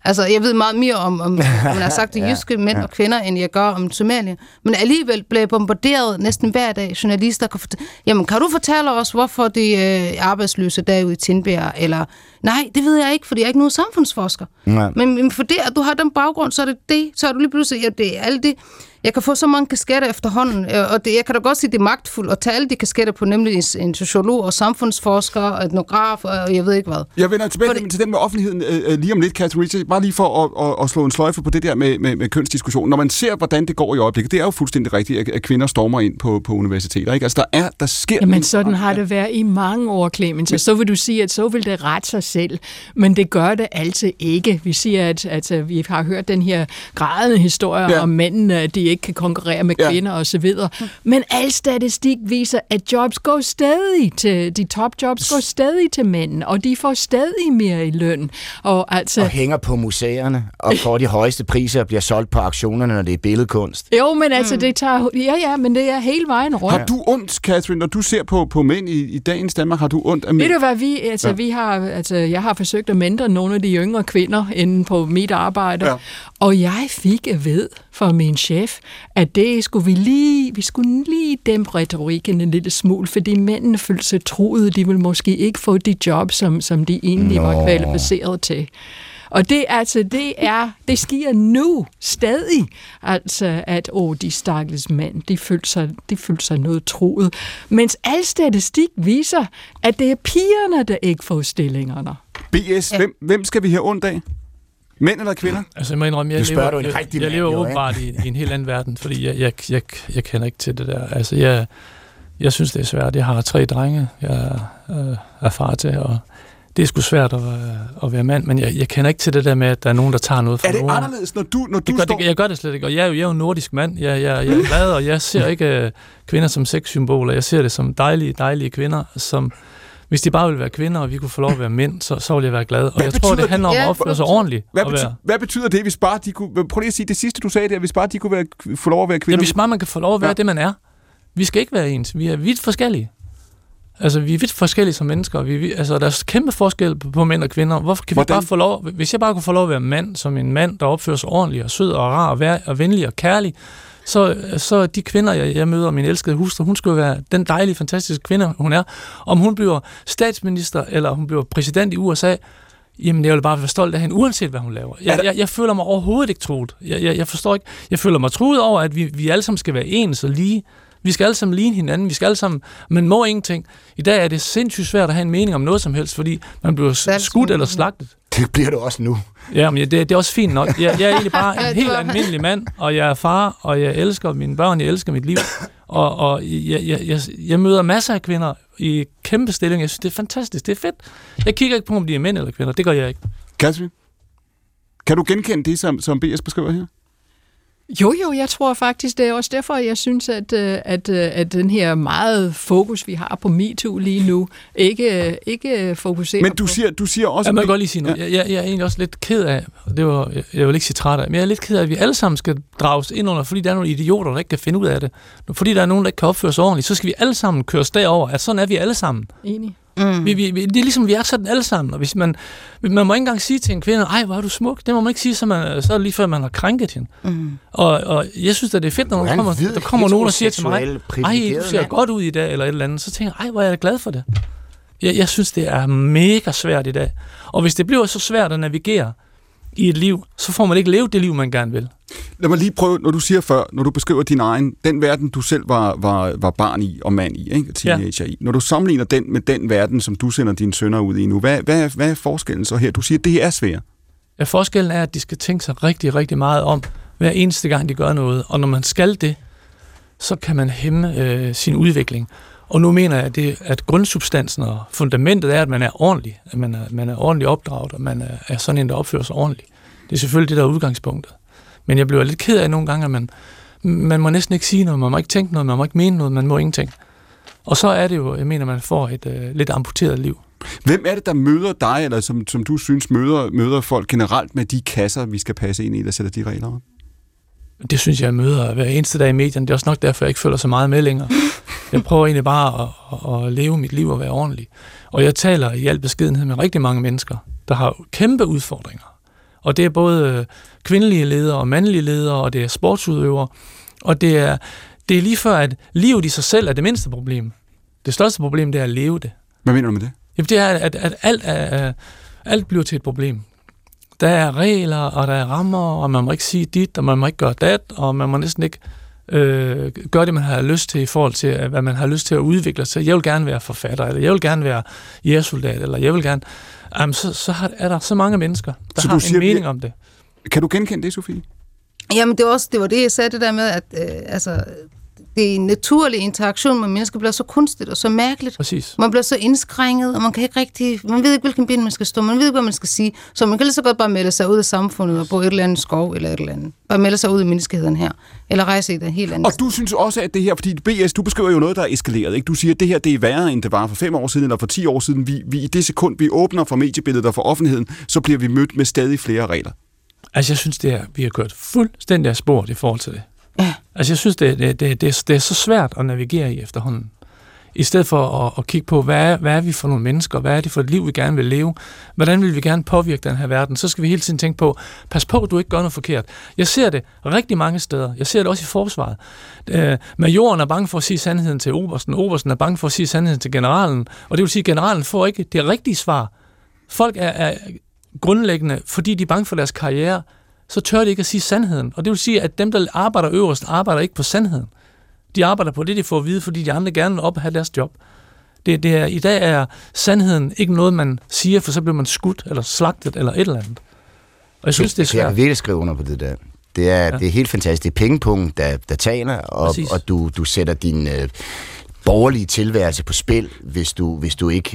Altså, jeg ved meget mere om man har sagt det, jyske mænd og kvinder, end jeg gør om Somalia. Men alligevel blev jeg bombarderet næsten hver dag. Journalister kan fortælle, jamen, kan du fortælle os, hvorfor de er arbejdsløse derude i Tingbjerg? Eller, nej, det ved jeg ikke, fordi jeg er ikke nogen samfundsforsker. Men fordi at du har den baggrund, så er du lige pludselig, det er alt det. Jeg kan få så mange kasketter efterhånden, og jeg kan da godt sige, det er magtfuldt at tage alle de kasketter på, nemlig en sociolog og samfundsforsker og etnograf, og jeg ved ikke hvad. Jeg vender tilbage til den med offentligheden lige om lidt, Catherine Richards, bare lige for at slå en sløjfe på det der med kønsdiskussion. Når man ser, hvordan det går i øjeblikket, det er jo fuldstændig rigtigt, at kvinder stormer ind på universiteter, ikke? Altså, der sker... Jamen, sådan har det været i mange år, Clemens, og så vil du sige, at så vil det rette sig selv, men det gør det altid ikke. Vi siger, at vi har hørt den her grædende historie om mændene, at de ikke kan konkurrere med kvinder og så videre. Men al statistik viser, at jobs går stadig til, de topjobs går stadig til mænd, og de får stadig mere i løn. Og hænger på museerne, og får de højeste priser og bliver solgt på auktionerne, når det er billedkunst. Jo, men altså, det tager... Ja, men det er hele vejen rundt. Har du ondt, Catherine, når du ser på mænd i dagens Danmark, har du ondt af mænd? Ved du hvad, vi har... jeg har forsøgt at mentre nogle af de yngre kvinder inden på mit arbejde, og jeg fik at vide fra min chef, at det skulle vi skulle lige dæmpe retorikken en lille smule, fordi mændene følte sig truede, de ville måske ikke få de job, som de egentlig var kvalificeret til. Og det sker nu stadig, altså at de stakkels mænd, de følte sig noget truet. Mens al statistik viser, at det er pigerne, der ikke får stillingerne. BS, hvem skal vi have ondt af? Mænd eller kvinder? Altså, jeg må indrømme, jeg lever åbenbart i en helt anden verden, fordi jeg kender ikke til det der. Altså, jeg synes, det er svært. Jeg har 3 drenge, jeg er far til, og det er sgu svært at være mand, men jeg kender ikke til det der med, at der er nogen, der tager noget fra nogen. Er det anderledes, når du står... Jeg gør det slet ikke, og jeg er jo nordisk mand. Jeg er glad, og jeg ser ikke kvinder som sexsymboler. Jeg ser det som dejlige kvinder, som... Hvis de bare ville være kvinder, og vi kunne få lov at være mænd, så ville jeg være glad. Og jeg tror, det handler om at opføre sig ordentligt. Hvad betyder det, hvis bare de kunne... Prøv lige at sige det sidste, du sagde der, hvis bare de kunne få lov at være kvinder. Ja, hvis bare man kan få lov at være det, man er. Vi skal ikke være ens. Vi er vidt forskellige. Altså, vi er vidt forskellige som mennesker. Der er kæmpe forskel på mænd og kvinder. Hvorfor kan vi bare få lov... Hvis jeg bare kunne få lov at være mand, som en mand, der opfører sig ordentligt og sød og rar og venlig og kærlig, så de kvinder, jeg møder, min elskede hustru, hun skulle være den dejlige, fantastiske kvinde, hun er. Om hun bliver statsminister, eller hun bliver præsident i USA, jamen, jeg vil bare være stolt af hende, uanset hvad hun laver. Jeg føler mig overhovedet ikke truet. Jeg forstår ikke. Jeg føler mig truet over, at vi alle sammen skal være ens og lige. Vi skal alle sammen ligne hinanden, vi skal alle sammen, men må ingenting. I dag er det sindssygt svært at have en mening om noget som helst, fordi man bliver skudt eller slagtet. Det bliver du også nu. Ja, men det er også fint nok. Jeg er egentlig bare en helt almindelig mand, og jeg er far, og jeg elsker mine børn, jeg elsker mit liv. Og jeg møder masser af kvinder i kæmpe stilling. Jeg synes, det er fantastisk, det er fedt. Jeg kigger ikke på, om de er mænd eller kvinder. Det gør jeg ikke. Catherine, kan du genkende det, som BS beskriver her? Jo, jeg tror faktisk, det er også derfor, jeg synes, at den her meget fokus, vi har på MeToo lige nu, ikke fokuserer. Men du siger også... Jeg må godt lige sige noget. Jeg er egentlig også lidt ked af, jeg vil ikke sige træt af, men jeg er lidt ked af, at vi alle sammen skal drages ind under, fordi der er nogle idioter, der ikke kan finde ud af det. Fordi der er nogen, der ikke kan opføre sig ordentligt, så skal vi alle sammen køres derover, at sådan er vi alle sammen. Enig. Det er ligesom, vi er sådan alle sammen, og hvis man må ikke engang sige til en kvinde, ej, hvor er du smuk, det må man ikke sige, så er det lige før, man har krænket hende. Og jeg synes, at det er fedt, når der kommer nogen, der siger til mig, ej, du ser godt ud i dag, eller et eller andet, så tænker jeg, ej, hvor er jeg glad for det. Jeg synes, det er mega svært i dag. Og hvis det bliver så svært at navigere i et liv, så får man ikke levet det liv, man gerne vil. Lad mig lige prøve, når du siger før, når du beskriver din egen, den verden, du selv var barn i og mand i, ikke? Teenager i. Når du sammenligner den med den verden, som du sender dine sønner ud i nu, hvad er forskellen så her? Du siger, at det er svært. Ja, forskellen er, at de skal tænke sig rigtig, rigtig meget om, hver eneste gang, de gør noget. Og når man skal det, så kan man hæmme sin udvikling. Og nu mener jeg, at grundsubstansen og fundamentet er, at man er ordentlig. At man er ordentligt opdraget, og man er sådan en, der opfører sig ordentligt. Det er selvfølgelig det, der er udgangspunktet. Men jeg bliver lidt ked af nogle gange, at man må næsten ikke sige noget, man må ikke tænke noget, man må ikke mene noget, man må ingenting. Og så er det jo, jeg mener, man får et lidt amputeret liv. Hvem er det, der møder dig, eller som du synes møder folk generelt med de kasser, vi skal passe ind i, der sætter de regler op? Det synes jeg møder hver eneste dag i medierne. Det er også nok derfor, jeg ikke føler så meget med længere. Jeg prøver egentlig bare at leve mit liv og være ordentlig. Og jeg taler i al beskedenhed med rigtig mange mennesker, der har kæmpe udfordringer. Og det er både kvindelige ledere og mandlige ledere, og det er sportsudøvere. Og det er lige før, at livet i sig selv er det mindste problem. Det største problem, det er at leve det. Hvad mener du med det? Jamen, det er, at alt bliver til et problem. Der er regler, og der er rammer, og man må ikke sige dit, og man må ikke gøre dat, og man må næsten ikke gøre det, man har lyst til i forhold til, hvad man har lyst til at udvikle sig. Jeg vil gerne være forfatter, eller jeg vil gerne være jægersoldat, eller jeg vil gerne... Jamen, så er der så mange mennesker, der har en mening om det. Kan du genkende det, Sofie? Jamen, det var det, jeg sagde, det der med, at det er en naturlig interaktion med mennesker bliver så kunstigt og så mærkeligt. Præcis. Man bliver så indskrænket, og man kan ikke rigtig... Man ved ikke, hvilken ben man skal stå, man ved ikke, hvad man skal sige. Så man kan lige så godt bare melde sig ud af samfundet og bo i et eller andet skov eller et eller andet. Bare melde sig ud af menneskeheden her. Eller rejse i det helt andet. Og du synes også, at det her... Fordi BS, du beskriver jo noget, der er eskaleret, ikke? Du siger, at det her, det er værre, end det var for 5 år siden eller for 10 år siden. Vi i det sekund, vi åbner for mediebilledet og for offentligheden, så bliver vi mødt med stadig flere regler. Altså, jeg synes, vi har kørt fuldstændig af sporet i forhold til det. Ja. Altså, jeg synes, det er så svært at navigere i efterhånden. I stedet for at kigge på, hvad er vi for nogle mennesker, hvad er det for et liv, vi gerne vil leve, hvordan vil vi gerne påvirke den her verden, så skal vi hele tiden tænke på, pas på, at du ikke gør noget forkert. Jeg ser det rigtig mange steder. Jeg ser det også i forsvaret. Majoren er bange for at sige sandheden til obersten, obersten er bange for at sige sandheden til generalen, og det vil sige, at generalen får ikke det rigtige svar. Folk er grundlæggende, fordi de er bange for deres karriere, så tør de ikke at sige sandheden. Og det vil sige, at dem, der arbejder øverst, arbejder ikke på sandheden. De arbejder på det, de får at vide, fordi de andre gerne vil op og have deres job. I dag er sandheden ikke noget, man siger, for så bliver man skudt, eller slagtet, eller et eller andet. Og jeg synes, det er svært. Jeg kan virkelig skrive under på det der. Det er helt fantastisk. Det er pengepunkt, der taler, og du sætter din... borgerlige tilværelse på spil, hvis du ikke...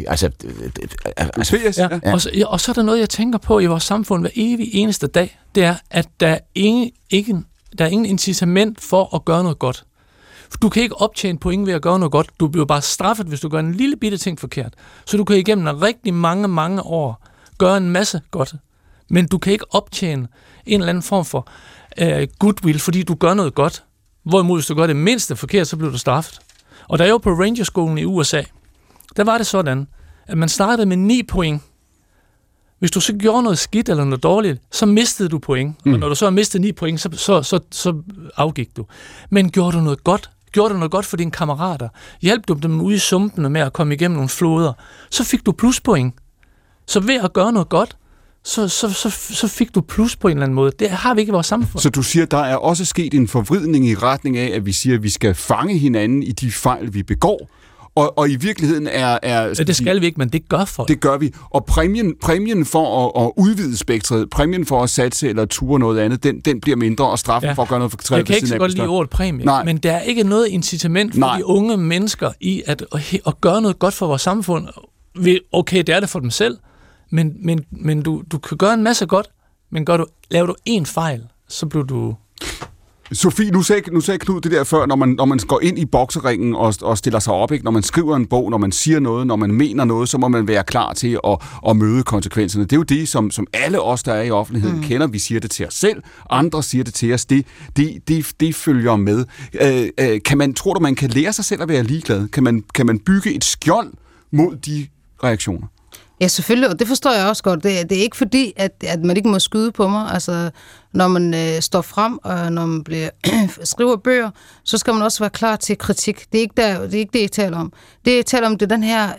Og så er der noget, jeg tænker på i vores samfund hver evig eneste dag, det er, at der er ingen incitament for at gøre noget godt. Du kan ikke optjene point ved at gøre noget godt. Du bliver bare straffet, hvis du gør en lille bitte ting forkert. Så du kan igennem rigtig mange år gøre en masse godt. Men du kan ikke optjene en eller anden form for goodwill, fordi du gør noget godt. Hvorimod, hvis du gør det mindste forkert, så bliver du straffet. Og da jeg var på Rangerskolen i USA, der var det sådan, at man startede med 9 point. Hvis du så gjorde noget skidt eller noget dårligt, så mistede du point. Og når du så har mistet 9 point, så afgik du. Men gjorde du noget godt for dine kammerater, hjalp du dem ude i sumpene med at komme igennem nogle floder, så fik du pluspoint. Så ved at gøre noget godt, så fik du plus på en eller anden måde. Det har vi ikke i vores samfund. Så du siger, der er også sket en forvridning i retning af, at vi siger, at vi skal fange hinanden i de fejl, vi begår. Og i virkeligheden er det skal vi ikke, men det gør folk. Det gør vi. Og præmien for at udvide spektret, præmien for at satse eller ture noget andet, den bliver mindre, og straffen for at gøre noget for jeg kan ikke så godt lide ordet præmie, men der er ikke noget incitament for de unge mennesker i at gøre noget godt for vores samfund. Okay, det er det for dem selv, men du kan gøre en masse godt, men laver du en fejl, så bliver du... Sofie, nu sagde Knud det der før, når man går ind i bokseringen og stiller sig op, ikke? Når man skriver en bog, når man siger noget, når man mener noget, så må man være klar til at møde konsekvenserne. Det er jo det, som alle os, der er i offentligheden, kender. Vi siger det til os selv, andre siger det til os. Det følger med. Tror du, man kan lære sig selv at være ligeglad? Kan man bygge et skjold mod de reaktioner? Ja, selvfølgelig, og det forstår jeg også godt. Det er ikke fordi, at man ikke må skyde på mig. Altså, når man står frem, og når man skriver bøger, så skal man også være klar til kritik. Det er ikke det, jeg taler om. Det, jeg taler om, det er den her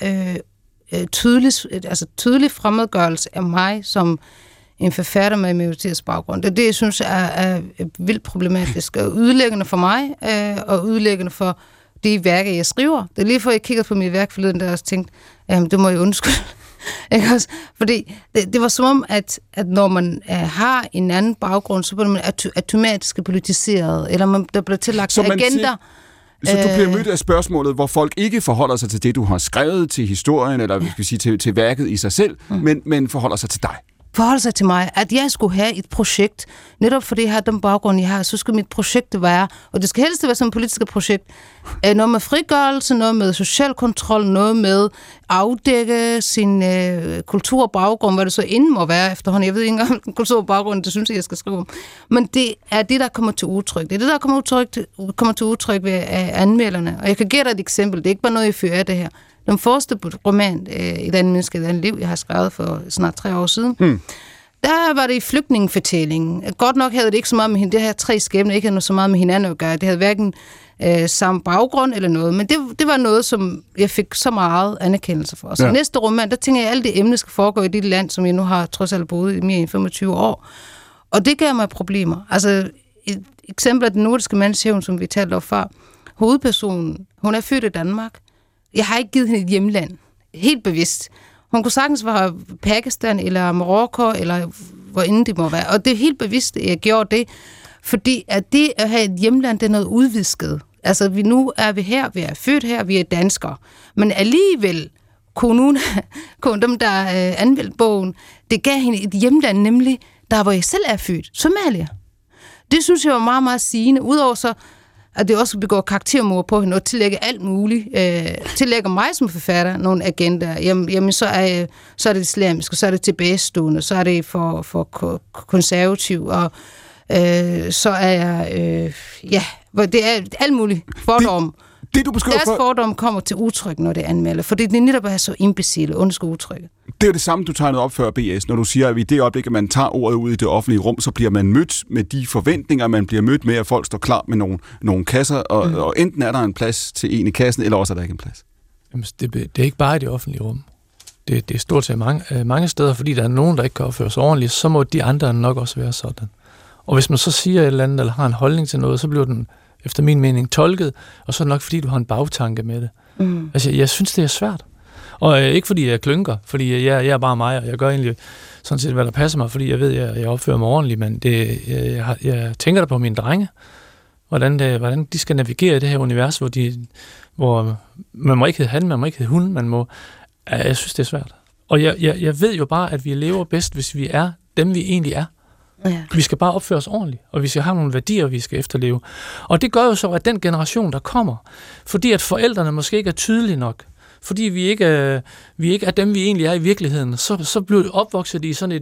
tydelig fremmedgørelse af mig som en forfatter med minoritetsbaggrund. Det er det, jeg synes er vildt problematisk og ødelæggende for mig, og ødelæggende for de værker, jeg skriver. Det er lige før, jeg kiggede på mit værk forleden, der og tænkte, det må jeg undskylde. Ikke også? Fordi det var som om, at når man har en anden baggrund, så bliver man automatisk politiseret, eller der bliver tillagt agenter. Så du bliver mødt af spørgsmålet, hvor folk ikke forholder sig til det, du har skrevet, til historien, eller vi skal sige, til værket i sig selv, men forholder sig til dig. Forholde sig til mig, at jeg skulle have et projekt, netop fordi jeg har den baggrund, jeg har, så skal mit projekt være, og det skal helst være som et politisk projekt, noget med frigørelse, noget med social kontrol, noget med afdække sin kulturbaggrund, hvad det så inden må være efterhånden. Jeg ved ikke engang, kulturbaggrund, det synes jeg skal skrive om. Men det er det, der kommer til udtryk. Det er det, der kommer til udtryk ved anmelderne. Og jeg kan give dig et eksempel. Det er ikke bare noget, jeg fører af det her. Den første roman i den menneske, i den liv, jeg har skrevet for snart 3 år siden, Der var det i flygtningefortællingen. Godt nok havde det ikke så meget med det her 3 skæbner, ikke havde så meget med hinanden at gøre. Det havde hverken samme baggrund eller noget, men det var noget, som jeg fik så meget anerkendelse for. Så næste roman, der tænker jeg, at alle det emne skal foregå i det land, som jeg nu har trods alt boet i mere end 25 år. Og det gav mig problemer. Altså, et eksempel af den nordiske mandshævn, som vi talte om før. Hovedpersonen, hun er født i Danmark. Jeg har ikke givet hende et hjemland. Helt bevidst. Hun kunne sagtens være Pakistan eller Marokko, eller hvor end det må være. Og det er helt bevidst, at jeg gjorde det, fordi at det at have et hjemland, det er noget udvisket. Altså, nu er vi her, vi er født her, vi er danskere. Men alligevel kunne dem, der anmeldte bogen, det gav hende et hjemland, nemlig der, hvor jeg selv er født, Somalia. Det synes jeg var meget, meget sigende. Udover så, at det også begår karaktermord på hende og tillægger alt muligt. Tillægger mig som forfatter nogle agenter. Jamen så er det islamisk, og så er det tilbagestående, så er det for konservativ, og så er jeg... det er alt muligt fordom. Det, du beskriver deres fordom kommer til udtryk, når det anmelder, fordi det netop er så imbecile, undskyld udtrykket. Det er det samme, du tegnede op før, BS, når du siger, at i det øjeblik, at man tager ordet ud i det offentlige rum, så bliver man mødt med de forventninger, man bliver mødt med, at folk står klar med nogle kasser, og enten er der en plads til en i kassen, eller også er der ikke en plads. Jamen, det er ikke bare i det offentlige rum. Det er stort set mange steder, fordi der er nogen, der ikke kan opføre sig ordentligt, så må de andre nok også være sådan. Og hvis man så siger et eller andet, eller har en holdning til noget, så bliver den efter min mening tolket, og så er det nok, fordi du har en bagtanke med det. Altså, jeg synes, det er svært. Og ikke fordi jeg klynker, fordi jeg er bare mig, og jeg gør egentlig sådan set, hvad der passer mig, fordi jeg ved, at jeg opfører mig ordentligt, men jeg tænker da på mine drenge, hvordan de skal navigere i det her univers, hvor man må ikke hedde han, man må ikke hedde hun, jeg synes, det er svært. Og jeg ved jo bare, at vi lever bedst, hvis vi er dem, vi egentlig er. Ja. Vi skal bare opføre os ordentligt, og vi skal have nogle værdier, vi skal efterleve. Og det gør jo så, at den generation, der kommer, fordi at forældrene måske ikke er tydelige nok, fordi vi ikke er dem, vi egentlig er i virkeligheden, så bliver det opvokset i sådan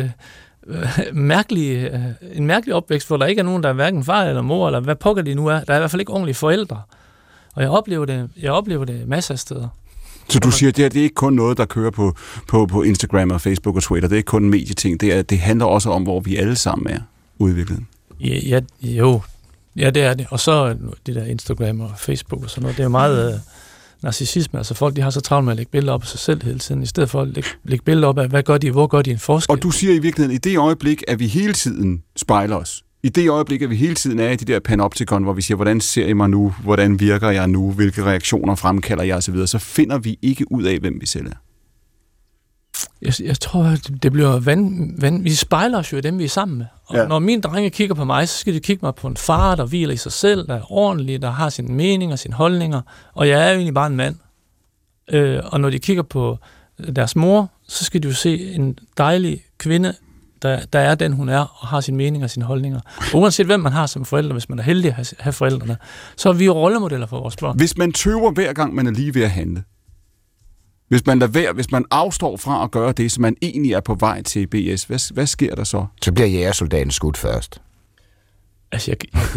en mærkelig opvækst, hvor der ikke er nogen, der er hverken far eller mor, eller hvad pokker de nu er. Der er i hvert fald ikke ordentlige forældre. Og jeg oplever det masser af steder. Så du siger, at det er ikke kun noget, der kører på Instagram og Facebook og Twitter. Det er ikke kun en medieting. Det handler også om, hvor vi alle sammen er ude i virkeligheden. Ja, det er det. Og så det der Instagram og Facebook og sådan noget, det er meget narcissisme. Altså folk, de har så travlt med at lægge billeder op af sig selv hele tiden, i stedet for at lægge billeder op af, hvad gør de, hvor gør de en forskel. Og du siger i virkeligheden, i det øjeblik, at vi hele tiden spejler os, i det øjeblik, at vi hele tiden er i de der panoptikon, hvor vi siger, hvordan ser I mig nu, hvordan virker jeg nu, hvilke reaktioner fremkalder jeg osv., så finder vi ikke ud af, hvem vi selv er. Jeg tror, det bliver vi spejler os jo i dem, vi er sammen med. Og når mine drenge kigger på mig, så skal de kigge mig på en far, der hviler i sig selv, der er ordentlig, der har sine meninger, sine holdninger, og jeg er jo egentlig bare en mand. Og når de kigger på deres mor, så skal de jo se en dejlig kvinde, der er den, hun er, og har sine meninger og sine holdninger. Og uanset hvem man har som forældre, hvis man er heldig at have forældrene, så er vi jo rollemodeller for vores børn. Hvis man tøver hver gang, man er lige ved at handle, hvis man afstår fra at gøre det, som man egentlig er på vej til BS, hvad sker der så? Så bliver jægersoldaten skudt først. Altså,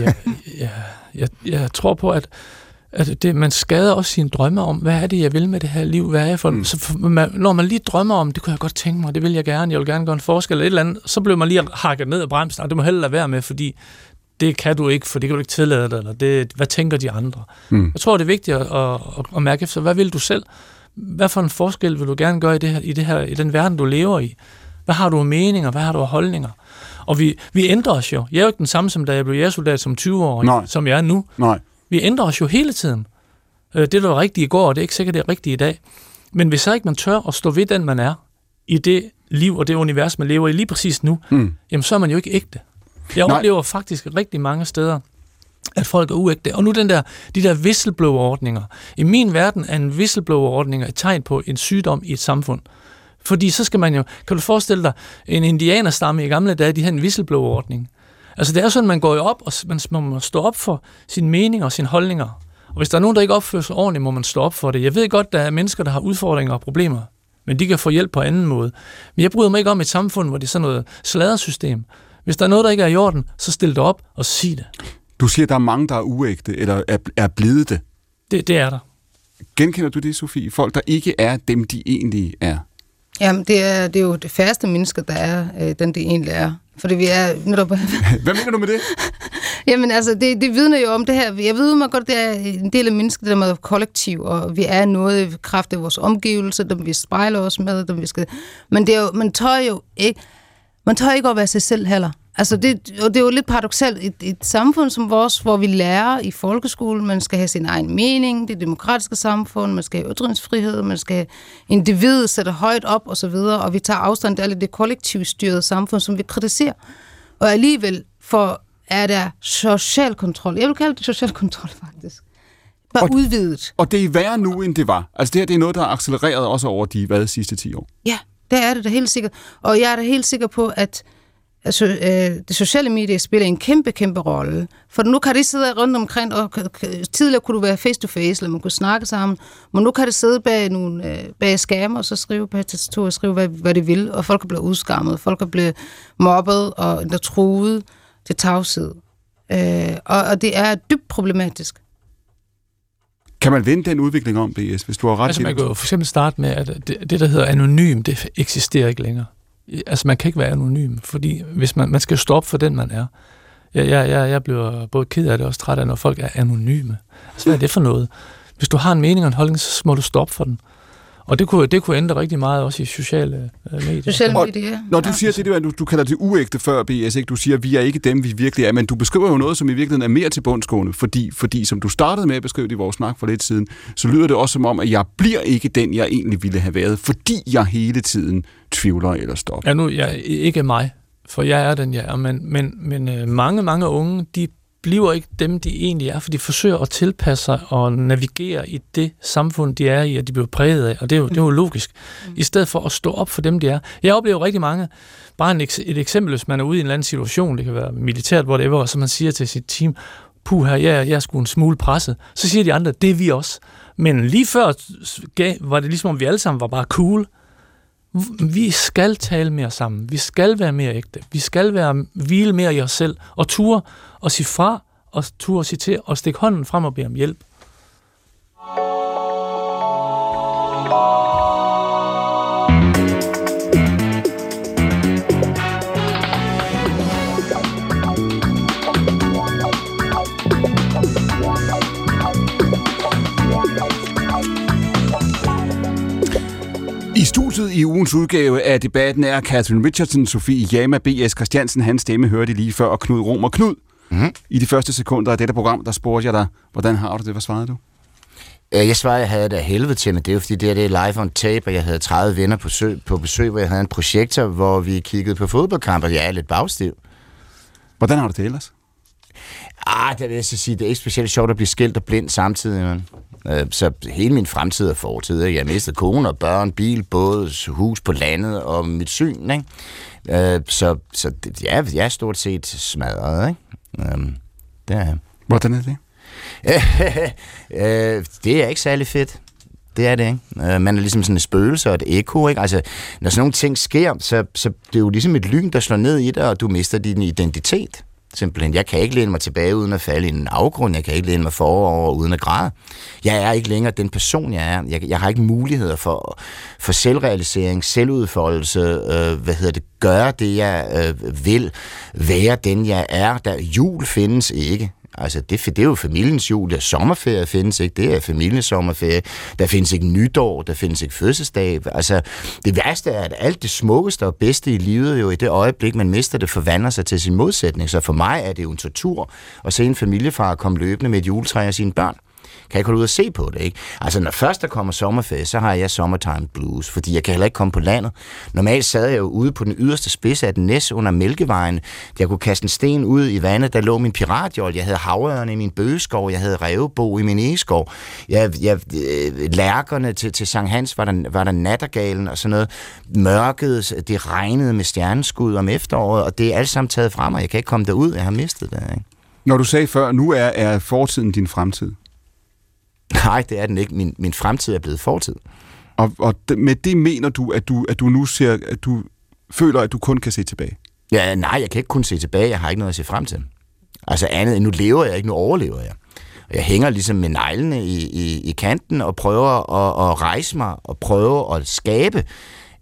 jeg tror på, at man skader også sine drømme om, hvad er det, jeg vil med det her liv? Hvad er jeg for? Så når man lige drømmer om, det kunne jeg godt tænke mig, det vil jeg vil gerne gøre en forskel, eller et eller andet, så bliver man lige hakket ned og bremsen, og det må heller lade være med, fordi det kan du ikke, for det kan du ikke tillade dig, eller hvad tænker de andre? Jeg tror, det er vigtigt at mærke efter, hvad vil du selv? Hvad for en forskel vil du gerne gøre i den verden, du lever i? Hvad har du af meninger? Hvad har du af holdninger? Og vi ændrer os jo. Jeg er jo ikke den samme, som da jeg blev jægersoldat som 20-årig, som jeg er nu. Nej. Vi ændrer os jo hele tiden. Det, der var rigtigt i går, og det er ikke sikkert, det er rigtigt i dag. Men hvis så ikke man tør at stå ved den, man er, i det liv og det univers, man lever i lige præcis nu, jamen så er man jo ikke ægte. Jeg oplever faktisk rigtig mange steder, at folk er uægte. Og nu de der whistleblower-ordninger. I min verden er en whistleblower-ordning et tegn på en sygdom i et samfund. Fordi så skal man jo, kan du forestille dig, en indianerstamme i gamle dage, de havde en whistleblower-ordning. Altså det er sådan, man går jo op, og man må stå op for sine meninger og sine holdninger. Og hvis der er nogen, der ikke opfører sig ordentligt, må man stå op for det. Jeg ved godt, der er mennesker, der har udfordringer og problemer, men de kan få hjælp på anden måde. Men jeg bryder mig ikke om et samfund, hvor det er sådan noget sladdersystem. Hvis der er noget, der ikke er i orden, så stil dig op og sig det. Du siger, at der er mange, der er uægte, eller er blevet det. Det er der. Genkender du det, Sofie? Folk, der ikke er dem, de egentlig er? Jamen, det er jo det færreste mennesker, der er den, det egentlig er. Fordi vi er netop... Hvad mener du med det? Jamen, altså, det vidner jo om det her. Jeg ved meget godt, det er en del af mennesket, der er meget kollektiv, og vi er noget i kraft af vores omgivelser, dem vi spejler os med, dem vi skal... Men det er jo, man tør ikke at være sig selv heller. Altså, det er jo lidt paradoksalt. Et samfund som vores, hvor vi lærer i folkeskolen, man skal have sin egen mening, det demokratiske samfund, man skal have ytringsfrihed, man skal have individet sætte højt op, og så videre, og vi tager afstand af det kollektivstyrede samfund, som vi kritiserer. Og alligevel er der social kontrol. Jeg vil kalde det social kontrol, faktisk. Bare udvidet. Og det er værre nu, end det var. Altså, det er noget, der er accelereret også over de sidste 10 år. Ja, det er det da helt sikkert. Og jeg er da helt sikker på, at det sociale medier spiller en kæmpe rolle. For nu kan det sidde rundt omkring, og tidligere kunne du være face-to-face, eller man kunne snakke sammen, men nu kan det sidde bag skærme, og så skrive på tastatur, og skrive, hvad de vil, og folk er blevet udskammet, folk er blevet mobbet, og der truet til tavshed. Og det er dybt problematisk. Kan man vende den udvikling om, BS, hvis du har ret? Altså, man kan jo for eksempel starte med, at det der hedder anonym, det eksisterer ikke længere. Altså, man kan ikke være anonym, fordi hvis man skal stå op for den, man er. Jeg bliver både ked af det og også træt af, når folk er anonyme. Altså, hvad er det for noget? Hvis du har en mening og en holdning, så må du stoppe for den. Og det kunne ændre rigtig meget også i sociale medier. Sociale medier. Når du siger det, du kalder det uægte før, BS, ikke? Du siger, vi er ikke dem, vi virkelig er, men du beskriver jo noget, som i virkeligheden er mere til bundsgående, fordi som du startede med at beskrive det i vores snak for lidt siden, så lyder det også som om, at jeg bliver ikke den, jeg egentlig ville have været, fordi jeg hele tiden tvivler eller stopper. Ja, nu jeg ikke mig, for jeg er den, jeg er, men mange unge, de bliver ikke dem, de egentlig er, for de forsøger at tilpasse sig og navigere i det samfund, de er i, og de bliver præget af, og det er jo logisk, i stedet for at stå op for dem, de er. Jeg oplever rigtig mange, bare et eksempel, hvis man er ude i en eller anden situation, det kan være militært, whatever, og så man siger til sit team, jeg er sgu en smule presset, så siger de andre, det er vi også. Men lige før var det ligesom, om vi alle sammen var bare cool. Vi skal tale mere sammen. Vi skal være mere ægte. Vi skal hvile mere i os selv. Og ture og sige fra, og ture og sige til, og stikke hånden frem og bede om hjælp. I studiet i ugens udgave af debatten er Catherine Richardson, Sofie Jama, B.S. Christiansen, hans stemme hørte lige før, og Knud Romer. Knud, i de første sekunder af dette program, der spurgte jeg dig, hvordan har du det? Hvad svarede du? Jeg svarede, jeg havde det af helvede til, men det er jo fordi, det er live on tape, og jeg havde 30 venner på besøg, hvor jeg havde en projektor, hvor vi kiggede på fodboldkampe, og jeg er lidt bagstiv. Hvordan har du det ellers? Det vil jeg så sige, det er ikke specielt sjovt at blive skilt og blind samtidig, man. Så hele min fremtid er fortid. Jeg har mistet kone og børn, bil, båd, hus på landet og mit syn, ikke? Så jeg er stort set smadret, ikke? Det er. Hvordan er det? Det er ikke særlig fedt. Det er det, ikke? Man er ligesom sådan et spøgelse og et ekko, ikke? Altså, når sådan nogle ting sker, så det er jo ligesom et lyn, der slår ned i dig, og du mister din identitet. Simpelthen. Jeg kan ikke læne mig tilbage uden at falde i en afgrund. Jeg kan ikke læne mig forover uden at græde. Jeg er ikke længere den person, jeg er. Jeg har ikke muligheder for selvrealisering, selvudfoldelse, gøre det, jeg vil, være den, jeg er. Jul findes ikke. Altså, det er jo familiens jul. Der sommerferie findes ikke. Det er familiens sommerferie. Der findes ikke nytår. Der findes ikke fødselsdag. Altså, det værste er, at alt det smukkeste og bedste i livet jo i det øjeblik, man mister det, forvandler sig til sin modsætning. Så for mig er det jo en tortur at se en familiefar komme løbende med et juletræ af sine børn. Kan jeg gå ud og se på det, ikke? Altså, når først der kommer sommerferie, så har jeg summertime blues, fordi jeg kan heller ikke komme på landet. Normalt sad jeg jo ude på den yderste spids af den næs under Mælkevejen. Jeg kunne kaste en sten ud i vandet, der lå min piratjold. Jeg havde havørne i min bøgeskov, jeg havde rævebo i min egeskov. Lærkerne til Sankt Hans var der nattergalen og sådan noget. Mørket, det regnede med stjerneskud om efteråret, og det er alt sammen taget fra mig. Jeg kan ikke komme derud, jeg har mistet det, ikke? Når du sagde før, nu er fortiden din fremtid. Nej, det er den ikke. Min fremtid er blevet fortid. Og med det mener du, at du nu ser, at du føler, at du kun kan se tilbage? Ja, nej, jeg kan ikke kun se tilbage. Jeg har ikke noget at se frem til. Altså andet end, nu lever jeg ikke, nu overlever jeg. Og jeg hænger ligesom med neglene i kanten og prøver at rejse mig og prøver at skabe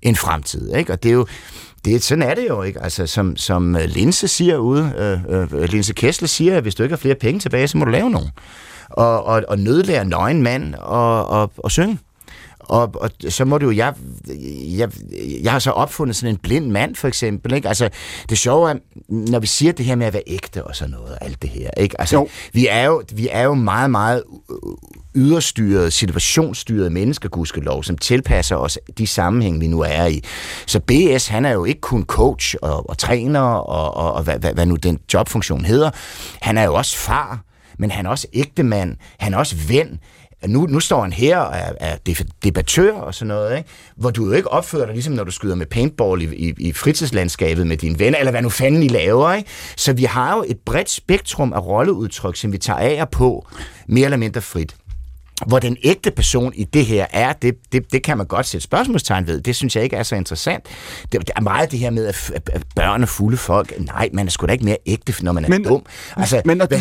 en fremtid, ikke? Og det er jo sådan er det jo, ikke? Altså, som Linse siger ude, Linse Kessler siger, at hvis du ikke har flere penge tilbage, så må du lave nogen. Og nødlære nøgen mand og synge. Og så må du jo, jeg har så opfundet sådan en blind mand, for eksempel, ikke? Altså, det sjove er, når vi siger det her med at være ægte og sådan noget, alt det her, ikke? Altså, vi er jo meget, meget yderstyrede, situationsstyrede mennesker, gudskelov, som tilpasser os de sammenhæng, vi nu er i. Så BS, han er jo ikke kun coach og træner og hvad nu den jobfunktion hedder. Han er jo også far, men han er også ægtemand, han er også ven. Nu står han her og er debattør og sådan noget, ikke? Hvor du jo ikke opfører dig, ligesom når du skyder med paintball i fritidslandskabet med dine venner, eller hvad nu fanden I laver, ikke? Så vi har jo et bredt spektrum af rolleudtryk, som vi tager af på, mere eller mindre frit. Hvor den ægte person i det her er, det kan man godt sætte spørgsmålstegn ved. Det synes jeg ikke er så interessant. Det er meget det her med at børn og fulde folk. Nej, man er sgu da ikke mere ægte, når man er dum. Altså,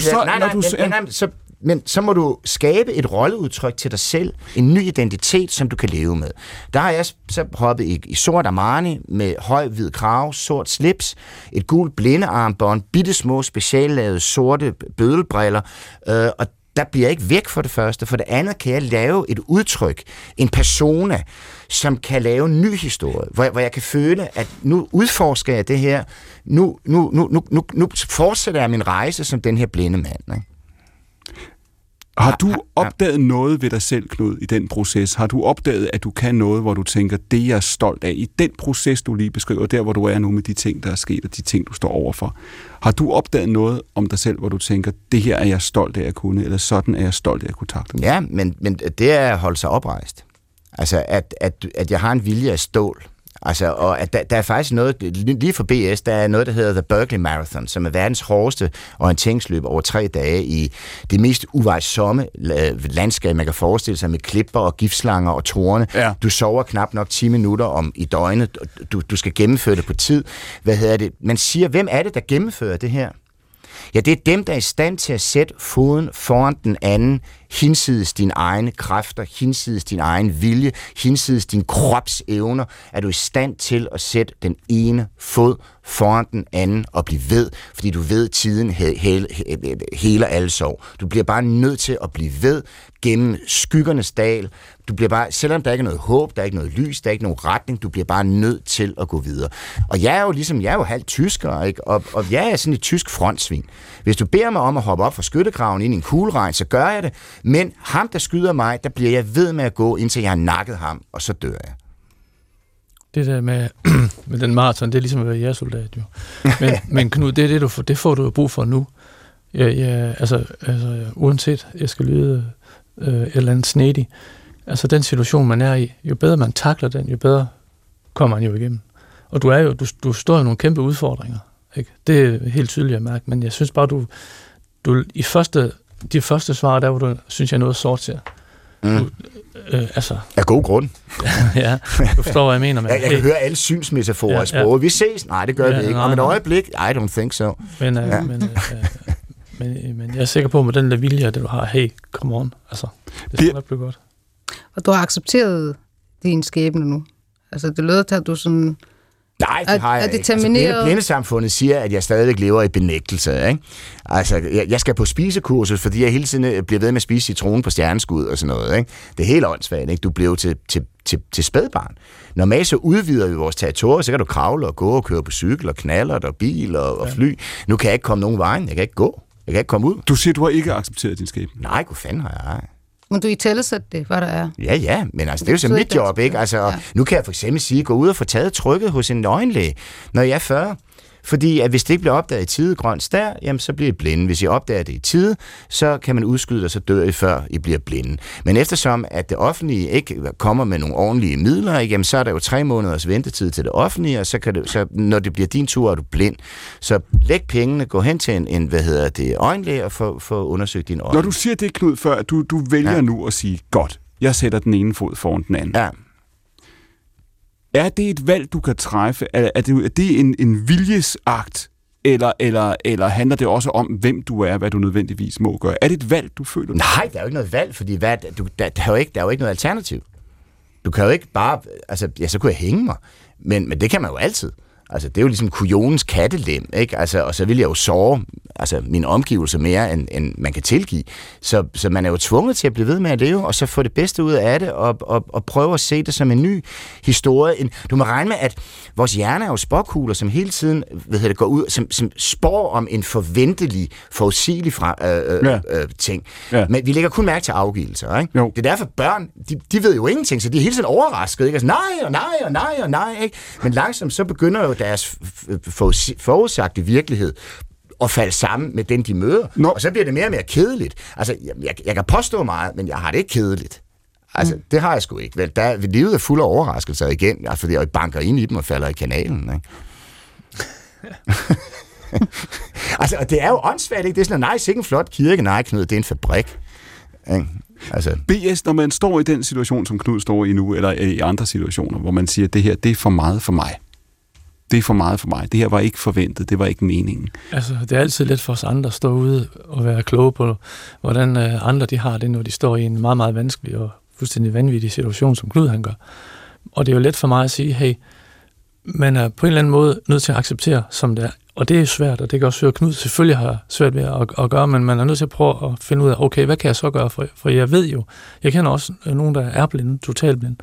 men så må du skabe et rolleudtryk til dig selv, en ny identitet, som du kan leve med. Der har jeg så hoppet i sort Armani med høj hvid krave, sort slips, et gult blindearmbånd, bittesmå speciallavede sorte bødelbriller, og der bliver jeg ikke væk for det første. For det andet kan jeg lave et udtryk, en persona, som kan lave en ny historie, hvor jeg kan føle, at nu udforsker jeg det her, nu fortsætter jeg min rejse som den her blinde mand, ikke? Har du opdaget noget ved dig selv, Knud, i den proces? Har du opdaget, at du kan noget, hvor du tænker, det jeg er stolt af, i den proces, du lige beskriver, der hvor du er nu med de ting, der er sket, og de ting, du står overfor? Har du opdaget noget om dig selv, hvor du tænker, det her er jeg stolt af at kunne, eller sådan er jeg stolt af at kunne takle? Ja, men det er at holde sig oprejst. Altså, at jeg har en vilje af stål. Altså, og at der er faktisk noget, lige for BS, der er noget, der hedder The Berkeley Marathon, som er verdens hårdeste orienteringsløb over 3 dage i det mest uvejsomme landskab, man kan forestille sig, med klipper og giftslanger og torne. Ja. Du sover knap nok 10 minutter i døgnet. Du skal gennemføre det på tid. Man siger, hvem er det, der gennemfører det her? Ja, det er dem, der er i stand til at sætte foden foran den anden, hinsides dine egne kræfter, hinsides din egen vilje, hinsides din kropsevner, er du i stand til at sætte den ene fod foran den anden og blive ved, fordi du ved, tiden heler alle sorg. Du bliver bare nødt til at blive ved gennem skyggernes dal. Du bliver bare, selvom der ikke er noget håb, der er ikke noget lys, der er ikke nogen retning, du bliver bare nødt til at gå videre. Og jeg er jo halvt tysker, ikke? Og jeg er sådan et tysk frontsvin. Hvis du beder mig om at hoppe op fra skyttegraven ind i en kugleregn, så gør jeg det. Men ham, der skyder mig, der bliver jeg ved med at gå, indtil jeg har nakket ham, og så dør jeg. Det der med den maraton, det er ligesom at være jægersoldat, jo. Men Knud, det får du jo brug for nu. Altså, uanset, jeg skal lyde et eller andet snedig. Altså, den situation, man er i, jo bedre man takler den, jo bedre kommer man jo igennem. Og du står i nogle kæmpe udfordringer, ikke? Det er helt tydeligt at mærke, men jeg synes bare, du i de første svar, der hvor du, synes jeg, noget sort til. Af god grund. Ja, du forstår, hvad jeg mener. Jeg kan høre alle synsmetaforer i sproget. Vi ses. Nej, det gør vi ikke. Om et øjeblik. I don't think so. Men jeg er sikker på, med den der vilje, at du har, hey, come on. Altså, det skal nok blive godt. Og du har accepteret din skæbne nu? Altså, det lyder til, at du sådan... Nej, det har jeg ikke. Altså, blindesamfundet siger, at jeg stadigvæk lever i benægtelse, ikke? Altså, jeg skal på spisekursus, fordi jeg hele tiden bliver ved med at spise citronen på stjerneskud og sådan noget, ikke? Det er helt åndssvagt, ikke? Du bliver til spædbarn. Normalt så udvider vi vores territorier, så kan du kravle og gå og køre på cykel og knaller og bil og fly. Nu kan jeg ikke komme nogen vejen. Jeg kan ikke gå. Jeg kan ikke komme ud. Du siger, du har ikke accepteret din skæbne? Nej, hvad fanden har jeg? Men du italesætter det, hvad der er. Ja, men altså, det er jo så mit job, ikke? Altså, nu kan jeg for eksempel sige, gå ud og få taget trykket hos en øjenlæge, når jeg er 40. Fordi at hvis det ikke bliver opdaget i tide, grønt stær, jamen så bliver I blinde. Hvis I opdager det i tide, så kan man udskyde, og så dør I, før I bliver blinde. Men eftersom at det offentlige ikke kommer med nogle ordentlige midler, jamen så er der jo 3 måneders ventetid til det offentlige, og så når det bliver din tur, er du blind. Så læg pengene, gå hen til en øjenlæge og få undersøgt din øjne. Når du siger det, Knud, før, at du vælger nu at sige, godt, jeg sætter den ene fod foran den anden. Ja. Er det et valg, du kan træffe? Er det en viljesakt, eller handler det også om, hvem du er, hvad du nødvendigvis må gøre? Er det et valg, du føler? Nej, der er jo ikke noget valg, fordi der er jo ikke noget alternativ. Du kan jo ikke bare... Altså, ja, så kunne jeg hænge mig. Men det kan man jo altid. Altså, det er jo ligesom kujonens kattelem, ikke? Altså, og så vil jeg jo såre mine omgivelser mere, end man kan tilgive. Så man er jo tvunget til at blive ved med at leve, og så få det bedste ud af det, og prøve at se det som en ny historie. Du må regne med, at vores hjerne er jo spåkugler, som hele tiden går ud, som spår om en forventelig, forudsigelig ting. Ja. Men vi lægger kun mærke til afgivelser, ikke? Jo. Det er derfor børn, de ved jo ingenting, så de er hele tiden overrasket, ikke? Altså, nej, ikke? Men langsomt så begynder jo deres forudsagte virkelighed at falde sammen med den, de møder. Og så bliver det mere og mere kedeligt. Altså, jeg kan påstå meget, men jeg har det ikke kedeligt. Altså, det har jeg sgu ikke. Vel, livet er fuld af overraskelser igen, fordi jeg banker ind i dem og falder i kanalen, ikke? Altså, og det er jo åndssvagt, ikke? Det er sådan, nej, sikke en flot kirke, nej, Knud, det er en fabrik. Ikke? Altså. BS, når man står i den situation, som Knud står i nu, eller i andre situationer, hvor man siger, det her, det er for meget for mig. Det er for meget for mig. Det her var ikke forventet. Det var ikke meningen. Altså, det er altid let for os andre at stå ude og være kloge på, hvordan andre de har det, når de står i en meget, meget vanskelig og fuldstændig vanvittig situation, som Knud han gør. Og det er jo let for mig at sige, hey, man er på en eller anden måde nødt til at acceptere, som det er. Og det er svært, og det kan også høre, Knud selvfølgelig har svært ved at gøre, men man er nødt til at prøve at finde ud af, okay, hvad kan jeg så gøre? For jeg ved jo, jeg kender også nogen, der er blinde, totalt blinde,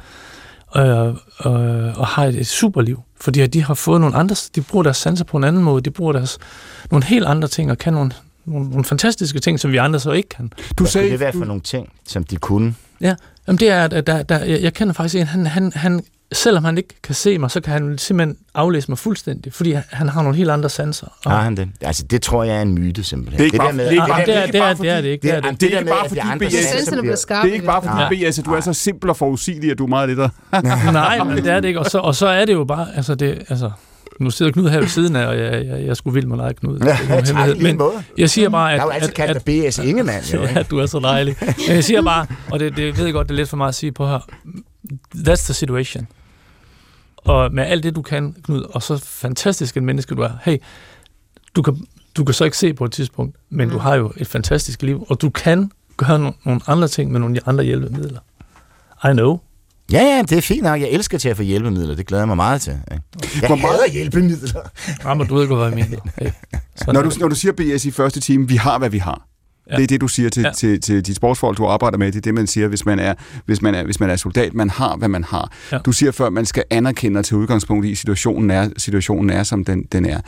og har et superliv, fordi de har fået nogle andre, de bruger deres sanser på en anden måde, de bruger nogle helt andre ting, og kan nogle fantastiske ting, som vi andre så ikke kan. Du sagde, det være for nogle ting, som de kunne? Ja, jamen det er, at jeg kender faktisk en, han selvom han ikke kan se mig, så kan han simpelthen aflæse mig fuldstændig, fordi han har nogle helt andre sanser. Har han det? Altså, det tror jeg er en myte, simpelthen. Det er ikke bare fordi BS, at du er så simpel og forudsigelig, at du er meget lidt Nej, men det er det ikke. Og så er det jo bare, nu sidder Knud her ved siden af, og jeg skulle vildt mig lege Knud. Men jeg siger bare, at... Jeg har jo altid kaldt dig B.S. Ingemann. Ja, du er så dejlig. Men jeg siger bare, og det ved jeg godt, det er lidt for meget at sige på her, that's the situation. Og med alt det, du kan, Knud, og så fantastisk en menneske, du er, hey, du kan så ikke se på et tidspunkt, men du har jo et fantastisk liv, og du kan gøre nogle andre ting med nogle andre hjælpemidler. I know. Ja, det er fint nok. Jeg elsker til at få hjælpemidler. Det glæder jeg mig meget til. Jeg hader hjælpemidler. Jamen, du ved godt, hvad jeg mener. Hey. Når du siger BS i første time, vi har, hvad vi har. Ja. Det er det, du siger til de sportsfolk, du arbejder med. Det er det, man siger, hvis man er soldat. Man har, hvad man har. Ja. Du siger før, man skal anerkende til udgangspunkt i, situationen er som den er.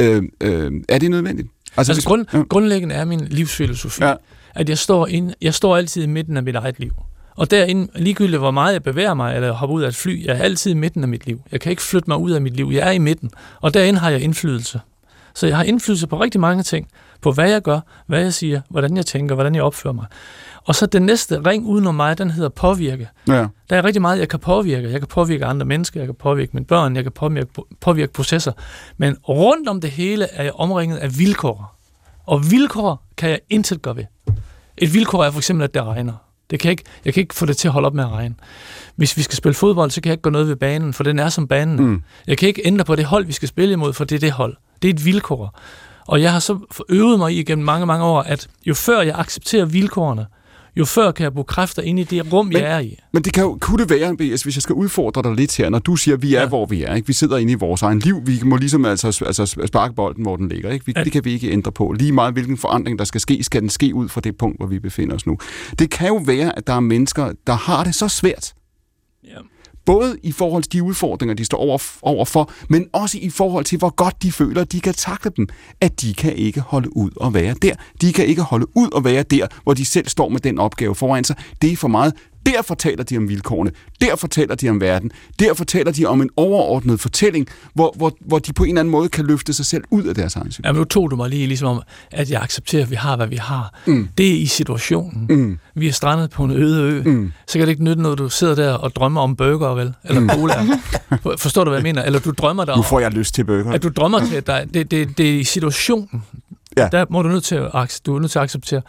Er det nødvendigt? Grundlæggende er min livsfilosofi, at jeg står altid i midten af mit eget liv. Og derinde, ligegyldigt hvor meget jeg bevæger mig, eller hopper ud af et fly, jeg er altid i midten af mit liv. Jeg kan ikke flytte mig ud af mit liv. Jeg er i midten. Og derinde har jeg indflydelse. Så jeg har indflydelse på rigtig mange ting. På hvad jeg gør, hvad jeg siger, hvordan jeg tænker, hvordan jeg opfører mig. Og så den næste ring udenom mig, den hedder påvirke. Ja. Der er rigtig meget, jeg kan påvirke. Jeg kan påvirke andre mennesker, jeg kan påvirke mine børn, jeg kan påvirke processer. Men rundt om det hele er jeg omringet af vilkår. Og vilkår kan jeg intet gøre ved. Et vilkår er for eksempel, at det regner. Jeg kan ikke få det til at holde op med at regne. Hvis vi skal spille fodbold, så kan jeg ikke gå noget ved banen, for den er som banen. Jeg kan ikke ændre på det hold, vi skal spille imod, for det er det hold. Det er et vilkår. Og jeg har så øvet mig igennem mange, mange år, at jo før jeg accepterer vilkårene, jo før kan jeg bruge kræfter ind i det rum, jeg er i. Men det kunne det være, BS, hvis jeg skal udfordre dig lidt her, når du siger, at vi er, hvor vi er, ikke? Vi sidder inde i vores egen liv, vi må ligesom altså sparke bolden, hvor den ligger, ikke? Det kan vi ikke ændre på. Lige meget, hvilken forandring der skal ske, skal den ske ud fra det punkt, hvor vi befinder os nu. Det kan jo være, at der er mennesker, der har det så svært. Ja. Både i forhold til de udfordringer, de står overfor, men også i forhold til, hvor godt de føler, at de kan takle dem, at de kan ikke holde ud og være der. De kan ikke holde ud og være der, hvor de selv står med den opgave foran sig. Det er for meget. Derfor taler de om vilkårene. Derfor taler de om verden. Derfor taler de om en overordnet fortælling, hvor de på en eller anden måde kan løfte sig selv ud af deres egen situation. Jamen, nu tog du mig lige ligesom om, at jeg accepterer, at vi har, hvad vi har. Det er i situationen. Vi er strandet på en øde ø. Så kan det ikke nytte noget, du sidder der og drømmer om burger, vel? Eller cola. Forstår du, hvad jeg mener? Eller du drømmer der. Nu får jeg lyst til burger. At du drømmer til, at det er i situationen. Ja. Der må du nødt til at acceptere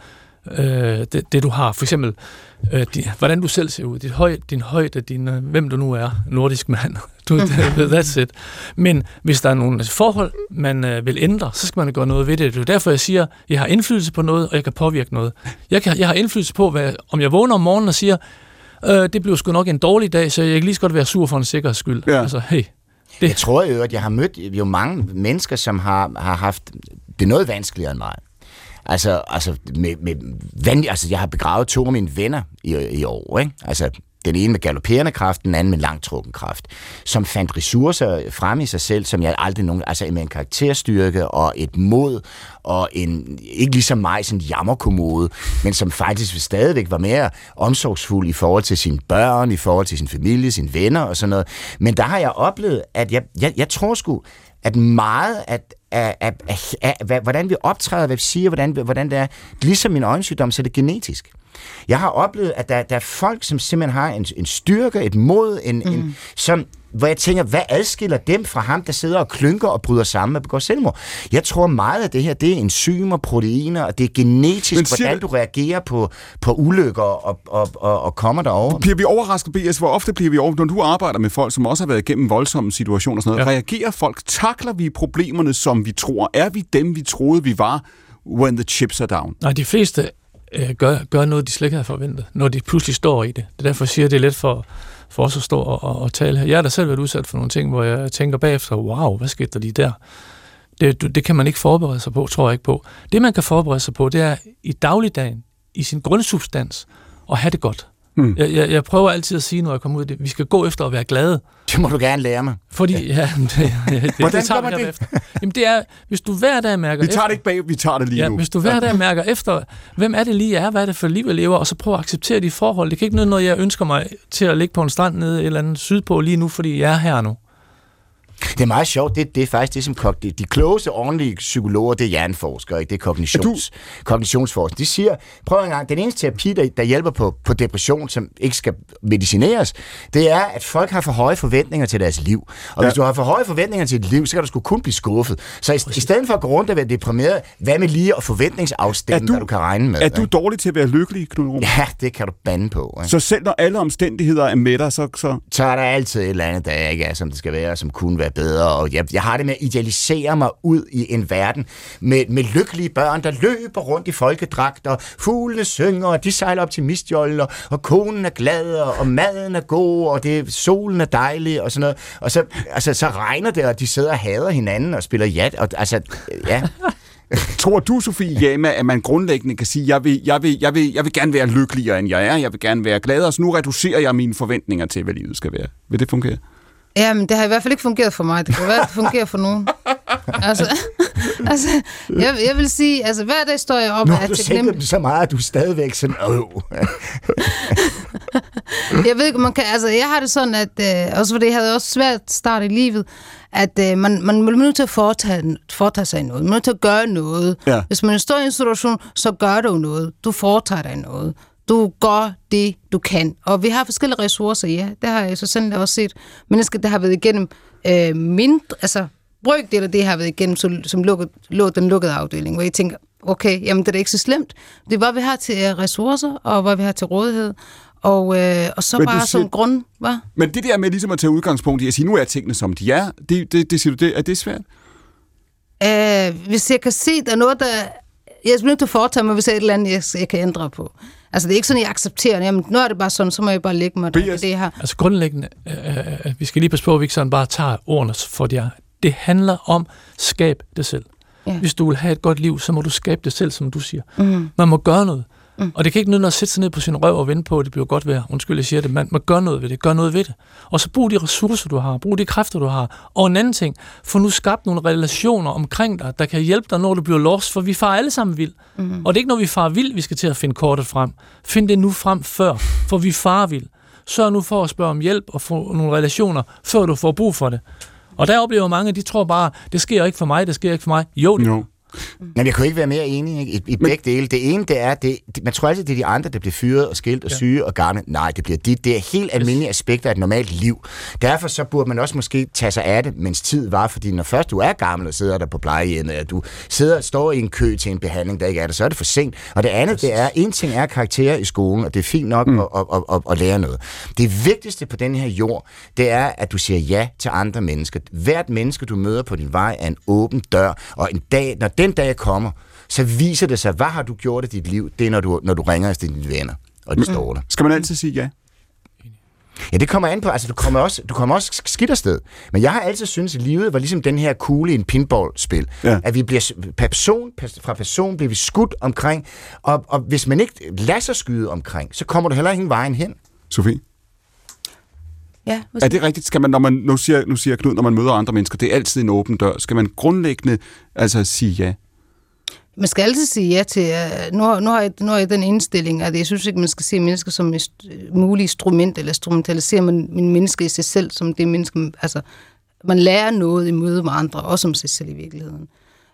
det du har. For eksempel, hvordan du selv ser ud, din højde, hvem du nu er, nordisk mand. That's it. Men hvis der er nogle forhold, man vil ændre, så skal man gøre noget ved det. Det er derfor, jeg siger, jeg har indflydelse på noget, og jeg kan påvirke noget. Jeg har indflydelse på, om jeg vågner om morgenen og siger, Det blev sgu nok en dårlig dag, så jeg kan lige så godt være sur for en sikkerheds skyld. Ja. Altså, hey. Det. Jeg tror jo, at jeg har mødt jo mange mennesker, som har haft det noget vanskeligere end mig. Altså jeg har begravet 2 af mine venner i år, ikke? Altså, den ene med galopperende kraft, den anden med langtrukken kraft, som fandt ressourcer frem i sig selv, som jeg aldrig nogen, altså med en karakterstyrke og et mod, og en, ikke ligesom mig, sådan en jammerkommode, men som faktisk stadigvæk var mere omsorgsfuld i forhold til sine børn, i forhold til sin familie, sine venner og sådan noget. Men der har jeg oplevet, at jeg tror sgu, at meget af hvordan vi optræder, hvad vi siger, hvordan det er, ligesom min øjensygdom, så er det genetisk. Jeg har oplevet, at der er folk, som simpelthen har en styrke, et mod, som, hvor jeg tænker, hvad adskiller dem fra ham, der sidder og klynker og bryder sammen og begår selvmord? Jeg tror meget af det her, det er enzymer, proteiner, og det er genetisk, hvordan du reagerer på ulykker og kommer derover. Bliver vi overrasket, B.S.? Hvor ofte bliver vi overrasket, når du arbejder med folk, som også har været igennem voldsomme situationer og sådan noget? Ja. Reagerer folk? Takler vi problemerne, som vi tror? Er vi dem, vi troede, vi var, when the chips are down? Nej, de fleste gør noget, de slet ikke havde forventet, når de pludselig står i det. Det er derfor, jeg siger, at det er let for os at stå og tale her. Jeg har da selv været udsat for nogle ting, hvor jeg tænker bagefter, wow, hvad skete der lige der? Det kan man ikke forberede sig på, tror jeg ikke på. Det, man kan forberede sig på, det er i dagligdagen, i sin grundsubstans, at have det godt. Jeg prøver altid at sige, når jeg kommer ud af det, vi skal gå efter at være glade. Det må du gerne lære mig. Fordi, hvordan gør man det? Jamen det er, hvis du hver dag mærker Vi tager det ikke bag, vi tager det lige nu. Hvis du hver dag mærker efter, hvem er det lige er, hvad er det for liv, jeg lever, og så prøv at acceptere de forhold. Det kan ikke noget, jeg ønsker mig til at ligge på en strand nede et eller andet sydpå lige nu, fordi jeg er her nu. Det er meget sjovt. Det er faktisk det, som de klogeste, ordentlige psykologer, det er hjerneforskere, ikke? Det er kognitionsforskere. De siger, prøv en gang, den eneste terapi, der hjælper på depression, som ikke skal medicineres, det er, at folk har for høje forventninger til deres liv. Og hvis du har for høje forventninger til dit liv, så kan du sgu kun blive skuffet. Så i stedet for at gå rundt og være deprimeret, hvad med lige og forventningsafstemme, der du kan regne med? Er du dårlig til at være lykkelig, Knud Romer? Ja, det kan du bande på. Ikke? Så selv når alle omstændigheder er med dig, så er der altid et eller andet, der ikke er, som det skal være, som kunne være bedre, og jeg har det med at idealisere mig ud i en verden med lykkelige børn, der løber rundt i folkedragter, fuglene synger, og de sejler op til mistjollen, og konen er glad, og maden er god, og solen er dejlig, og sådan noget. Og så regner det, og de sidder og hader hinanden og spiller jat, og ja. Tror du, Sofie Jama, at man grundlæggende kan sige, jeg vil gerne være lykkeligere, end jeg er, jeg vil gerne være gladere, så nu reducerer jeg mine forventninger til, hvad livet skal være. Vil det fungere? Ja, men det har i hvert fald ikke fungeret for mig. Det kan være, at det fungerer for nogen. Jeg vil sige, altså hver dag står jeg op og er taknemmelig. Nu har du så meget, at du stadigvæk sådan, Jeg ved ikke, man kan, altså jeg har det sådan, at også fordi jeg havde også svært start i livet, at man er nødt til at foretage sig noget. Man er nødt til at gøre noget. Ja. Hvis man står i en situation, så gør du noget. Du foretager dig noget. Du gør det, du kan. Og vi har forskellige ressourcer, ja. Det har jeg så sandelig også set. Mennesker, der har været igennem mindre, altså brøkdel af det har været igennem, som den lukkede afdeling, hvor jeg tænker, okay, jamen det er da ikke så slemt. Det er, hvad vi har til ressourcer, og hvad vi har til rådighed. Og så men bare som grund, hvad? Men det der med ligesom at tage udgangspunkt i at sige, nu er tingene som de er, det siger du, er det svært? Hvis jeg kan se, der er noget, der... Jeg er nødt til at foretage mig, hvis jeg er et eller andet, jeg kan ændre på. Altså, det er ikke sådan, jeg accepterer det. Jamen, nu er det bare sådan, så må jeg bare lægge mig der. Det her. Altså, grundlæggende, vi skal lige passe på, at vi ikke sådan bare tager ordene for det. Det handler om, skab det selv. Ja. Hvis du vil have et godt liv, så må du skabe det selv, som du siger. Man må gøre noget. Og det kan ikke nytte at sætte sig ned på sin røv og vente på, at det bliver godt vejr. Undskyld, jeg siger det. Man må gøre noget ved det. Gør noget ved det. Og så brug de ressourcer, du har. Brug de kræfter, du har. Og en anden ting. Få nu skabt nogle relationer omkring dig, der kan hjælpe dig, når du bliver lost. For vi farer alle sammen vild. Og det er ikke, når vi farer vild, vi skal til at finde kortet frem. Find det nu frem før, for vi farer vild. Sørg nu for at spørge om hjælp og få nogle relationer, før du får brug for det. Og der oplever mange, de tror bare, det sker ikke for mig, det sker ikke for mig. Jo, det Men jeg kunne ikke være mere enig i begge dele. Det ene, det er, man tror altid, det er de andre, der bliver fyret og skilt og syge og gamle. Nej, det bliver det er helt almindelige aspekter af et normalt liv. Derfor så burde man også måske tage sig af det, mens tid var, fordi når først du er gammel og sidder der på plejehjemmet, at du står i en kø til en behandling, der ikke er der, så er det for sent. Og det andet, det er, en ting er karakterer i skolen, og det er fint nok at lære noget. Det vigtigste på den her jord, det er, at du siger ja til andre mennesker. Hvert menneske, du møder på din vej, er en åben dør, og en dag, når den dag kommer, så viser det sig, hvad har du gjort i dit liv? Det er, når du ringer til dine venner, og de står der. Skal man altid sige ja? Ja, det kommer an på. Altså, du kommer også skidt afsted. Men jeg har altid syntes, at livet var ligesom den her kugle i en pinballspil. Ja. At vi bliver fra person bliver vi skudt omkring, og hvis man ikke lader sig skyde omkring, så kommer du heller ingen vejen hen. Sofie? Ja, er det rigtigt? Skal man, nu siger Knud, når man møder andre mennesker, det er altid en åben dør. Skal man grundlæggende sige ja? Man skal altid sige ja til... Nu har jeg den indstilling, at jeg synes ikke, man skal se mennesker som et muligt instrument, eller instrumentalisere man mennesker i sig selv, som det menneske... Altså, man lærer noget i møde med andre, også om sig selv i virkeligheden.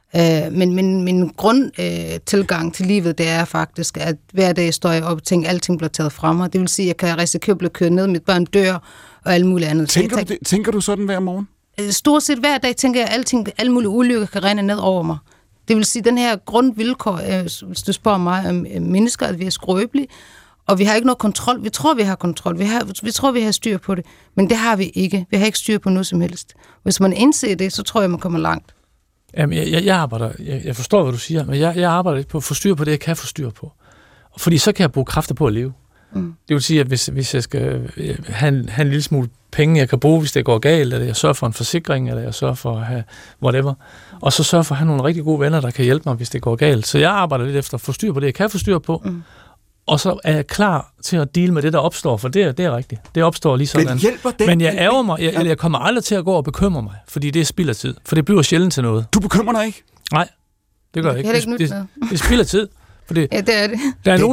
Men min grundtilgang til livet, det er faktisk, at hver dag står jeg op og tænker, at alting bliver taget fra mig. Det vil sige, at jeg kan risikere at blive kørt ned, mit barn dør, og alt muligt andet. Tænker du sådan hver morgen? Stort set hver dag tænker jeg, at alle mulige ulykker kan rende ned over mig. Det vil sige, at den her grundvilkår, hvis du spørger mig om mennesker, at vi er skrøbelige, og vi har ikke noget kontrol. Vi tror, vi har kontrol. Vi tror, vi har styr på det, men det har vi ikke. Vi har ikke styr på noget som helst. Hvis man indser det, så tror jeg, man kommer langt. Jamen, jeg forstår, hvad du siger, men jeg arbejder på at få styr på det, jeg kan få styr på. Fordi så kan jeg bruge kræfter på at leve. Mm. Det vil sige, at hvis jeg skal have en lille smule penge, jeg kan bruge, hvis det går galt, eller jeg sørger for en forsikring, eller jeg sørger for at have whatever, og så sørger for at have nogle rigtig gode venner, der kan hjælpe mig, hvis det går galt. Så jeg arbejder lidt efter at få styr på det, jeg kan få styr på, og så er jeg klar til at deale med det, der opstår, for det er rigtigt. Det opstår lige sådan. Men jeg ærger mig, jeg kommer aldrig til at gå og bekymre mig, fordi det er spild af tid, for det bliver sjældent til noget. Du bekymrer dig ikke? Nej, det gør jeg ikke. Det er spild af tid. Fordi ja, det er det. Der er nogen,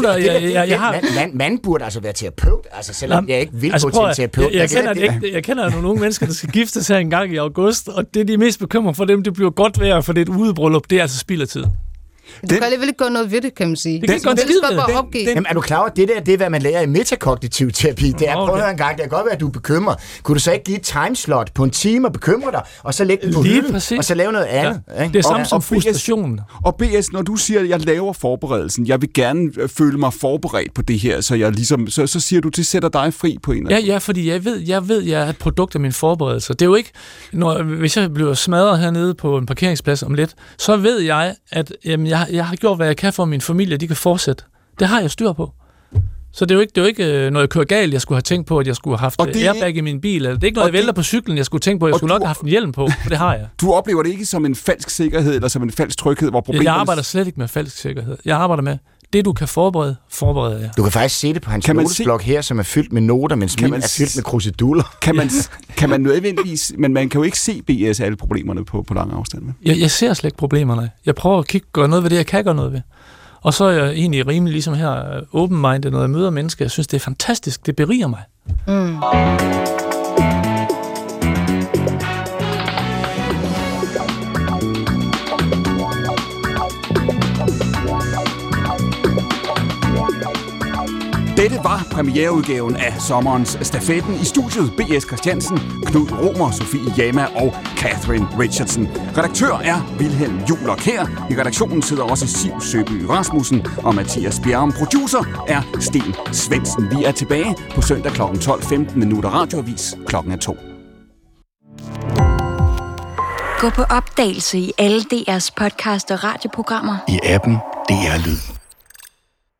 der... Man burde altså være terapeut, altså selvom jeg ikke vil gå til en terapeut. Jeg kender nogle unge mennesker, der skal giftes her en gang i august, og det er de mest bekymrede for dem, det bliver godt vejr, for det er et udebryllup, det er altså spild af tid. Du kan alligevel ikke gøre noget ved det, kan man sige. Det kan godt skide. Jamen, er du klar over, det er, hvad man lærer i metakognitiv terapi? Det er, prøv at høre en gang, det kan godt være, at du er bekymret. Kunne du så ikke give et timeslot på en time og bekymre dig, og så lægge den på hylden, og så lave noget andet? Ja. Det er samme som frustration. Og BS, når du siger, at jeg laver forberedelsen, jeg vil gerne føle mig forberedt på det her, så jeg ligesom, så siger du, det sætter dig fri på en eller anden. Ja, fordi jeg ved, jeg er et produkt af min forberedelse. Det er jo ikke, hvis jeg bliver smadret hernede på en parkeringsplads om lidt, så ved jeg, at jeg har gjort, hvad jeg kan for, at min familie de kan fortsætte. Det har jeg styr på. Så det er jo ikke, når jeg kører galt, jeg skulle have tænkt på, at jeg skulle have haft airbag i min bil. Det er ikke, når jeg vælter på cyklen, jeg skulle tænke på, at jeg skulle nok have haft en hjelm på. For det har jeg. Du oplever det ikke som en falsk sikkerhed, eller som en falsk tryghed, hvor problemet... Jeg arbejder slet ikke med falsk sikkerhed. Jeg arbejder med, det du kan forberede jeg. Du kan faktisk se det på hans notesblok her, som er fyldt med noter, mens min er fyldt med kruseduller. Kan man nødvendigvis... Men man kan jo ikke se BS alle problemerne på lang afstand. Jeg ser slet ikke problemerne. Jeg prøver at gøre noget ved det, jeg kan gøre noget ved. Og så er jeg egentlig rimelig ligesom her open-minded, når jeg møder mennesker. Jeg synes, det er fantastisk. Det beriger mig. Mm. Dette var premiereudgaven af sommerens Stafetten. I studiet B.S. Christiansen, Knud Romer, Sofie Jama og Catherine Richardson. Redaktør er Vilhelm Juler. Her i redaktionen sidder også Siv Søby Rasmussen og Mathias Bjerrum. Producer er Sten Svendsen. Vi er tilbage på søndag kl. 12:15 radioavis kl. 2. Gå på opdagelse i alle DR's podcast og radioprogrammer. I appen DR Lyd.